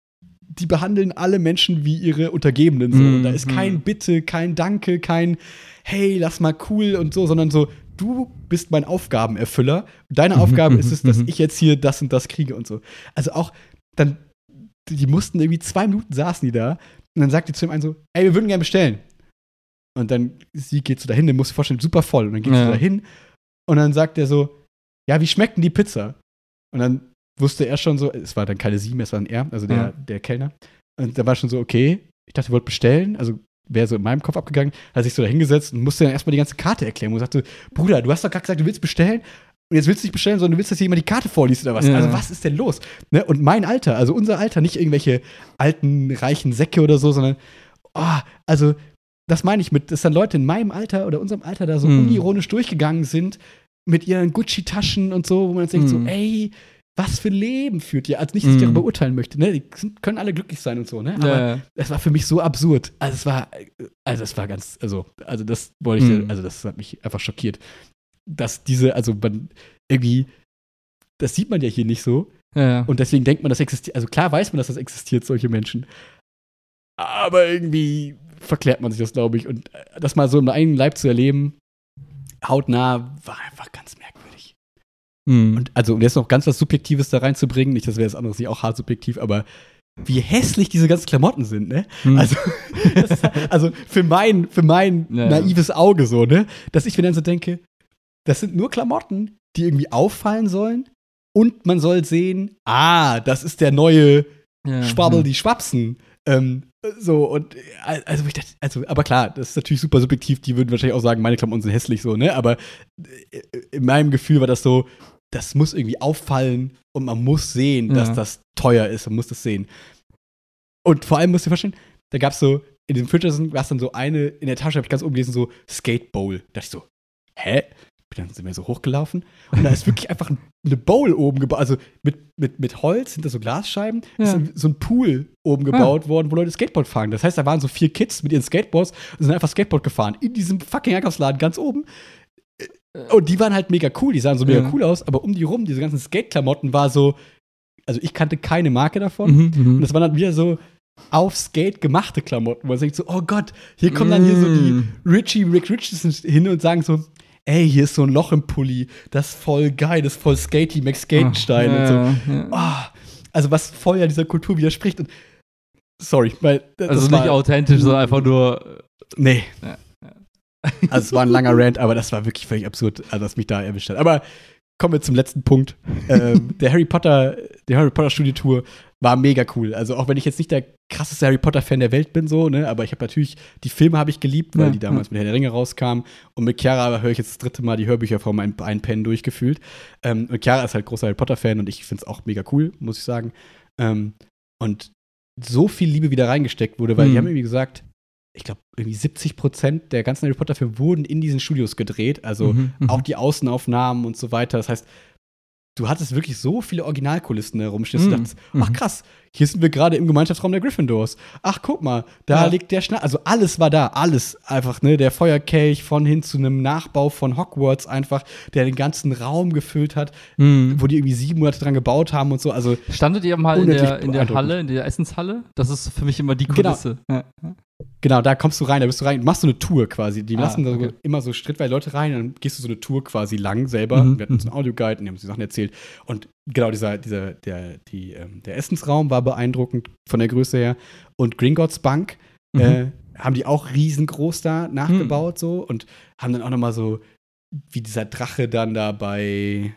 die behandeln alle Menschen wie ihre Untergebenen. So. Mm, da ist kein mm. Bitte, kein Danke, kein Hey, lass mal cool und so, sondern so, du bist mein Aufgabenerfüller. Deine Aufgabe ist es, dass ich jetzt hier das und das kriege und so. Also auch dann, die mussten irgendwie zwei Minuten saßen die da und dann sagt die zu ihm einen so, ey, wir würden gerne bestellen. Und dann sie geht so dahin, der muss sich vorstellen, super voll. Und dann geht Ja. sie dahin und dann sagt er so, ja, wie schmeckt denn die Pizza? Und dann wusste er schon so, es war dann keine sie mehr, es war ein er, also der, Ja. der Kellner. Und da war schon so, okay, ich dachte, ihr wollt bestellen, also wäre so in meinem Kopf abgegangen, hat sich so da hingesetzt und musste dann erstmal die ganze Karte erklären und sagte, Bruder, du hast doch gerade gesagt, du willst bestellen und jetzt willst du nicht bestellen, sondern du willst, dass hier jemand die Karte vorliest oder was. Ja. Also was ist denn los? Ne? Und mein Alter, also unser Alter, nicht irgendwelche alten, reichen Säcke oder so, sondern, oh, also das meine ich mit, dass dann Leute in meinem Alter oder unserem Alter da so Mhm. unironisch durchgegangen sind mit ihren Gucci-Taschen und so, wo man jetzt denkt Mhm. so, ey, was für ein Leben führt ihr? Also nicht, dass ich Mhm. darüber urteilen möchte, ne? Die sind, können alle glücklich sein und so, ne? Aber Ja, ja. es war für mich so absurd. Also es war, also es war ganz, also, also das wollte ich, Mhm. also das hat mich einfach schockiert. Dass diese, also man irgendwie, das sieht man ja hier nicht so. Ja, ja. Und deswegen denkt man, das existiert, also klar weiß man, dass das existiert, solche Menschen. Aber irgendwie verklärt man sich das, glaube ich. Und das mal so im eigenen Leib zu erleben, hautnah, war einfach ganz merkwürdig. Mhm. Und also, um jetzt noch ganz was Subjektives da reinzubringen, nicht, das wäre das andere nicht auch hart subjektiv, aber wie hässlich diese ganzen Klamotten sind, ne? Mhm. Also, das ist, also für mein, für mein Ja, ja. naives Auge so, ne? Dass ich mir dann so denke, das sind nur Klamotten, die irgendwie auffallen sollen und man soll sehen, ah, das ist der neue ja, Schwabbel, ja. die Schwapsen. Ähm, so, und äh, also ich dachte, also, aber klar, das ist natürlich super subjektiv, die würden wahrscheinlich auch sagen, meine Klamotten sind hässlich so, ne? Aber äh, in meinem Gefühl war das so, das muss irgendwie auffallen und man muss sehen, dass Ja. das teuer ist, man muss das sehen. Und vor allem musst du dir vorstellen, da gab's so, in den Fridges war es dann so eine, in der Tasche habe ich ganz oben gelesen, so Skate Bowl. Da dachte ich so, hä? Dann sind wir so hochgelaufen und da ist wirklich einfach eine Bowl oben gebaut, also mit, mit, mit Holz, sind da so Glasscheiben, Ja. ist dann so ein Pool oben gebaut worden, wo Leute Skateboard fahren. Das heißt, da waren so vier Kids mit ihren Skateboards und sind einfach Skateboard gefahren, in diesem fucking Einkaufsladen ganz oben. Und die waren halt mega cool, die sahen so mega Ja. cool aus, aber um die rum, diese ganzen Skate-Klamotten war so, also ich kannte keine Marke davon. Mhm, mhm. Und das waren dann wieder so auf Skate gemachte Klamotten, wo man denkt so, oh Gott, hier kommen dann hier so die Mm. Richie, Rick Richardson hin und sagen so, ey, hier ist so ein Loch im Pulli, das ist voll geil, das ist voll skatey, Max Skatenstein Ach, und so. ja, ja. Ah, also was voll ja dieser Kultur widerspricht. Und sorry, weil das Also war, nicht authentisch, sondern einfach nur. Nee. Ja, Also es war ein langer Rant, aber das war wirklich völlig absurd, also was mich da erwischt hat. Aber kommen wir zum letzten Punkt. ähm, der Harry Potter, die Harry Potter Studiotour war mega cool. Also auch wenn ich jetzt nicht der krasseste Harry Potter Fan der Welt bin, so, ne, aber ich habe natürlich, die Filme habe ich geliebt, weil Ja, die damals ja. mit Herr der Ringe rauskamen. Und mit Chiara höre ich jetzt das dritte Mal die Hörbücher von meinem Einpennen durchgefühlt. Ähm, und Chiara ist halt großer Harry Potter Fan und ich finde es auch mega cool, muss ich sagen. Ähm, und so viel Liebe wieder reingesteckt wurde, weil Mhm. die haben irgendwie gesagt, ich glaube, irgendwie siebzig Prozent der ganzen Harry Potter-Filme wurden in diesen Studios gedreht. Also Mhm, mhm. auch die Außenaufnahmen und so weiter. Das heißt, du hattest wirklich so viele Originalkulissen da rumstehen. Mhm. Du dachtest, ach krass, hier sind wir gerade im Gemeinschaftsraum der Gryffindors. Ach, guck mal, da Ja. liegt der Schna Also alles war da, alles einfach, ne? Der Feuerkelch von hin zu einem Nachbau von Hogwarts einfach, der den ganzen Raum gefüllt hat, Mhm. wo die irgendwie sieben Monate dran gebaut haben und so. Also Standet ihr mal in Unendlich der, in der beeindruckend. Halle, in der Essenshalle? Das ist für mich immer die Genau. Kulisse. Ja. genau, da kommst du rein, da bist du rein, machst so eine Tour quasi. Die Ah, lassen da okay. so immer so strittweise Leute rein, dann gehst du so eine Tour quasi lang selber. Mhm, Wir hatten uns mhm. einen Audioguide und die haben uns die Sachen erzählt. Und genau, dieser, dieser, der, die, ähm, der Essensraum war beeindruckend von der Größe her. Und Gringotts Bank Mhm. äh, haben die auch riesengroß da nachgebaut so und haben dann auch noch mal so, wie dieser Drache dann da bei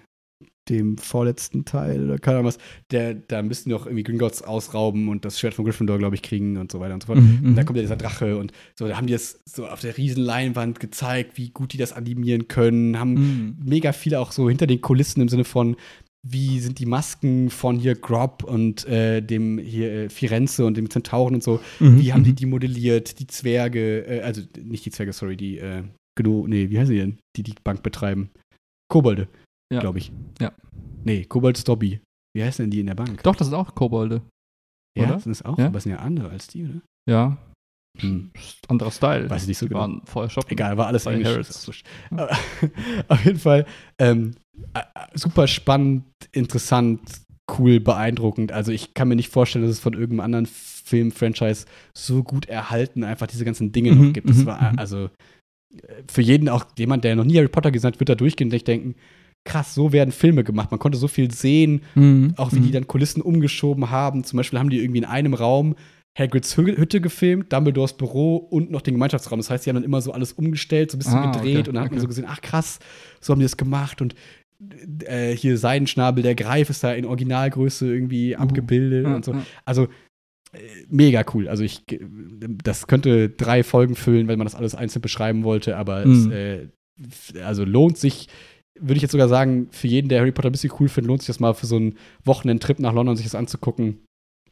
dem vorletzten Teil oder keine Ahnung was, der, da müssten die auch irgendwie Gringotts ausrauben und das Schwert von Gryffindor, glaube ich, kriegen und so weiter und so fort. Mhm, Und da mhm. kommt ja dieser Drache und so, da haben die das so auf der riesen Leinwand gezeigt, wie gut die das animieren können, haben Mhm. mega viel auch so hinter den Kulissen im Sinne von, wie sind die Masken von hier Grob und äh, dem hier äh, Firenze und dem Zentauren und so, Mhm, wie haben die mhm. die modelliert, die Zwerge, äh, also nicht die Zwerge, sorry, die, äh, Gno, nee, wie heißen die denn, die die Bank betreiben? Kobolde, Ja. glaube ich. Ja. Nee, Kobold ist Dobby. Wie heißen denn die in der Bank? Doch, das sind auch Kobolde. ja, oder? sind es auch, Ja. aber es sind ja andere als die, oder? Ja. Hm. Anderer Style. Weiß ich nicht so Die genau. waren vorher shoppen. Egal, war alles Bei Englisch. Harrods. ist auch wurscht. Aber auf jeden Fall ähm, äh, super spannend, interessant, cool, beeindruckend. Also ich kann mir nicht vorstellen, dass es von irgendeinem anderen Film-Franchise so gut erhalten einfach diese ganzen Dinge Mhm, noch gibt. Das mhm, war mhm. also für jeden, auch jemand, der noch nie Harry Potter gesehen hat, wird da durchgehen und sich denken, krass, so werden Filme gemacht. Man konnte so viel sehen, Mhm, auch wie mhm. die dann Kulissen umgeschoben haben. Zum Beispiel haben die irgendwie in einem Raum Hagrids Hü- Hütte gefilmt, Dumbledores Büro und noch den Gemeinschaftsraum. Das heißt, die haben dann immer so alles umgestellt, so ein bisschen Ah, gedreht okay, und dann hat man okay. so gesehen, ach krass, so haben die das gemacht und äh, hier Seidenschnabel, der Greif ist da in Originalgröße irgendwie Uh, abgebildet ja, und so. ja. Also äh, mega cool. Also ich, das könnte drei Folgen füllen, wenn man das alles einzeln beschreiben wollte, aber Mhm. es äh, f- also lohnt sich, würde ich jetzt sogar sagen, für jeden, der Harry Potter ein bisschen cool findet, lohnt sich das mal für so einen Wochenendtrip nach London sich das anzugucken.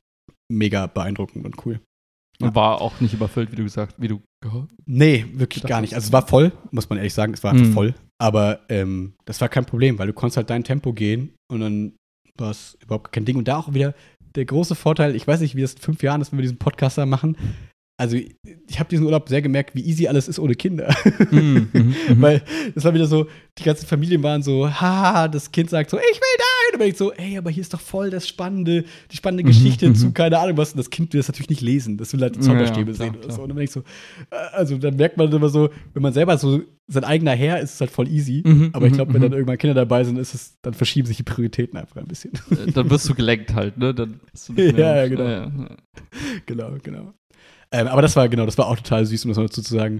Mega beeindruckend und cool. Und war auch nicht überfüllt, wie du gesagt, wie du gehört. Nee, wirklich Das gar ist- nicht. Also es war voll, muss man ehrlich sagen, es war einfach Mhm. voll. Aber ähm, das war kein Problem, weil du konntest halt dein Tempo gehen und dann war es überhaupt kein Ding. Und da auch wieder der große Vorteil, ich weiß nicht, wie das in fünf Jahren ist, wenn wir diesen Podcast da machen. Also ich, ich habe diesen Urlaub sehr gemerkt, wie easy alles ist ohne Kinder. Mhm, mhm, mhm. Weil das war wieder so, die ganzen Familien waren so, haha, das Kind sagt so, ich will dahin. Und dann bin ich so, ey, aber hier ist doch voll das Spannende, die spannende Mhm, Geschichte mhm. zu, keine Ahnung was. Und das Kind will das natürlich nicht lesen. Das will halt die Zauberstäbe Ja, ja, klar, sehen oder klar. so. Und dann bin ich so, äh, also dann merkt man immer so, wenn man selber so sein eigener Herr ist, ist es halt voll easy. Mhm, Aber ich mhm, glaube, wenn dann mhm. irgendwann Kinder dabei sind, ist es, dann verschieben sich die Prioritäten einfach ein bisschen. Äh, Dann wirst du gelenkt halt, ne? Dann bist du nicht mehr Ja, ja, auf- genau. ja, ja. Genau, genau. Ähm, aber das war, genau, das war auch total süß, um das mal dazu zu sagen,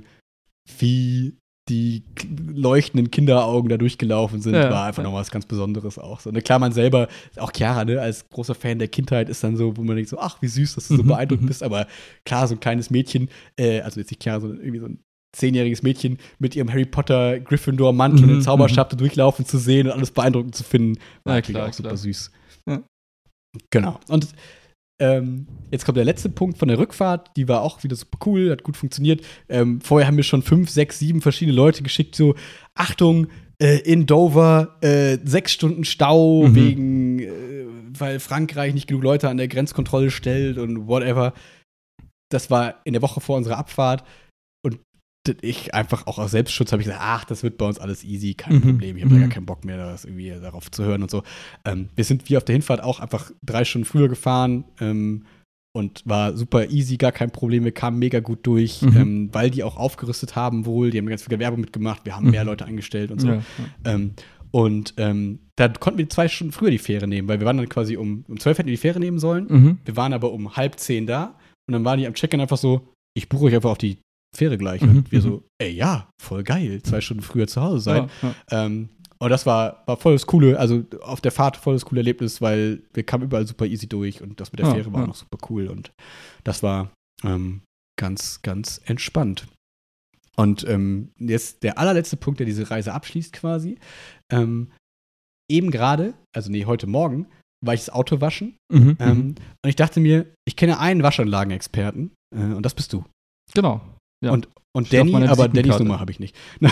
wie die k- leuchtenden Kinderaugen da durchgelaufen sind, Ja, war einfach ja. noch was ganz Besonderes auch. So. Und klar, man selber, auch Chiara, ne, als großer Fan der Kindheit, ist dann so, wo man denkt so, ach, wie süß, dass du so Mhm, beeindruckt mhm. bist. Aber klar, so ein kleines Mädchen, äh, also jetzt nicht Chiara, sondern irgendwie so ein zehnjähriges Mädchen mit ihrem Harry Potter Gryffindor-Mantel und Mhm, den Zauberstab da durchlaufen zu sehen und alles beeindruckend zu finden, war Ja, natürlich klar, auch super klar. süß. Ja. Genau. Und ähm, jetzt kommt der letzte Punkt von der Rückfahrt, die war auch wieder super cool, hat gut funktioniert. Ähm, vorher haben wir schon fünf, sechs, sieben verschiedene Leute geschickt, so, Achtung, äh, in Dover, äh, sechs Stunden Stau Mhm. wegen, äh, weil Frankreich nicht genug Leute an der Grenzkontrolle stellt und whatever. Das war in der Woche vor unserer Abfahrt und ich einfach auch aus Selbstschutz habe ich gesagt, ach, das wird bei uns alles easy, kein Mhm. Problem. Ich habe da Mhm. gar keinen Bock mehr, das irgendwie darauf zu hören und so. Ähm, wir sind wie auf der Hinfahrt auch einfach drei Stunden früher gefahren ähm, und war super easy, gar kein Problem. Wir kamen mega gut durch, Mhm. ähm, weil die auch aufgerüstet haben wohl. Die haben ganz viel Werbung mitgemacht, wir haben Mhm. mehr Leute eingestellt und so. Ja, ja. Ähm, und ähm, da konnten wir zwei Stunden früher die Fähre nehmen, weil wir waren dann quasi um, um zwölf hätten wir die Fähre nehmen sollen. Mhm. Wir waren aber um halb zehn da und dann waren die am Check-in einfach so, ich buche euch einfach auf die Fähre gleich. Mhm, Und wir mhm. so, ey, ja, voll geil, zwei Stunden früher zu Hause sein. Ja, ja. Ähm, und das war, war voll das coole, also auf der Fahrt voll das coole Erlebnis, weil wir kamen überall super easy durch und das mit der Ja, Fähre war ja. auch noch super cool. Und das war ähm, ganz, ganz entspannt. Und ähm, jetzt der allerletzte Punkt, der diese Reise abschließt quasi. Ähm, eben gerade, also nee, heute Morgen, war ich das Auto waschen. Mhm. Ähm, Mhm. und ich dachte mir, ich kenne einen Waschanlagenexperten äh, und das bist du. Genau. Ja. Und, und Steht auf Danny, meiner aber Dannys Visitenkarte. Nummer habe ich nicht.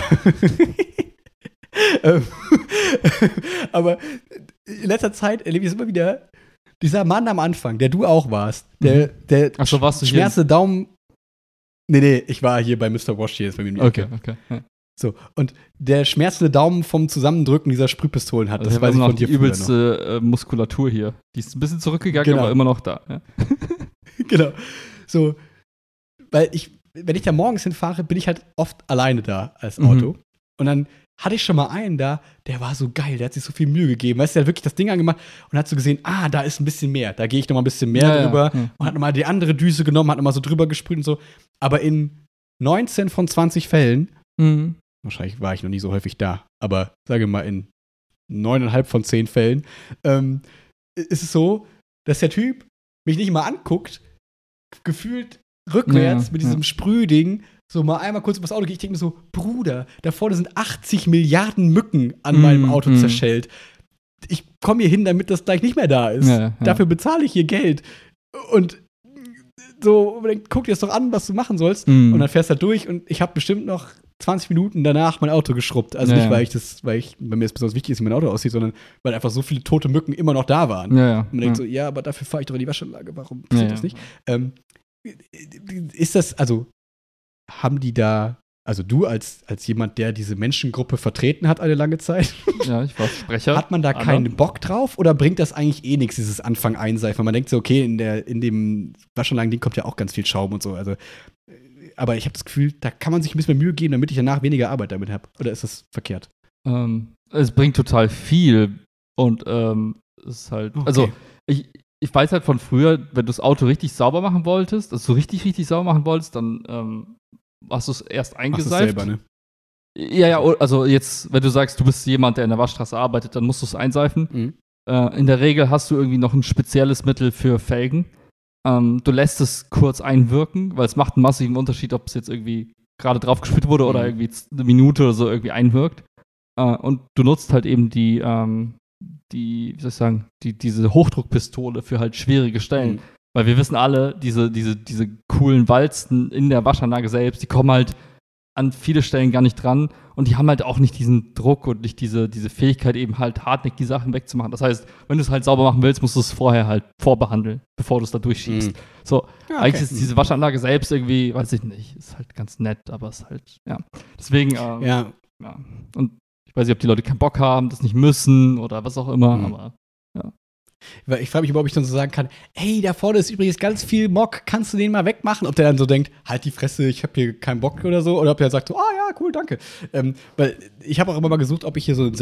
Ähm, aber in letzter Zeit erlebe ich es immer wieder, dieser Mann am Anfang, der du auch warst, der, der Ach so, warst du hier? schmerzende Daumen. Nee, nee, ich war hier bei Mister Wash, hier ist bei mir um die Okay, Ecke. okay. Ja. So, und der schmerzende Daumen vom Zusammendrücken dieser Sprühpistolen hat, Also das ich habe weiß ich immer von noch dir die früher noch. übelste äh, Muskulatur hier. Die ist ein bisschen zurückgegangen, Genau. aber immer noch da. Ja. Genau. So, weil ich, wenn ich da morgens hinfahre, bin ich halt oft alleine da als Mhm. Auto. Und dann hatte ich schon mal einen da, der war so geil, der hat sich so viel Mühe gegeben. Weißt du, der hat wirklich das Ding angemacht und hat so gesehen, ah, da ist ein bisschen mehr. Da gehe ich noch mal ein bisschen mehr Ja, ja, drüber. ja. Und hat noch mal die andere Düse genommen, hat noch mal so drüber gesprüht und so. Aber in neunzehn von zwanzig Fällen, Mhm. wahrscheinlich war ich noch nie so häufig da, aber sage mal in neuneinhalb von zehn Fällen, ähm, ist es so, dass der Typ mich nicht mal anguckt, gefühlt rückwärts Ja, mit diesem ja. Sprühding so mal einmal kurz übers Auto geht. Ich denke mir so, Bruder, da vorne sind achtzig Milliarden Mücken an Mm, meinem Auto mm. zerschellt. Ich komme hier hin, damit das gleich nicht mehr da ist. Ja, ja. Dafür bezahle ich hier Geld. Und so, dann guck dir das doch an, was du machen sollst. Mm. Und dann fährst du da durch und ich habe bestimmt noch zwanzig Minuten danach mein Auto geschrubbt. Also Ja, nicht, ja. weil ich das, weil ich, bei mir es besonders wichtig ist, wie mein Auto aussieht, sondern weil einfach so viele tote Mücken immer noch da waren. Ja, ja. Und man denkt so, ja, aber dafür fahre ich doch in die Waschanlage. Warum passiert Ja, das ja. nicht? Ähm, ist das, also, haben die da also du als, als jemand, der diese Menschengruppe vertreten hat eine lange Zeit. Ja, ich war Sprecher. Hat man da keinen Bock drauf oder bringt das eigentlich eh nichts, dieses Anfang einseifen? Man denkt so, okay, in, der, in dem Waschanlagen-Ding kommt ja auch ganz viel Schaum und so. Also, aber ich habe das Gefühl, da kann man sich ein bisschen mehr Mühe geben, damit ich danach weniger Arbeit damit habe. Oder ist das verkehrt? Ähm, es bringt total viel. Und ähm, es ist halt, okay. also ich, ich weiß halt von früher, wenn du das Auto richtig sauber machen wolltest, also so richtig, richtig sauber machen wolltest, dann ähm, hast du es erst eingeseift. Machst du selber, ne? Ja, ja, also jetzt, wenn du sagst, du bist jemand, der in der Waschstraße arbeitet, dann musst du es einseifen. Mhm. Äh, in der Regel hast du irgendwie noch ein spezielles Mittel für Felgen. Ähm, du lässt es kurz einwirken, weil es macht einen massiven Unterschied, ob es jetzt irgendwie gerade drauf gespült wurde oder Mhm. irgendwie eine Minute oder so irgendwie einwirkt. Äh, und du nutzt halt eben die, ähm, die, wie soll ich sagen, die, diese Hochdruckpistole für halt schwierige Stellen. Mhm. Weil wir wissen alle, diese, diese, diese coolen Walzen in der Waschanlage selbst, die kommen halt an viele Stellen gar nicht dran und die haben halt auch nicht diesen Druck und nicht diese, diese Fähigkeit, eben halt hartnäckig die Sachen wegzumachen. Das heißt, wenn du es halt sauber machen willst, musst du es vorher halt vorbehandeln, bevor du es da durchschiebst. Mhm. So, Ja, okay. eigentlich ist diese Waschanlage selbst irgendwie, weiß ich nicht, ist halt ganz nett, aber es ist halt, ja. Deswegen, ähm, Ja. ja. Und ich weiß nicht, ob die Leute keinen Bock haben, das nicht müssen oder was auch immer, Mhm. aber Weil ich frage mich immer, ob ich dann so sagen kann, hey, da vorne ist übrigens ganz viel Mock, kannst du den mal wegmachen? Ob der dann so denkt, halt die Fresse, ich habe hier keinen Bock oder so. Oder ob der sagt so, ah ja, cool, danke. Ähm, weil ich habe auch immer mal gesucht, ob ich hier so einen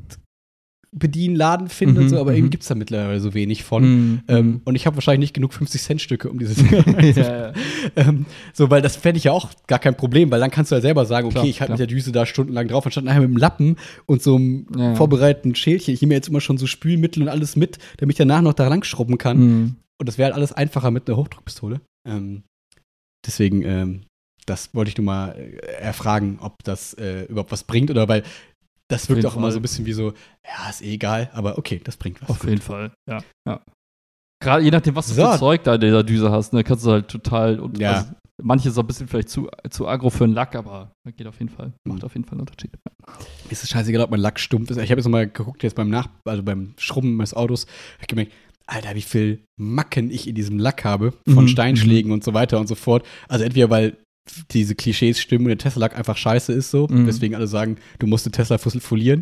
Selbstbedienladen finde Mhm, und so, aber mhm. irgendwie gibt es da mittlerweile so wenig von. Mhm, Ähm, mhm. und ich habe wahrscheinlich nicht genug fünfzig-Cent-Stücke, um diese Dinger ja, ja. ähm, so, weil das fände ich ja auch gar kein Problem, weil dann kannst du ja selber sagen, okay, Klar, ich halte klar. mit der Düse da stundenlang drauf, anstatt nachher mit dem Lappen und so einem Ja, ja. vorbereiteten Schälchen. Ich nehme mir jetzt immer schon so Spülmittel und alles mit, damit ich danach noch da lang schrubben kann. Mhm. Und das wäre halt alles einfacher mit einer Hochdruckpistole. Ähm, deswegen, ähm, das wollte ich nur mal äh, erfragen, ob das äh, überhaupt was bringt oder weil das wirkt jeden auch immer Fall. so ein bisschen wie so, ja, ist eh egal, aber okay, das bringt was. Auf jeden Fall, ja. ja. Gerade je nachdem, was du So. für Zeug da in dieser Düse hast, ne, kannst du halt total. Und, Ja. also, manches ist auch ein bisschen vielleicht zu, zu agro für einen Lack, aber geht auf jeden Fall, macht Mhm. auf jeden Fall einen Unterschied. Mir ist es scheißegal, ob mein Lack stumpf ist. Ich habe jetzt noch mal geguckt, jetzt beim Nach, also beim Schrubben meines Autos, hab ich gemerkt, Alter, wie viel Macken ich in diesem Lack habe, von Mhm. Steinschlägen und so weiter und so fort. Also entweder, weil diese Klischees stimmen und der Tesla-Lack einfach scheiße ist so, Mhm. deswegen alle sagen, du musst den Tesla folieren,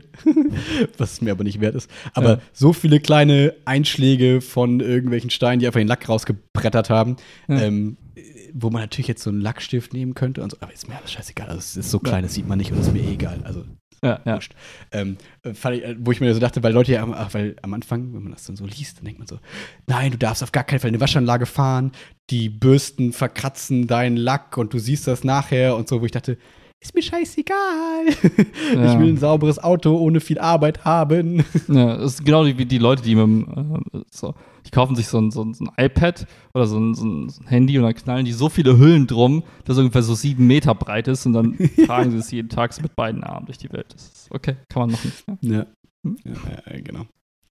was mir aber nicht wert ist. Aber Ja. so viele kleine Einschläge von irgendwelchen Steinen, die einfach den Lack rausgebrettert haben, Ja. ähm, wo man natürlich jetzt so einen Lackstift nehmen könnte und so, aber ist mir alles scheißegal. Also es ist so klein, das sieht man nicht und ist mir eh egal. Also Ja, ja. wurscht. Ähm, äh, fand ich, äh, wo ich mir so dachte, weil Leute ja, am- ach, weil am Anfang, wenn man das dann so liest, dann denkt man so, nein, du darfst auf gar keinen Fall in eine Waschanlage fahren, die Bürsten verkratzen deinen Lack und du siehst das nachher und so, wo ich dachte, ist mir scheißegal. Ja. Ich will ein sauberes Auto ohne viel Arbeit haben. Ja, das ist genau wie die Leute, die mit dem, äh, so, die kaufen sich so ein, so ein, so ein iPad oder so ein, so, ein, so ein Handy und dann knallen die so viele Hüllen drum, dass es ungefähr so sieben Meter breit ist und dann tragen sie es jeden Tag so mit beiden Armen durch die Welt. Das ist okay, kann man machen. Ja. Ja. Hm? Ja, ja, genau.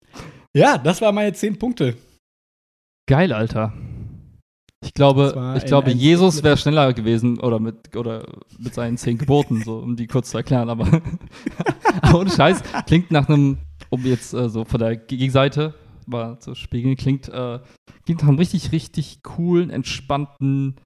Ja, das waren meine zehn Punkte. Geil, Alter. Ich Das glaube, war ich ein- glaube, ein- Jesus wäre schneller gewesen oder mit, oder mit seinen zehn Geboten, so, um die kurz zu erklären, aber aber ohne Scheiß, klingt nach einem, um jetzt äh, so von der Gegenseite mal zu spiegeln, klingt, äh, klingt nach einem richtig, richtig coolen, entspannten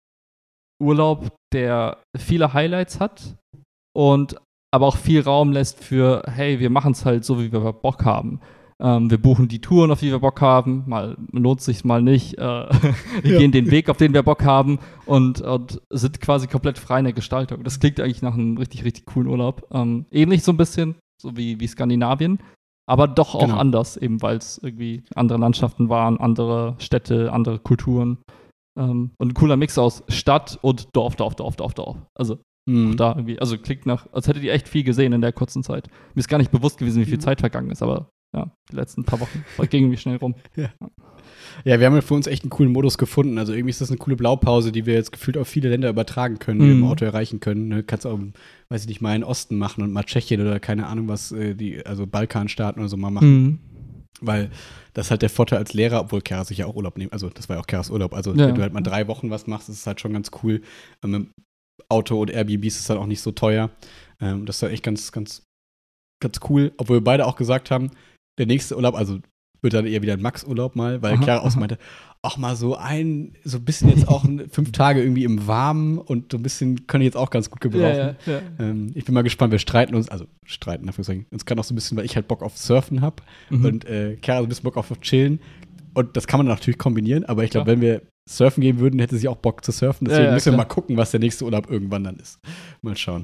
Urlaub, der viele Highlights hat und aber auch viel Raum lässt für, hey, wir machen es halt so, wie wir Bock haben. Ähm, wir buchen die Touren, auf die wir Bock haben. Mal lohnt sich mal nicht. Äh, wir Ja. gehen den Weg, auf den wir Bock haben und, und sind quasi komplett frei in der Gestaltung. Das klingt eigentlich nach einem richtig, richtig coolen Urlaub. Ähm, ähnlich so ein bisschen, so wie, wie Skandinavien, aber doch auch Genau. anders, eben weil es irgendwie andere Landschaften waren, andere Städte, andere Kulturen. Ähm, und ein cooler Mix aus Stadt und Dorf, Dorf, Dorf, Dorf, Dorf. Also Mhm. da irgendwie, also klingt nach, als hättet ihr echt viel gesehen in der kurzen Zeit. Mir ist gar nicht bewusst gewesen, wie viel Mhm. Zeit vergangen ist, aber ja, die letzten paar Wochen gingen irgendwie schnell rum. Ja, wir haben ja für uns echt einen coolen Modus gefunden. Also irgendwie ist das eine coole Blaupause, die wir jetzt gefühlt auf viele Länder übertragen können, die wir Mhm. im Auto erreichen können. Ne? Kannst auch, weiß ich nicht, mal in den Osten machen und mal Tschechien oder keine Ahnung was, äh, die, also Balkanstaaten oder so mal machen. Mhm. Weil das ist halt der Vorteil als Lehrer, obwohl Keras sich ja auch Urlaub nimmt. Also das war ja auch Keras Urlaub. Also Ja. wenn du halt mal drei Wochen was machst, ist es halt schon ganz cool. Ähm, Mit Auto und Airbnb ist es dann auch nicht so teuer. Ähm, das ist halt echt ganz, ganz, ganz cool. Obwohl wir beide auch gesagt haben, der nächste Urlaub, also wird dann eher wieder ein Max-Urlaub mal, weil Aha, Clara auch so aha. meinte, ach mal so ein, so ein bisschen jetzt auch ein- fünf Tage irgendwie im Warmen und so ein bisschen kann ich jetzt auch ganz gut gebrauchen. Ja, ja, ja. Ähm, ich bin mal gespannt, wir streiten uns, also streiten, dafür sagen, uns kann auch so ein bisschen, weil ich halt Bock auf Surfen habe Mhm. und äh, Clara so ein bisschen Bock auf Chillen. Und das kann man natürlich kombinieren, aber ich glaube, Klar. wenn wir surfen gehen würden, hätte sie auch Bock zu surfen. Deswegen Ja, ja, müssen wir klar. mal gucken, was der nächste Urlaub irgendwann dann ist. Mal schauen.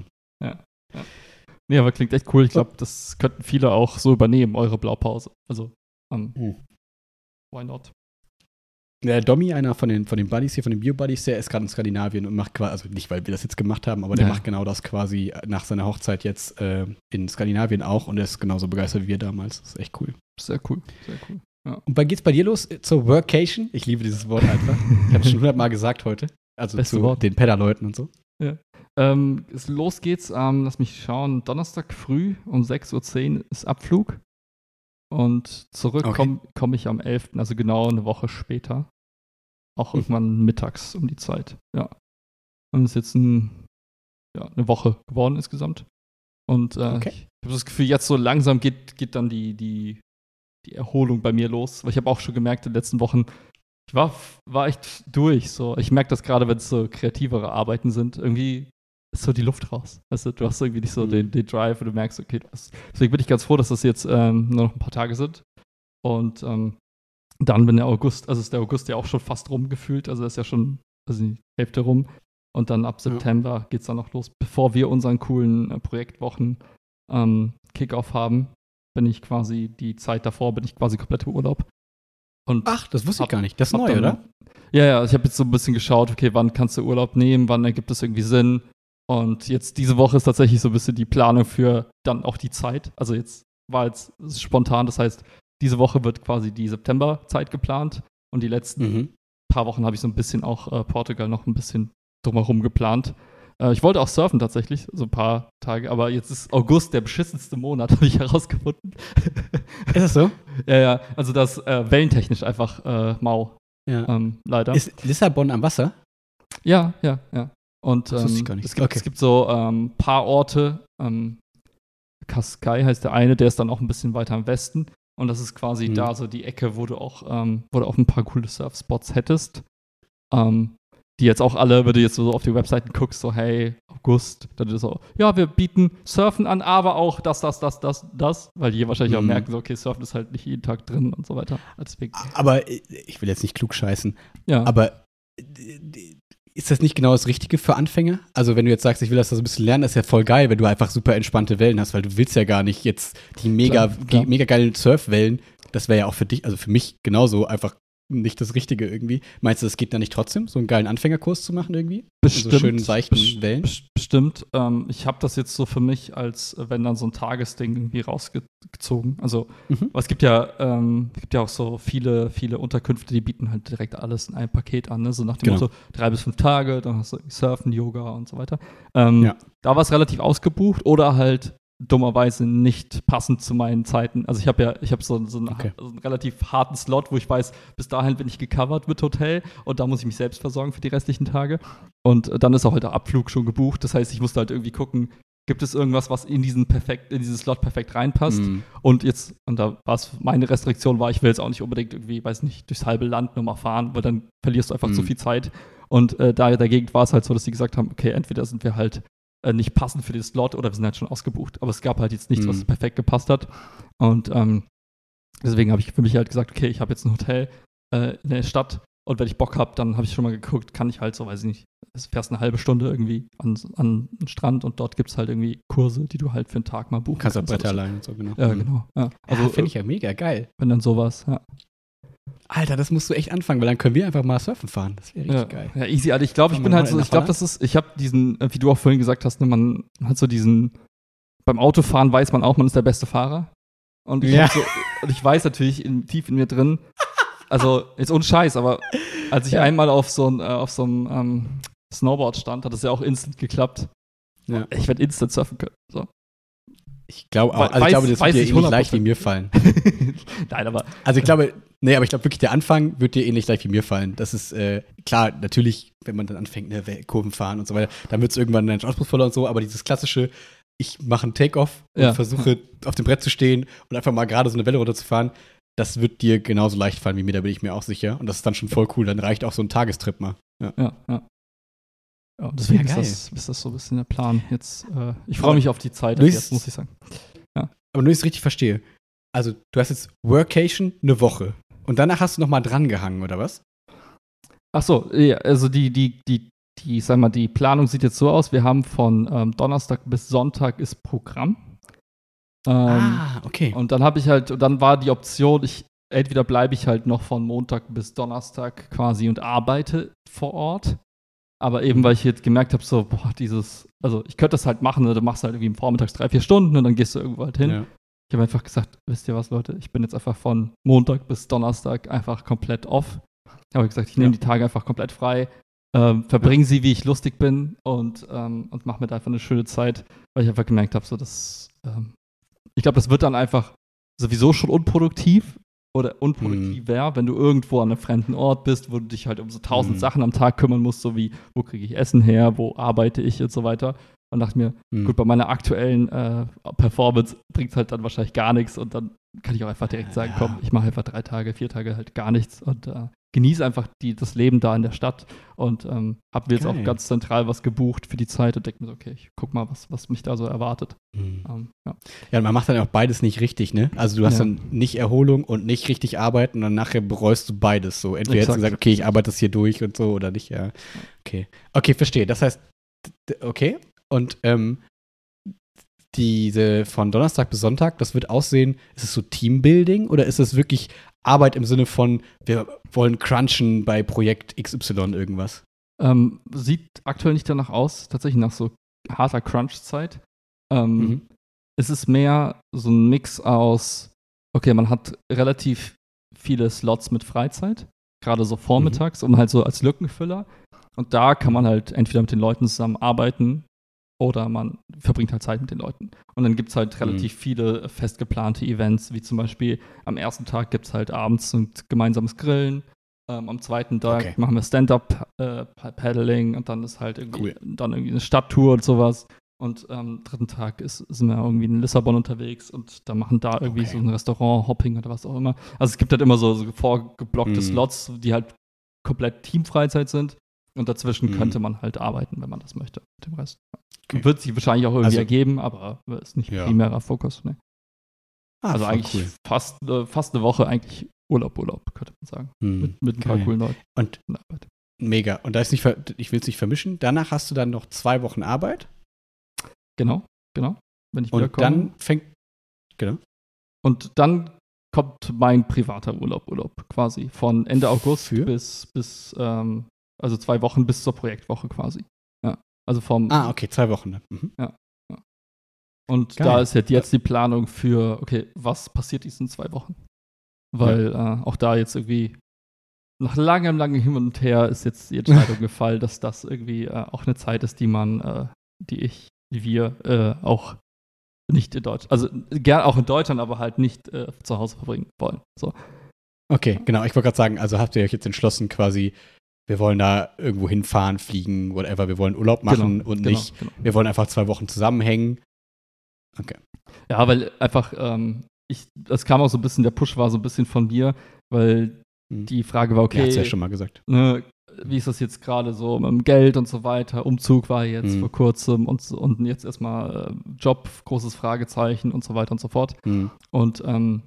Nee, aber klingt echt cool. Ich glaube, das könnten viele auch so übernehmen, eure Blaupause. Also, um, Hm. why not? Der Domi, einer von den, von den Buddies hier, von den Bio-Buddies, der ist gerade in Skandinavien und macht quasi, also nicht, weil wir das jetzt gemacht haben, aber der Ja. macht genau das quasi nach seiner Hochzeit jetzt äh, in Skandinavien auch und er ist genauso begeistert wie wir damals. Das ist echt cool. Sehr cool, sehr cool. Und wann geht's bei dir los zur Workation? Ich liebe dieses Wort einfach. Ich habe es schon hundertmal gesagt heute. Also Beste zu Wort. den Pedaleuten und so. Ähm, es, los geht's, ähm, lass mich schauen, Donnerstag früh um sechs Uhr zehn ist Abflug. Und zurück Okay. komme komm ich am elften, also genau eine Woche später. Auch Hm. irgendwann mittags um die Zeit, ja. Und es ist jetzt ein, ja, eine Woche geworden insgesamt. Und äh, Okay. ich habe das Gefühl, jetzt so langsam geht, geht dann die, die, die Erholung bei mir los. Weil ich habe auch schon gemerkt in den letzten Wochen, ich war, war echt durch. So. Ich merke das gerade, wenn es so kreativere Arbeiten sind. Irgendwie ist so die Luft raus. Weißt du, du hast irgendwie nicht so Mhm. den, den Drive und du merkst, okay, du hast, deswegen bin ich ganz froh, dass das jetzt ähm, nur noch ein paar Tage sind. Und ähm, dann, wenn der August, also ist der August ja auch schon fast rumgefühlt, also ist ja schon also die Hälfte rum. Und dann ab Ja. September geht es dann noch los, bevor wir unseren coolen äh, Projektwochen ähm, Kickoff haben, bin ich quasi die Zeit davor, bin ich quasi komplett im Urlaub. Und Ach, das wusste ich Hab- gar nicht. Das ist hab neu, dann- oder? Ja, ja, ich habe jetzt so ein bisschen geschaut, okay, wann kannst du Urlaub nehmen, wann ergibt es irgendwie Sinn. Und jetzt diese Woche ist tatsächlich so ein bisschen die Planung für dann auch die Zeit. Also jetzt war jetzt es ist spontan, das heißt, diese Woche wird quasi die Septemberzeit geplant und die letzten Mhm. paar Wochen habe ich so ein bisschen auch äh, Portugal noch ein bisschen drumherum geplant. Äh, ich wollte auch surfen tatsächlich, so ein paar Tage, aber jetzt ist August der beschissenste Monat, habe ich herausgefunden. Ist das so? Ja, ja, also das äh, wellentechnisch einfach äh, mau, Ja. ähm, leider. Ist Lissabon am Wasser? Ja, ja, ja. Und Das wusste ich ähm, gar nicht. Es, gibt, Okay. es gibt so ein ähm, paar Orte, ähm, Cascais heißt der eine, der ist dann auch ein bisschen weiter im Westen. Und das ist quasi Mhm. da so die Ecke, wo du auch, ähm, wo du auch ein paar coole Surfspots hättest. Ähm, die jetzt auch alle, wenn du jetzt so auf die Webseiten guckst, so hey, August, dann ist es so, ja, wir bieten Surfen an, aber auch das, das, das, das, das, weil die wahrscheinlich auch Mhm. merken, so okay, Surfen ist halt nicht jeden Tag drin und so weiter. Deswegen, Aber äh, ich will jetzt nicht klug scheißen. ja. Aber äh, d- ist das nicht genau das Richtige für Anfänger? Also wenn du jetzt sagst, ich will das so ein bisschen lernen, ist ja voll geil, wenn du einfach super entspannte Wellen hast, weil du willst ja gar nicht jetzt die mega, Klar, klar. die mega geilen Surfwellen. Das wäre ja auch für dich, also für mich genauso einfach nicht das Richtige irgendwie. Meinst du, das geht da nicht trotzdem, so einen geilen Anfängerkurs zu machen irgendwie? Bestimmt. So schönen, seichten bes- Wellen? bes- Bestimmt. Ähm, ich habe das jetzt so für mich als, äh, wenn dann so ein Tagesding irgendwie rausgezogen. Also, Mhm. aber es gibt ja, ähm, es gibt ja auch so viele, viele Unterkünfte, die bieten halt direkt alles in einem Paket an. Ne? So nach dem Genau. Motto drei bis fünf Tage, dann hast du Surfen, Yoga und so weiter. Ähm, Ja. Da war es relativ ausgebucht oder halt dummerweise nicht passend zu meinen Zeiten. Also ich habe ja, ich habe so, so, einen- Okay. so einen relativ harten Slot, wo ich weiß, bis dahin bin ich gecovert mit Hotel und da muss ich mich selbst versorgen für die restlichen Tage. Und äh, dann ist auch halt der Abflug schon gebucht. Das heißt, ich musste halt irgendwie gucken, gibt es irgendwas, was in diesen perfekt, in diesen Slot perfekt reinpasst. Mhm. Und jetzt, und da war es, meine Restriktion war, ich will jetzt auch nicht unbedingt irgendwie, weiß nicht, durchs halbe Land nochmal fahren, weil dann verlierst du einfach Mhm. zu viel Zeit. Und äh, da dagegen war es halt so, dass sie gesagt haben, okay, entweder sind wir halt äh, nicht passend für den Slot oder wir sind halt schon ausgebucht. Aber es gab halt jetzt nichts, Mhm. was perfekt gepasst hat. Und ähm, deswegen habe ich für mich halt gesagt, okay, ich habe jetzt ein Hotel äh, in der Stadt und wenn ich Bock habe, dann habe ich schon mal geguckt, kann ich halt so, weiß ich nicht, du fährst eine halbe Stunde irgendwie an, an den Strand und dort gibt es halt irgendwie Kurse, die du halt für einen Tag mal buchen Kannst du kannst. Bretter oder so. allein und so, genau. Ja, Mhm. genau. Ja. Also Also, finde ich ja mega geil. wenn dann sowas, ja. Alter, das musst du echt anfangen, weil dann können wir einfach mal surfen fahren. Das wäre richtig Ja, geil. ja, easy, Alter. Ich glaube, ich Fahren bin wir halt mal so, in ich glaube, der das ist, ich habe diesen, äh, wie du auch vorhin gesagt hast, ne, man hat so diesen, beim Autofahren weiß man auch, man ist der beste Fahrer. Und ich, Ja. hab so, und ich weiß natürlich in, tief in mir drin, also jetzt ohne Scheiß, aber als ich Ja. einmal auf so, ein, äh, auf so einem ähm, Snowboard stand, hat es ja auch instant geklappt. Ja. Ich werde instant surfen können. So. Ich glaube auch, Weiß- also ich glaube, das weiß wird dir ich ähnlich leicht wie hundert mir fallen. Nein, aber Also ich glaube, nee, aber ich glaube wirklich, der Anfang wird dir ähnlich leicht wie mir fallen. Das ist, äh, klar, natürlich, wenn man dann anfängt, ne, Kurven fahren und so weiter, dann wird es irgendwann dann anspruchsvoller und so, aber dieses klassische, ich mache einen Take-Off und Ja. versuche auf dem Brett zu stehen und einfach mal gerade so eine Welle runterzufahren, das wird dir genauso leicht fallen wie mir, da bin ich mir auch sicher. Und das ist dann schon voll cool. Dann reicht auch so ein Tagestrip mal. Ja, ja. ja. ja deswegen ja, ist, das, ist das so ein bisschen der Plan. Jetzt, äh, ich freue mich auf die Zeit Luis, jetzt, muss ich sagen. Ja. Aber nur, dass ich es richtig verstehe. Also, du hast jetzt Workation eine Woche. Und danach hast du noch mal dran gehangen, oder was? Ach so, ja, also die, die, die, die, sag mal, die Planung sieht jetzt so aus, wir haben von ähm, Donnerstag bis Sonntag ist Programm. Ähm, ah, okay. Und dann habe ich halt, und dann war die Option, ich, entweder bleibe ich halt noch von Montag bis Donnerstag quasi und arbeite vor Ort. Aber eben, weil ich jetzt gemerkt habe, so, boah, dieses, also ich könnte das halt machen, ne? Du machst halt irgendwie vormittags drei, vier Stunden und dann gehst du irgendwo halt hin. Ja. Ich habe einfach gesagt, wisst ihr was, Leute, ich bin jetzt einfach von Montag bis Donnerstag einfach komplett off. Ich habe gesagt, ich nehme Ja. die Tage einfach komplett frei, ähm, verbringe sie, wie ich lustig bin und, ähm, und mache mir da einfach eine schöne Zeit, weil ich einfach gemerkt habe, so dass, ähm, ich glaube, das wird dann einfach sowieso schon unproduktiv oder unproduktiver, mhm. wenn du irgendwo an einem fremden Ort bist, wo du dich halt um so tausend mhm. Sachen am Tag kümmern musst, so wie, wo kriege ich Essen her, wo arbeite ich und so weiter. Und dachte mir, mhm. gut, bei meiner aktuellen äh, Performance bringt es halt dann wahrscheinlich gar nichts und dann kann ich auch einfach direkt sagen, ja. komm, ich mache einfach drei Tage, vier Tage halt gar nichts und äh, genieße einfach die, das Leben da in der Stadt und ähm, habe mir jetzt auch ganz zentral was gebucht für die Zeit und denke mir so, okay, ich guck mal, was, was mich da so erwartet. Mhm. Ähm, ja. ja, man macht dann auch beides nicht richtig, ne? Also du hast ja. dann nicht Erholung und nicht richtig arbeiten und dann nachher bereust du beides so. Entweder hättest du gesagt, okay, ich arbeite das hier durch und so oder nicht, ja. Okay, okay, verstehe. Das heißt, okay, und ähm, diese von Donnerstag bis Sonntag, das wird aussehen, ist es so Teambuilding oder ist es wirklich Arbeit im Sinne von, wir wollen crunchen bei Projekt X Y irgendwas? Ähm, sieht aktuell nicht danach aus, tatsächlich nach so harter Crunch-Zeit. Ähm, mhm. Es ist mehr so ein Mix aus, okay, man hat relativ viele Slots mit Freizeit, gerade so vormittags, mhm. um halt so als Lückenfüller. Und da kann man halt entweder mit den Leuten zusammen arbeiten oder man verbringt halt Zeit mit den Leuten. Und dann gibt es halt relativ mhm. viele fest geplante Events, wie zum Beispiel am ersten Tag gibt es halt abends ein gemeinsames Grillen, ähm, am zweiten Tag okay. machen wir Stand-Up-Paddling äh, und dann ist halt irgendwie, cool. dann irgendwie eine Stadttour und sowas. Und am ähm, dritten Tag ist, sind wir irgendwie in Lissabon unterwegs und da machen da irgendwie okay. so ein Restaurant-Hopping oder was auch immer. Also es gibt halt immer so, so vorgeblockte mhm. Slots, die halt komplett Teamfreizeit sind. Und dazwischen mhm. könnte man halt arbeiten, wenn man das möchte, mit dem Rest. Okay. Wird sich wahrscheinlich auch irgendwie also, ergeben, aber ist nicht ja. primärer Fokus. Ne? Ah, also eigentlich cool. fast, äh, fast eine Woche eigentlich Urlaub, Urlaub, könnte man sagen. Mhm. Mit, mit ein paar coolen Leuten. Und mega. Und da ist nicht, ich will es nicht vermischen. Danach hast du dann noch zwei Wochen Arbeit. Genau, genau. Wenn ich Und wiederkomme. dann fängt, genau. Und dann kommt mein privater Urlaub, Urlaub quasi. Von Ende August Für? bis, bis ähm, also zwei Wochen bis zur Projektwoche quasi. Ja. Also vom. Ah, okay, zwei Wochen dann. Mhm. Ja, ja. Und Geil. da ist halt jetzt die Planung für, okay, was passiert diesen zwei Wochen? Weil ja. äh, auch da jetzt irgendwie nach langem, langem Hin und Her ist jetzt die Entscheidung gefallen, dass das irgendwie äh, auch eine Zeit ist, die man, äh, die ich, die wir äh, auch nicht in Deutschland, also gern auch in Deutschland, aber halt nicht äh, zu Hause verbringen wollen. So. Okay, genau. Ich wollte gerade sagen, also habt ihr euch jetzt entschlossen, quasi, wir wollen da irgendwo hinfahren, fliegen, whatever, wir wollen Urlaub machen genau, und genau, nicht, genau. wir wollen einfach zwei Wochen zusammenhängen. Okay. Ja, weil einfach, ähm, ich, das kam auch so ein bisschen, der Push war so ein bisschen von mir, weil hm. die Frage war, okay, ja, hast du ja schon mal gesagt. Ne, wie ist das jetzt gerade so mit dem Geld und so weiter? Umzug war jetzt hm. vor kurzem und, und jetzt erstmal äh, Job, großes Fragezeichen und so weiter und so fort. Hm. Und ähm,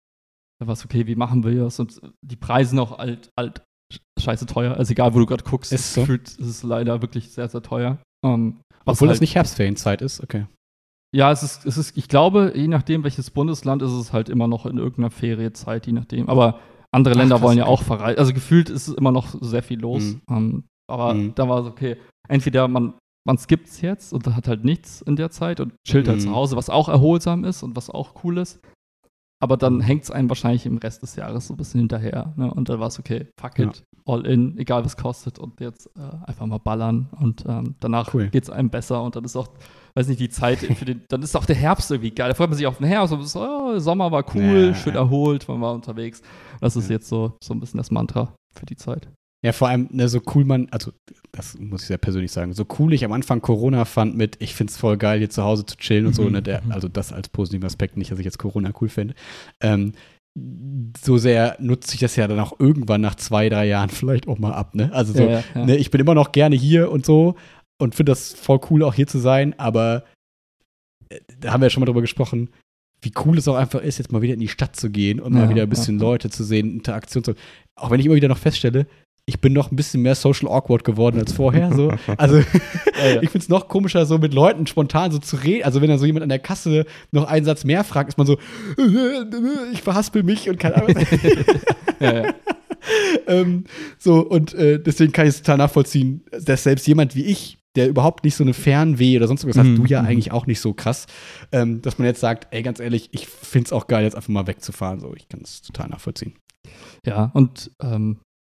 da war es okay, wie machen wir das? Und die Preise sind auch alt, alt, scheiße teuer. Also egal, wo du gerade guckst, ist so. Gefühlt, ist es leider wirklich sehr, sehr teuer. Um, Obwohl halt, es nicht Herbstferienzeit ist, okay. Ja, es ist, es ist, ich glaube, je nachdem, welches Bundesland, ist es halt immer noch in irgendeiner Ferienzeit, je nachdem. Aber andere Länder Ach, krass, wollen ja okay. auch verreisen. Also gefühlt ist es immer noch sehr viel los. Mhm. Um, aber mhm. da war es okay. Entweder man, man skippt es jetzt und hat halt nichts in der Zeit und chillt halt mhm. zu Hause, was auch erholsam ist und was auch cool ist. Aber dann hängt es einem wahrscheinlich im Rest des Jahres so ein bisschen hinterher. Ne? Und dann war es okay, fuck it, ja. all in, egal was kostet und jetzt äh, einfach mal ballern. Und ähm, danach cool. geht es einem besser und dann ist auch, weiß nicht, die Zeit für den, dann ist auch der Herbst irgendwie geil. Da freut man sich auf den Herbst und so, oh, Sommer war cool, ja, schön ja. erholt, man war unterwegs. Das ist ja. jetzt so, so ein bisschen das Mantra für die Zeit. Ja, vor allem, ne, so cool man, also das muss ich sehr persönlich sagen, so cool ich am Anfang Corona fand mit, ich find's voll geil, hier zu Hause zu chillen und so, ne, der, also das als positiven Aspekt, nicht, dass ich jetzt Corona cool finde. Ähm, so sehr nutze ich das ja dann auch irgendwann nach zwei, drei Jahren vielleicht auch mal ab, ne? Also so, Ja, ja, ja. ne, ich bin immer noch gerne hier und so und finde das voll cool, auch hier zu sein, aber äh, da haben wir ja schon mal drüber gesprochen, wie cool es auch einfach ist, jetzt mal wieder in die Stadt zu gehen und Ja, mal wieder ein bisschen ja, ja. Leute zu sehen, Interaktion zu. Auch wenn ich immer wieder noch feststelle, ich bin noch ein bisschen mehr social awkward geworden als vorher. So. Also Ja, ja. ich finde es noch komischer, so mit Leuten spontan so zu reden. Also wenn dann so jemand an der Kasse noch einen Satz mehr fragt, ist man so, ich verhaspel mich und keine Ahnung. Ja, ja. ähm, so, und äh, deswegen kann ich es total nachvollziehen, dass selbst jemand wie ich, der überhaupt nicht so eine Fernweh oder sonst irgendwas Mhm, hat, du ja mhm. eigentlich auch nicht so krass, ähm, dass man jetzt sagt, ey, ganz ehrlich, ich find's auch geil, jetzt einfach mal wegzufahren. So, ich kann es total nachvollziehen. Ja, und ähm,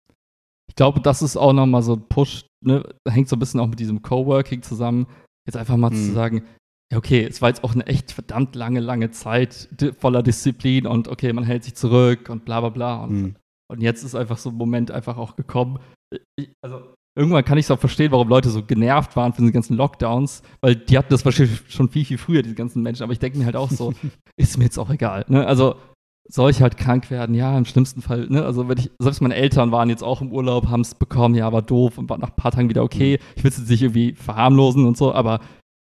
ich glaube, das ist auch nochmal so ein Push, ne? Hängt so ein bisschen auch mit diesem Coworking zusammen, jetzt einfach mal Mhm. zu sagen, ja, okay, es war jetzt auch eine echt verdammt lange, lange Zeit di- voller Disziplin und okay, man hält sich zurück und bla bla bla. Und, Mhm. und jetzt ist einfach so ein Moment einfach auch gekommen. Ich, also irgendwann kann ich es auch verstehen, warum Leute so genervt waren von den ganzen Lockdowns, weil die hatten das wahrscheinlich schon viel, viel früher, diese ganzen Menschen. Aber ich denke mir halt auch so, ist mir jetzt auch egal. Ne? Also soll ich halt krank werden? Ja, im schlimmsten Fall. Ne? Also wenn ich, selbst meine Eltern waren jetzt auch im Urlaub, haben es bekommen, ja, war doof und war nach ein paar Tagen wieder okay. Ich will es jetzt nicht irgendwie verharmlosen und so, aber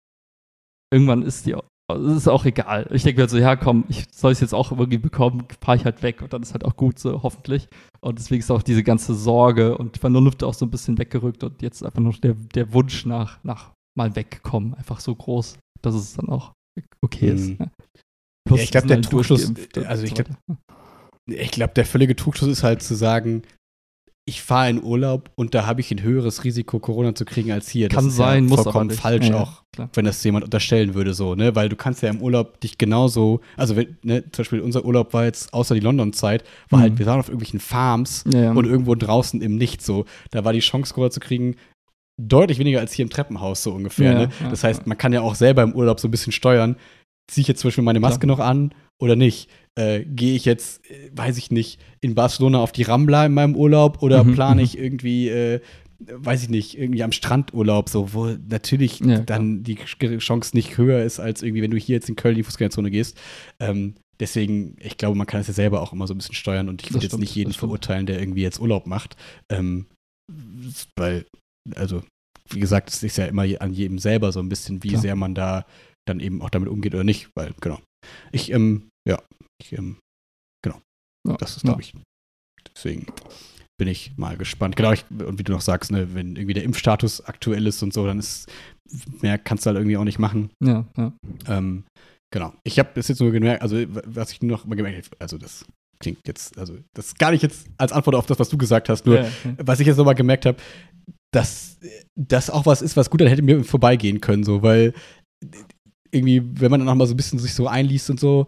irgendwann ist die, es ist auch egal. Ich denke mir halt so, ja, komm, ich soll es jetzt auch irgendwie bekommen, fahre ich halt weg und dann ist halt auch gut so, hoffentlich. Und deswegen ist auch diese ganze Sorge und Vernunft auch so ein bisschen weggerückt und jetzt einfach nur der, der Wunsch nach, nach mal wegkommen einfach so groß, dass es dann auch okay ist. Mhm. Ja. Plus, Ja, ich glaube, wir der sind halt Trugschluss, durchgeimpft und also ich so glaube, weiter. ich glaube, der völlige Trugschluss ist halt zu sagen, ich fahre in Urlaub und da habe ich ein höheres Risiko, Corona zu kriegen als hier. Kann das ist sein, ja muss vollkommen aber nicht. falsch Ja, ja, auch, klar. wenn das jemand unterstellen würde, so, ne? Weil du kannst ja im Urlaub dich genauso, also wenn, ne, zum Beispiel unser Urlaub war jetzt, außer die London-Zeit, war Mhm. halt, wir waren auf irgendwelchen Farms Ja, ja. und irgendwo draußen im Nichts so. Da war die Chance, Corona zu kriegen, deutlich weniger als hier im Treppenhaus, so ungefähr. Ja, ne? ja, Das heißt, ja. man kann ja auch selber im Urlaub so ein bisschen steuern. Ziehe ich jetzt zum Beispiel meine Maske Klar. noch an oder nicht? Äh, Gehe ich jetzt, äh, weiß ich nicht, in Barcelona auf die Rambla in meinem Urlaub oder Mhm, plane mhm. ich irgendwie, äh, weiß ich nicht, irgendwie am Strand Urlaub, so, wo natürlich Ja, dann die Chance nicht höher ist, als irgendwie, wenn du hier jetzt in Köln in die Fußgängerzone gehst. Ähm, deswegen, ich glaube, man kann es ja selber auch immer so ein bisschen steuern und ich Das würde jetzt stimmt, nicht jeden das stimmt. verurteilen, der irgendwie jetzt Urlaub macht. Ähm, weil, also, wie gesagt, es ist ja immer je- an jedem selber so ein bisschen, wie Klar. sehr man da dann eben auch damit umgeht oder nicht, weil, genau. Ich, ähm, ja, ich, ähm, genau. Ja, Das ist, ja. glaube ich, deswegen bin ich mal gespannt. Genau, ich, und wie du noch sagst, ne, wenn irgendwie der Impfstatus aktuell ist und so, dann ist, mehr kannst du halt irgendwie auch nicht machen. Ja, ja. Ähm, genau. Ich habe das jetzt nur gemerkt, also was ich nur noch mal gemerkt habe, also das klingt jetzt, also das ist gar nicht jetzt als Antwort auf das, was du gesagt hast, nur Ja, ja. was ich jetzt nochmal gemerkt habe, dass das auch was ist, was gut dann hätte mir vorbeigehen können, so, weil irgendwie, wenn man dann noch mal so ein bisschen sich so einliest und so,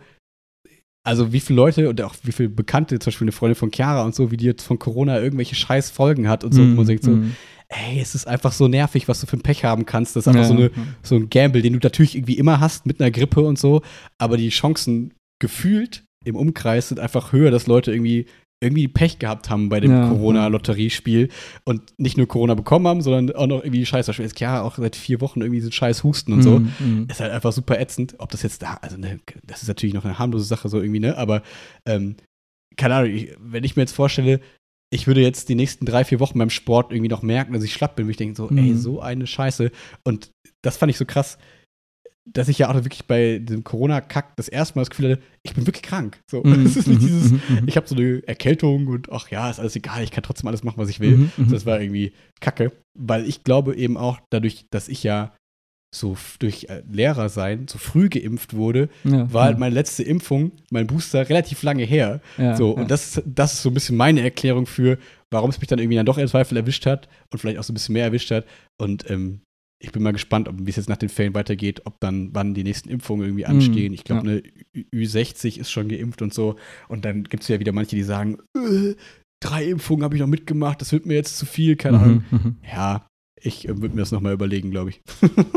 also wie viele Leute und auch wie viele Bekannte, zum Beispiel eine Freundin von Chiara und so, wie die jetzt von Corona irgendwelche scheiß Folgen hat und so, Mhm, wo man denkt so, mhm. ey, es ist einfach so nervig, was du für ein Pech haben kannst. Das ist einfach Ja, so, eine, ja. so ein Gamble, den du natürlich irgendwie immer hast mit einer Grippe und so, aber die Chancen gefühlt im Umkreis sind einfach höher, dass Leute irgendwie irgendwie Pech gehabt haben bei dem Ja, Corona-Lotteriespiel und nicht nur Corona bekommen haben, sondern auch noch irgendwie Scheiß. Beispiel ist Chiara auch seit vier Wochen irgendwie so Scheiß Husten und so. Mhm, mhm. Ist halt einfach super ätzend. Ob das jetzt da, also ne, das ist natürlich noch eine harmlose Sache so irgendwie, ne, aber ähm, keine Ahnung, ich, wenn ich mir jetzt vorstelle, ich würde jetzt die nächsten drei, vier Wochen beim Sport irgendwie noch merken, dass ich schlapp bin, würde ich denke so, Mhm. ey, so eine Scheiße. Und das fand ich so krass, dass ich ja auch wirklich bei diesem Corona-Kack das erste Mal das Gefühl hatte, ich bin wirklich krank. So, Mhm, es ist nicht mhm, dieses, mhm, mhm. ich habe so eine Erkältung und ach ja, ist alles egal, ich kann trotzdem alles machen, was ich will. Mhm, mhm. Das war irgendwie kacke, weil ich glaube eben auch dadurch, dass ich ja so f- durch äh, Lehrer sein so früh geimpft wurde, Ja, war halt ja. meine letzte Impfung, mein Booster, relativ lange her. Ja, So, ja. und das, das ist so ein bisschen meine Erklärung für, warum es mich dann irgendwie dann doch im Zweifel erwischt hat und vielleicht auch so ein bisschen mehr erwischt hat. Und ähm, ich bin mal gespannt, ob, wie es jetzt nach den Ferien weitergeht, ob dann, wann die nächsten Impfungen irgendwie anstehen. Mhm, Ich glaube, ja. eine Ü- Ü sechzig ist schon geimpft und so. Und dann gibt es ja wieder manche, die sagen, äh, drei Impfungen habe ich noch mitgemacht, das wird mir jetzt zu viel, keine Ahnung. Mhm, mhm. Ja, ich äh, würde mir das nochmal überlegen, glaube ich.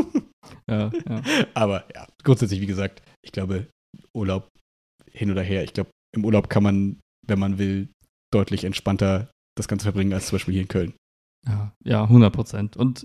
Ja, ja. Aber ja, grundsätzlich, wie gesagt, ich glaube, Urlaub hin oder her, ich glaube, im Urlaub kann man, wenn man will, deutlich entspannter das Ganze verbringen als zum Beispiel hier in Köln. Ja, ja, hundert Prozent. Und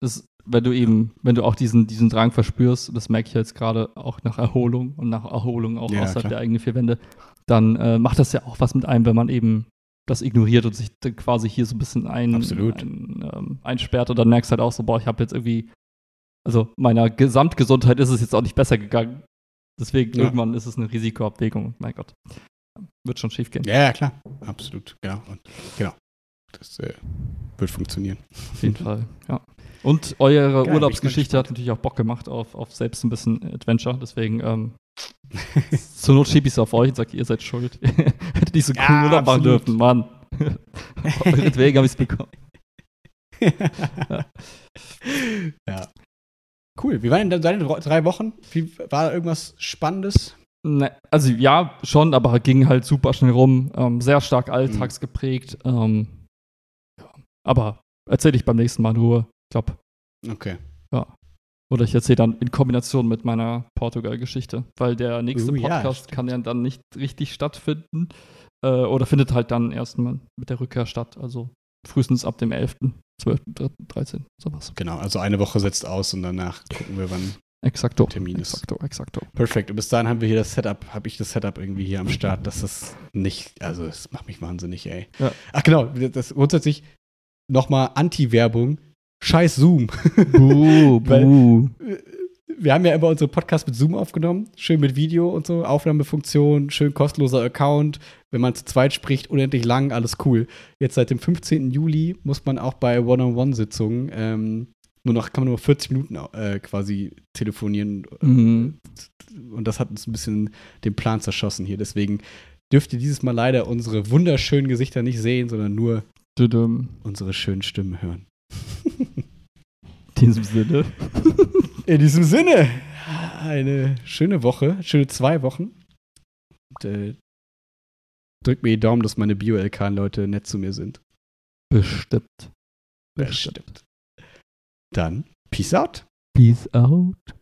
ist, wenn du eben, wenn du auch diesen, diesen Drang verspürst, das merke ich jetzt gerade auch nach Erholung und nach Erholung auch Ja, außerhalb klar. der eigenen vier Wände, dann äh, macht das ja auch was mit einem, wenn man eben das ignoriert und sich dann quasi hier so ein bisschen ein, Absolut. ein, ähm, einsperrt und dann merkst du halt auch so, boah, ich habe jetzt irgendwie, also meiner Gesamtgesundheit ist es jetzt auch nicht besser gegangen. Deswegen Ja. irgendwann ist es eine Risikoabwägung. Mein Gott. Wird schon schief gehen. Ja, ja, klar. Absolut. Genau. Und, genau. Das äh, wird funktionieren. Auf jeden Fall, ja. Und eure Geil, Urlaubsgeschichte bin ich mal hat natürlich auch Bock gemacht auf, auf selbst ein bisschen Adventure. Deswegen, ähm, zur Not schieb ich es auf euch und sag, ihr seid schuld. Hättet nicht so cool Ja, Urlaub machen absolut. dürfen, Mann. Deswegen habe ich es bekommen. ja. ja. Cool. Wie waren denn deine drei Wochen? Wie, war da irgendwas Spannendes? Ne, also ja, schon, aber ging halt super schnell rum. Ähm, sehr stark alltagsgeprägt. Ähm, ja. Aber erzähle ich beim nächsten Mal in Ruhe. Ich glaube. Okay. Ja. Oder ich erzähle dann in Kombination mit meiner Portugal-Geschichte, weil der nächste Uh, ja, Podcast stimmt. kann ja dann nicht richtig stattfinden. Äh, oder findet halt dann erst mal mit der Rückkehr statt. Also frühestens ab dem elften, zwölften, dritten, dreizehnten sowas. Genau, also eine Woche setzt aus und danach gucken wir, wann Exakto. Termin ist. Exakto, exakto. Perfekt. Und bis dahin haben wir hier das Setup, habe ich das Setup irgendwie hier am Start, dass das nicht, also das macht mich wahnsinnig, ey. Ja. Ach genau, das grundsätzlich nochmal Anti-Werbung. Scheiß Zoom. Buh, Weil- buh. Wir haben ja immer unsere Podcast mit Zoom aufgenommen, schön mit Video und so, Aufnahmefunktion, schön kostenloser Account. Wenn man zu zweit spricht, unendlich lang, alles cool. Jetzt seit dem fünfzehnten Juli muss man auch bei One-on-One-Sitzungen ähm, nur noch, kann man nur vierzig Minuten äh, quasi telefonieren. Mhm. Und das hat uns ein bisschen den Plan zerschossen hier. Deswegen dürft ihr dieses Mal leider unsere wunderschönen Gesichter nicht sehen, sondern nur Düdüm. unsere schönen Stimmen hören. In diesem Sinne. In diesem Sinne, eine schöne Woche, schöne zwei Wochen. Und, äh, drückt mir die Daumen, dass meine Bio-L K-Leute nett zu mir sind. Bestimmt. Bestimmt. Dann, peace out. Peace out.